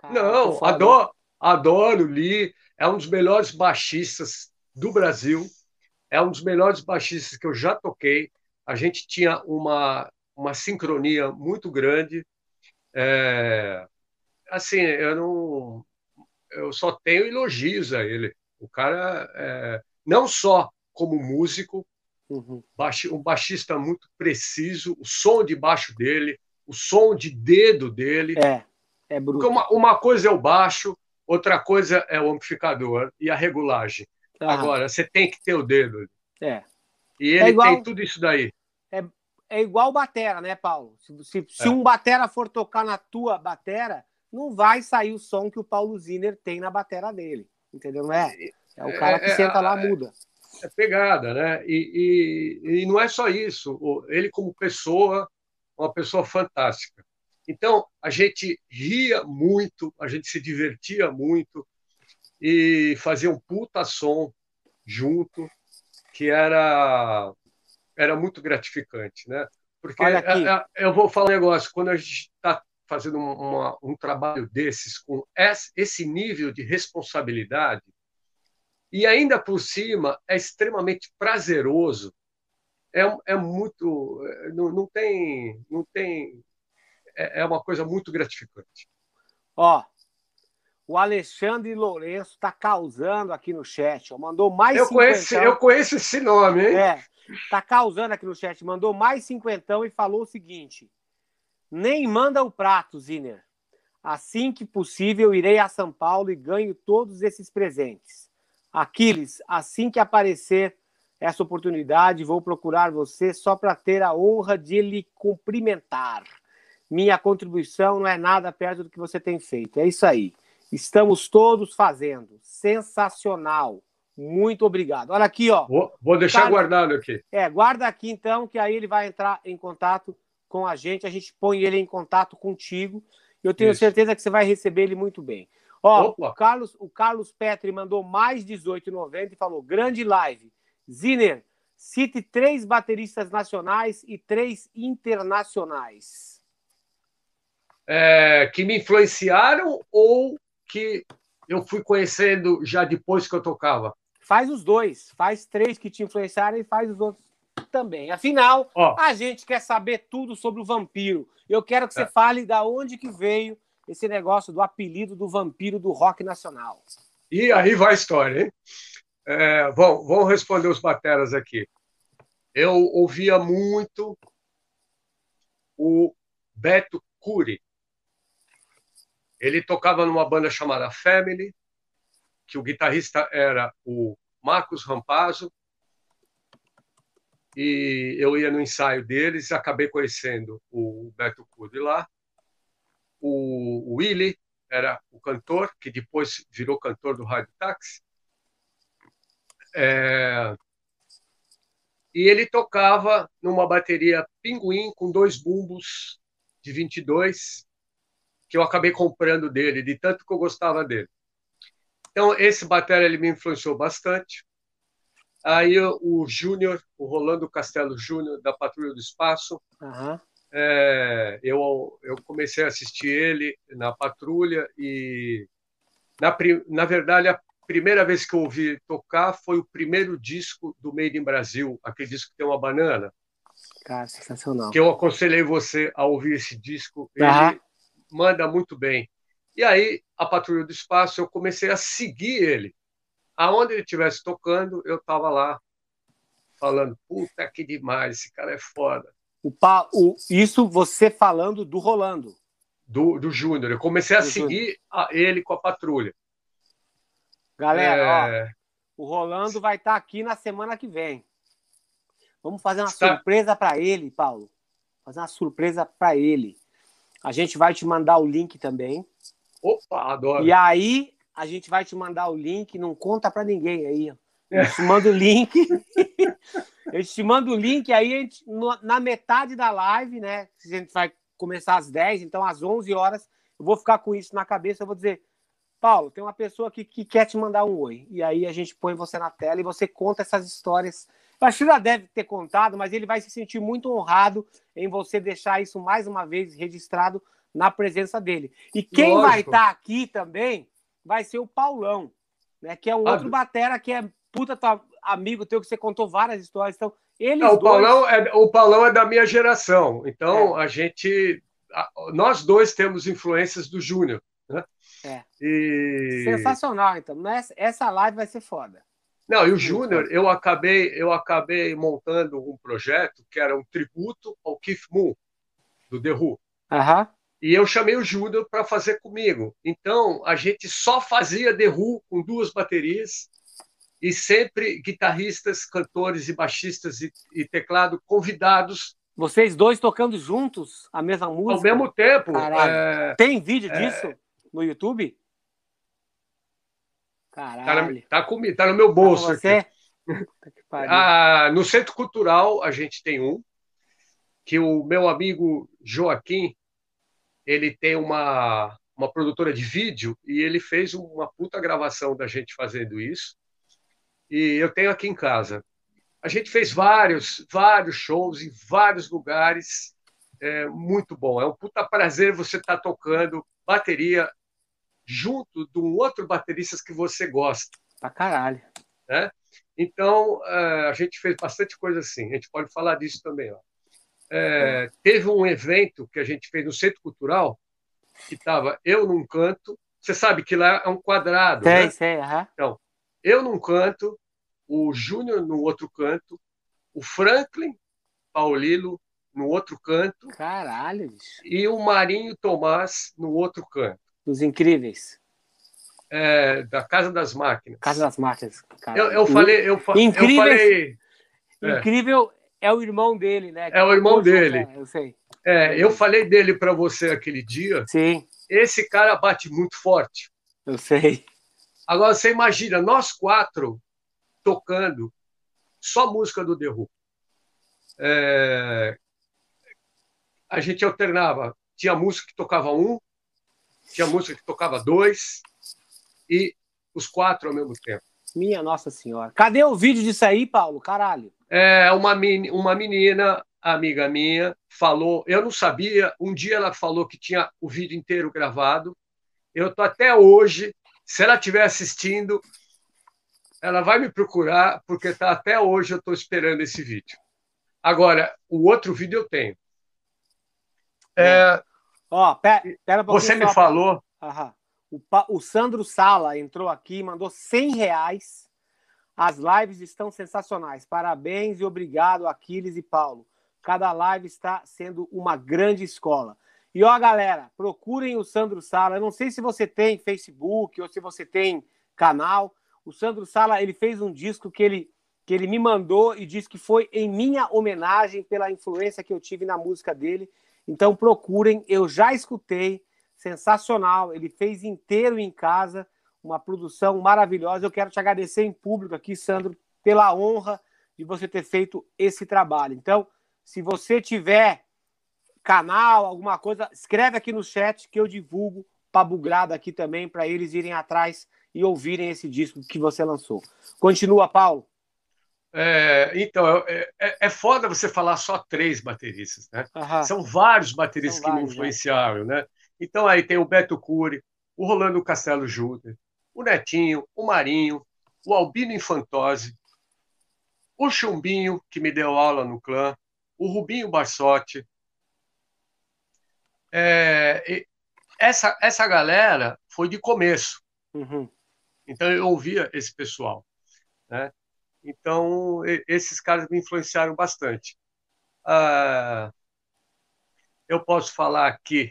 Ah, que Não, foda, hein? adoro, adoro o Lee, é um dos melhores baixistas do Brasil, é um dos melhores baixistas que eu já toquei. A gente tinha uma, uma sincronia muito grande. É, assim, eu não, eu só tenho elogios a ele. O cara, é, não só como músico, Uhum. baixi- um baixista muito preciso, o som de baixo dele, o som de dedo dele. É, é Porque bruto. uma, uma coisa é o baixo, outra coisa é o amplificador e a regulagem. Aham, Agora, você tem que ter o dedo. é. E É ele tem igual, tudo isso daí. é, é igual batera, né, Paulo? Se, se, se É, um batera for tocar na tua batera, não vai sair o som que o Paulo Ziner tem na batera dele. Entendeu? Não é? É o cara que é, senta lá, é, muda. é pegada, né? E, e, e não é só isso. Ele, como pessoa, é uma pessoa fantástica. Então, a gente ria muito, a gente se divertia muito e fazia um puta som junto, que era, era muito gratificante, né? Porque Olha é, aqui. é, eu vou falar um negócio, quando a gente está fazendo um, uma, um trabalho desses, com esse nível de responsabilidade, e ainda por cima é extremamente prazeroso, é, é muito. Não, não tem. Não tem é, é uma coisa muito gratificante. Ó, o Alexandre Lourenço está causando aqui no chat. Ó, mandou mais Eu conheço, eu cinquentão. conheço esse nome, hein? É, tá causando aqui no chat. Mandou mais cinquentão e falou o seguinte: nem manda o prato, Ziner. Assim que possível, irei a São Paulo e ganho todos esses presentes. Aquiles, assim que aparecer essa oportunidade, vou procurar você só para ter a honra de lhe cumprimentar. Minha contribuição não é nada perto do que você tem feito. É isso aí. Estamos todos fazendo. Sensacional. Muito obrigado. Olha aqui, ó. Vou, vou deixar Carlos, guardado aqui. é, guarda aqui então, que aí ele vai entrar em contato com a gente. A gente põe ele em contato contigo. Eu tenho Isso. certeza que você vai receber ele muito bem. Ó, o Opa! Carlos, o Carlos Petri mandou mais dezoito e noventa e falou: grande live. Ziner, cite três bateristas nacionais e três internacionais. É, que me influenciaram ou que eu fui conhecendo já depois que eu tocava? Faz os dois. Faz três que te influenciaram e faz os outros também. Afinal, Ó, a gente quer saber tudo sobre o vampiro. Eu quero que você é, fale da onde que veio esse negócio do apelido do vampiro do rock nacional. e aí vai a história, hein? É, bom, vamos responder os bateras aqui. Eu ouvia muito o Beto Cury. Ele tocava numa banda chamada Family, que o guitarrista era o Marcos Rampazzo, e eu ia no ensaio deles e acabei conhecendo o Beto Cury lá. O Willie era o cantor, que depois virou cantor do Rádio Táxi. É... E ele tocava numa bateria Pinguim com dois bumbos de vinte e dois, que eu acabei comprando dele, de tanto que eu gostava dele. Então, esse batera ele me influenciou bastante. Aí o Júnior, o Rolando Castelo Júnior, da Patrulha do Espaço, Uhum. é, eu, eu comecei a assistir ele na Patrulha e, na, na verdade, a primeira vez que eu ouvi tocar foi o primeiro disco do Made in Brasil, aquele disco que tem uma banana, Cara, sensacional. que eu aconselhei você a ouvir esse disco. Uhum. Ele manda muito bem. E aí, a Patrulha do Espaço, eu comecei a seguir ele. Aonde ele estivesse tocando, eu estava lá falando, puta que demais, esse cara é foda. O, pa... o... Isso você falando do Rolando. Do, do Júnior. Eu comecei a do seguir a, ele com a Patrulha. Galera, É... ó, o Rolando vai estar aqui na semana que vem. Vamos fazer uma Está... surpresa para ele, Paulo. Fazer uma surpresa para ele. A gente vai te mandar o link também. Opa, adoro. E aí, a gente vai te mandar o link. Não conta para ninguém aí. A gente te manda o link. A gente te manda o link. Aí, a gente, na metade da live, né? A gente vai começar às dez, então às onze horas, eu vou ficar com isso na cabeça. Eu vou dizer, Paulo, tem uma pessoa aqui que quer te mandar um oi. E aí a gente põe você na tela e você conta essas histórias. Eu acho que já deve ter contado, mas ele vai se sentir muito honrado em você deixar isso mais uma vez registrado na presença dele. E quem Lógico. vai estar aqui também vai ser o Paulão, né? Que é um Ah, outro batera que é puta tua, amigo teu, que você contou várias histórias. Então, eles não, o, dois... Paulão é, o Paulão é da minha geração. Então, É. a gente... a- nós dois temos influências do Júnior, né? É. E... Sensacional, então. Essa, essa live vai ser foda. Não, e o Muito Júnior, foda. eu acabei, eu acabei montando um projeto que era um tributo ao Keith Moon, do The Who. Aham. E eu chamei o Júnior para fazer comigo. Então, a gente só fazia The Who com duas baterias e sempre guitarristas, cantores e baixistas e, e teclado convidados Vocês dois tocando juntos a mesma ao música? mesmo tempo. Caralho. É, Tem vídeo disso é, no YouTube? tá, na, Caralho. tá, comigo, tá no meu Tá com bolso aqui. você? Puta que pariu. Ah, no Centro Cultural, a gente tem um, que o meu amigo Joaquim, ele tem uma, uma produtora de vídeo e ele fez uma puta gravação da gente fazendo isso. E eu tenho aqui em casa. A gente fez vários, vários shows em vários lugares. É muito bom. É um puta prazer você estar tocando bateria junto de um outro baterista que você gosta, Pra caralho. né? Então, a gente fez bastante coisa assim. A gente pode falar disso também. Ó. É, teve um evento que a gente fez no Centro Cultural que estava eu num canto. Você sabe que lá é um quadrado, Sei, né? sei, aham. Então, eu num canto, o Júnior no outro canto, o Franklin Paulilo no outro canto Caralho, bicho. e o Marinho Tomás no outro canto, Os incríveis. é, da Casa das Máquinas. Casa das Máquinas. Eu, Caralho. eu falei, eu, fa- eu Incríveis. falei, é, Incrível é o irmão dele, né? Que é o irmão tocou junto, dele. é, eu sei. É, eu falei dele para você aquele dia. Sim, Esse cara bate muito forte. eu sei. Agora você imagina nós quatro tocando só música do The Who. É, a gente alternava. Tinha música que tocava um, tinha música que tocava dois e os quatro ao mesmo tempo. Minha Nossa Senhora. Cadê o vídeo disso aí, Paulo? Caralho. É, uma, meni- uma menina, amiga minha, falou, eu não sabia, um dia ela falou que tinha o vídeo inteiro gravado. Eu tô até hoje, se ela estiver assistindo, ela vai me procurar, porque tá até hoje eu estou esperando esse vídeo. Agora, o outro vídeo eu tenho. É, Ó, pera, pera um pouquinho você me só, falou, Aham. O, Pa- o Sandro Sala entrou aqui e mandou cem reais. As lives estão sensacionais. Parabéns e obrigado, Aquiles e Paulo. Cada live está sendo uma grande escola. E ó, galera, procurem o Sandro Sala. Eu não sei se você tem Facebook ou se você tem canal. O Sandro Sala, ele fez um disco que ele, que ele me mandou e disse que foi em minha homenagem pela influência que eu tive na música dele. Então procurem, eu já escutei, sensacional. Ele fez inteiro em casa, uma produção maravilhosa. Eu quero te agradecer em público aqui, Sandro, pela honra de você ter feito esse trabalho. Então, se você tiver canal, alguma coisa, escreve aqui no chat que eu divulgo para Bugrada aqui também, para eles irem atrás e ouvirem esse disco que você lançou. Continua, Paulo. é, então, é, é, é foda você falar só três bateristas, né? Aham. São vários bateristas São que me vários, influenciaram, né? Então aí tem o Beto Cury, o Rolando Castelo Júnior, o Netinho, o Marinho, o Albino Infantose, o Chumbinho, que me deu aula no clã, o Rubinho Barsotti. É, e essa, essa galera foi de começo. Uhum. Então eu ouvia esse pessoal, né? Então e- esses caras me influenciaram bastante. Ah, eu posso falar aqui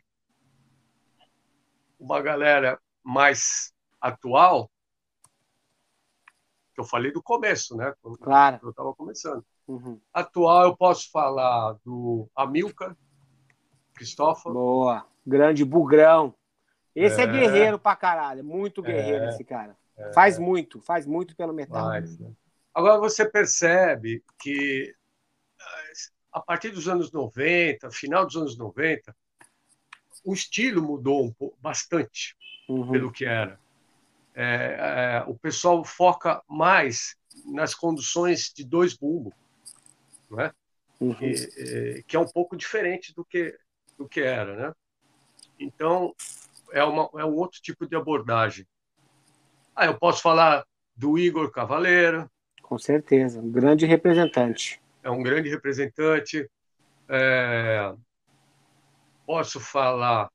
uma galera mais atual, que eu falei do começo, né? Quando Claro. eu estava começando. Uhum. Atual eu posso falar do Amilcar Cristóforo. Boa. Grande Bugrão. Esse é, É, guerreiro pra caralho. Muito guerreiro é, esse cara. é, Faz muito, faz muito pelo metal. mais, né? Agora você percebe que a partir dos anos noventa, final dos anos noventa, o estilo mudou um pouco, bastante Uhum. pelo que era. É, é, o pessoal foca mais nas conduções de dois bumbos, não é? Uhum. E, e, que é um pouco diferente do que, do que era, né? Então, é, uma, é um outro tipo de abordagem. Ah, eu posso falar do Igor Cavaleiro. Com certeza, um grande representante. É um grande representante. É, posso falar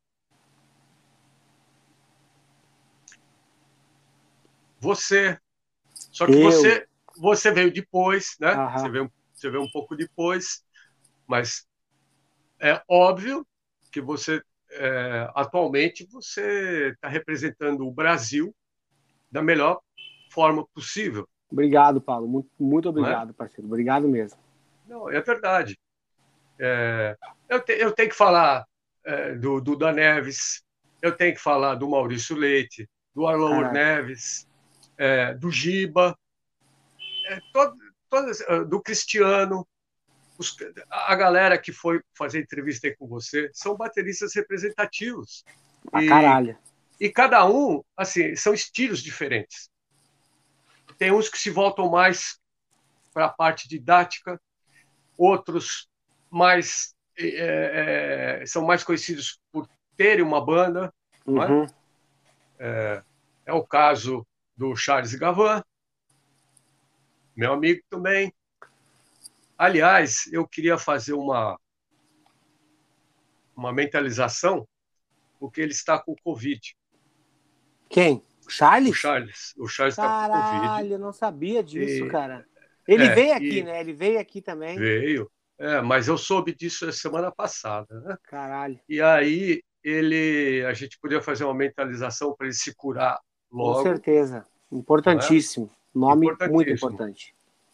você, só que Eu. você você veio depois, né? Você Aham. veio, você veio um pouco depois, mas é óbvio que você é, atualmente você está representando o Brasil da melhor forma possível, Obrigado, Paulo. Muito, muito não é? obrigado, parceiro. Obrigado mesmo. Não, é verdade. É, eu, te, eu tenho que falar é, do Duda Neves, eu tenho que falar do Maurício Leite, do Arlour Caralho. Neves, é, do Giba, é, todo, todas, é, do Cristiano, os, a galera que foi fazer entrevista aí com você são bateristas representativos. Pra E, caralho. e cada um, assim, são estilos diferentes. Tem uns que se voltam mais para a parte didática, outros mais é, é, são mais conhecidos por terem uma banda, não é? Uhum. É, é o caso do Charles Gavan, meu amigo também. Aliás, eu queria fazer uma, uma mentalização, porque ele está com Covid. Quem? O O Charles? Charles, o Charles está com Covid. Caralho, eu não sabia disso, E, cara. Ele é, veio aqui, e né? Ele veio aqui também. veio. É, mas eu soube disso semana passada, né? Caralho. E aí ele, a gente podia fazer uma mentalização para ele se curar Com logo, certeza. não é? Importantíssimo. Nome muito Importantíssimo. importante.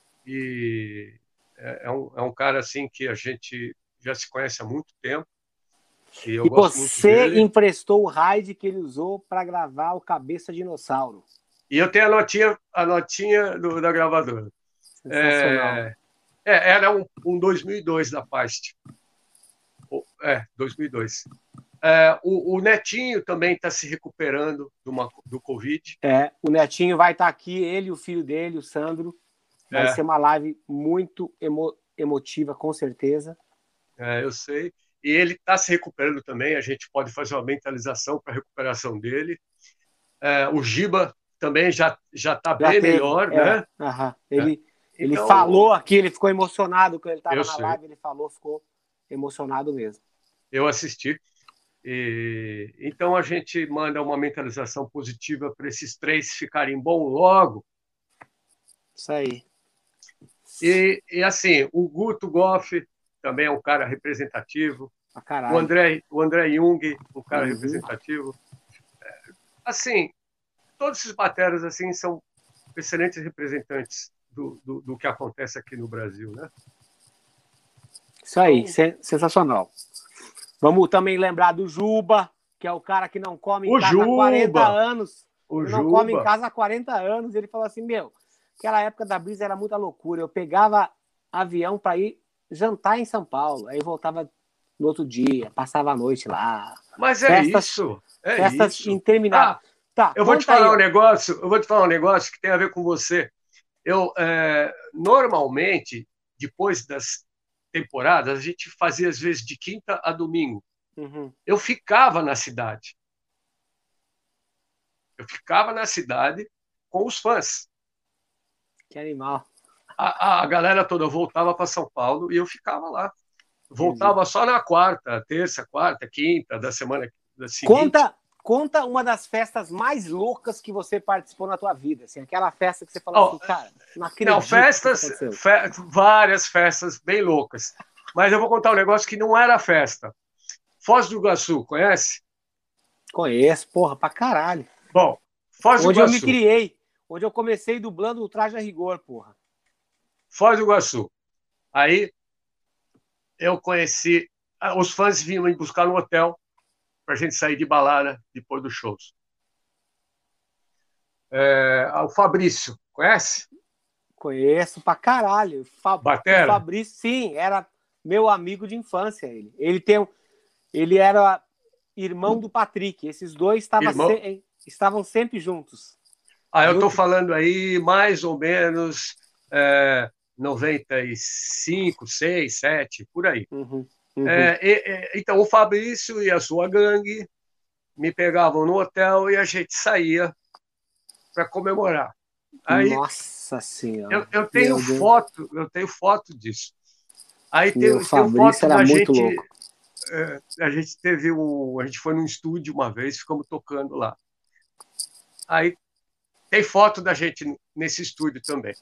E é, é um, é um cara assim que a gente já se conhece há muito tempo e eu E gosto muito você dele. emprestou o raid que ele usou para gravar o Cabeça Dinossauro. E eu tenho a notinha, a notinha do, da gravadora. Sensacional. É, é, era um, um dois mil e dois da Past. É, dois mil e dois. É, o, o Netinho também está se recuperando de uma, do Covid. É, o Netinho vai estar aqui, ele e o filho dele, o Sandro. Vai É, ser uma live muito emo emotiva, com certeza. é, eu sei. E ele está se recuperando também. A gente pode fazer uma mentalização para a recuperação dele. É, o Giba também já já está Já bem teve, melhor, é. né? Aham. É. Ele, ele Então, falou aqui, ele ficou emocionado quando ele estava eu na sei, live, ele falou, ficou emocionado mesmo. eu assisti. E, então a gente manda uma mentalização positiva para esses três ficarem bom logo. Isso aí. E, e assim, o Guto Goff também é um cara representativo. Pra O caralho. André, o André Jung, um cara Uhum. representativo. Assim, todos esses bateras assim são excelentes representantes do, do, do que acontece aqui no Brasil, né? Isso aí, Então, sen sensacional. Vamos também lembrar do Juba, que é o cara que não come em o casa há quarenta Juba, anos. o Ele não come em Juba, casa há quarenta anos. Ele falou assim, meu, aquela época da Brisa era muita loucura. Eu pegava avião para ir jantar em São Paulo, aí voltava no outro dia, passava a noite lá. mas é Festas, isso, é festas isso. intermináveis. Ah, Tá, eu vou te conta aí, falar um ó. negócio, eu vou te falar um negócio que tem a ver com você. Eu é, normalmente depois das temporadas a gente fazia às vezes de quinta a domingo. Uhum. Eu ficava na cidade. Eu ficava na cidade com os fãs. Que animal. A, a galera toda voltava para São Paulo e eu ficava lá. Entendi. Voltava só na quarta, terça, quarta, quinta da semana seguinte. Conta, conta uma das festas mais loucas que você participou na tua vida, assim, aquela festa que você falou Oh, assim, cara, não não, acredito que isso festas, aconteceu. fe, várias festas bem loucas. Mas eu vou contar um negócio que não era festa. Foz do Iguaçu, conhece? Conheço, porra, pra caralho. Bom, Foz do Onde eu me Iguaçu. criei, onde eu comecei dublando o Traje a Rigor, porra. Foz do Iguaçu. Aí eu conheci. Os fãs vinham me buscar no hotel para a gente sair de balada depois dos shows. É, o Fabrício, conhece? Conheço pra caralho. Fa o Batera? Fabrício, sim, era meu amigo de infância. Ele, ele, tem, um- ele era irmão do Patrick. Esses dois estavam, Irmão? se, estavam sempre juntos. Ah, eu estou Junto. falando aí mais ou menos é, noventa e cinco, seis, sete, por aí. Uhum, uhum. É, e, e, então, o Fabrício e a sua gangue me pegavam no hotel e a gente saía para comemorar. Aí, Nossa Senhora. eu, eu tenho Meu Deus. foto, eu tenho foto disso. Aí tem, Meu tem Fabrício foto era da muito gente. louco. É, a gente teve um, a gente foi num estúdio uma vez, ficamos tocando lá. Aí tem foto da gente nesse estúdio também.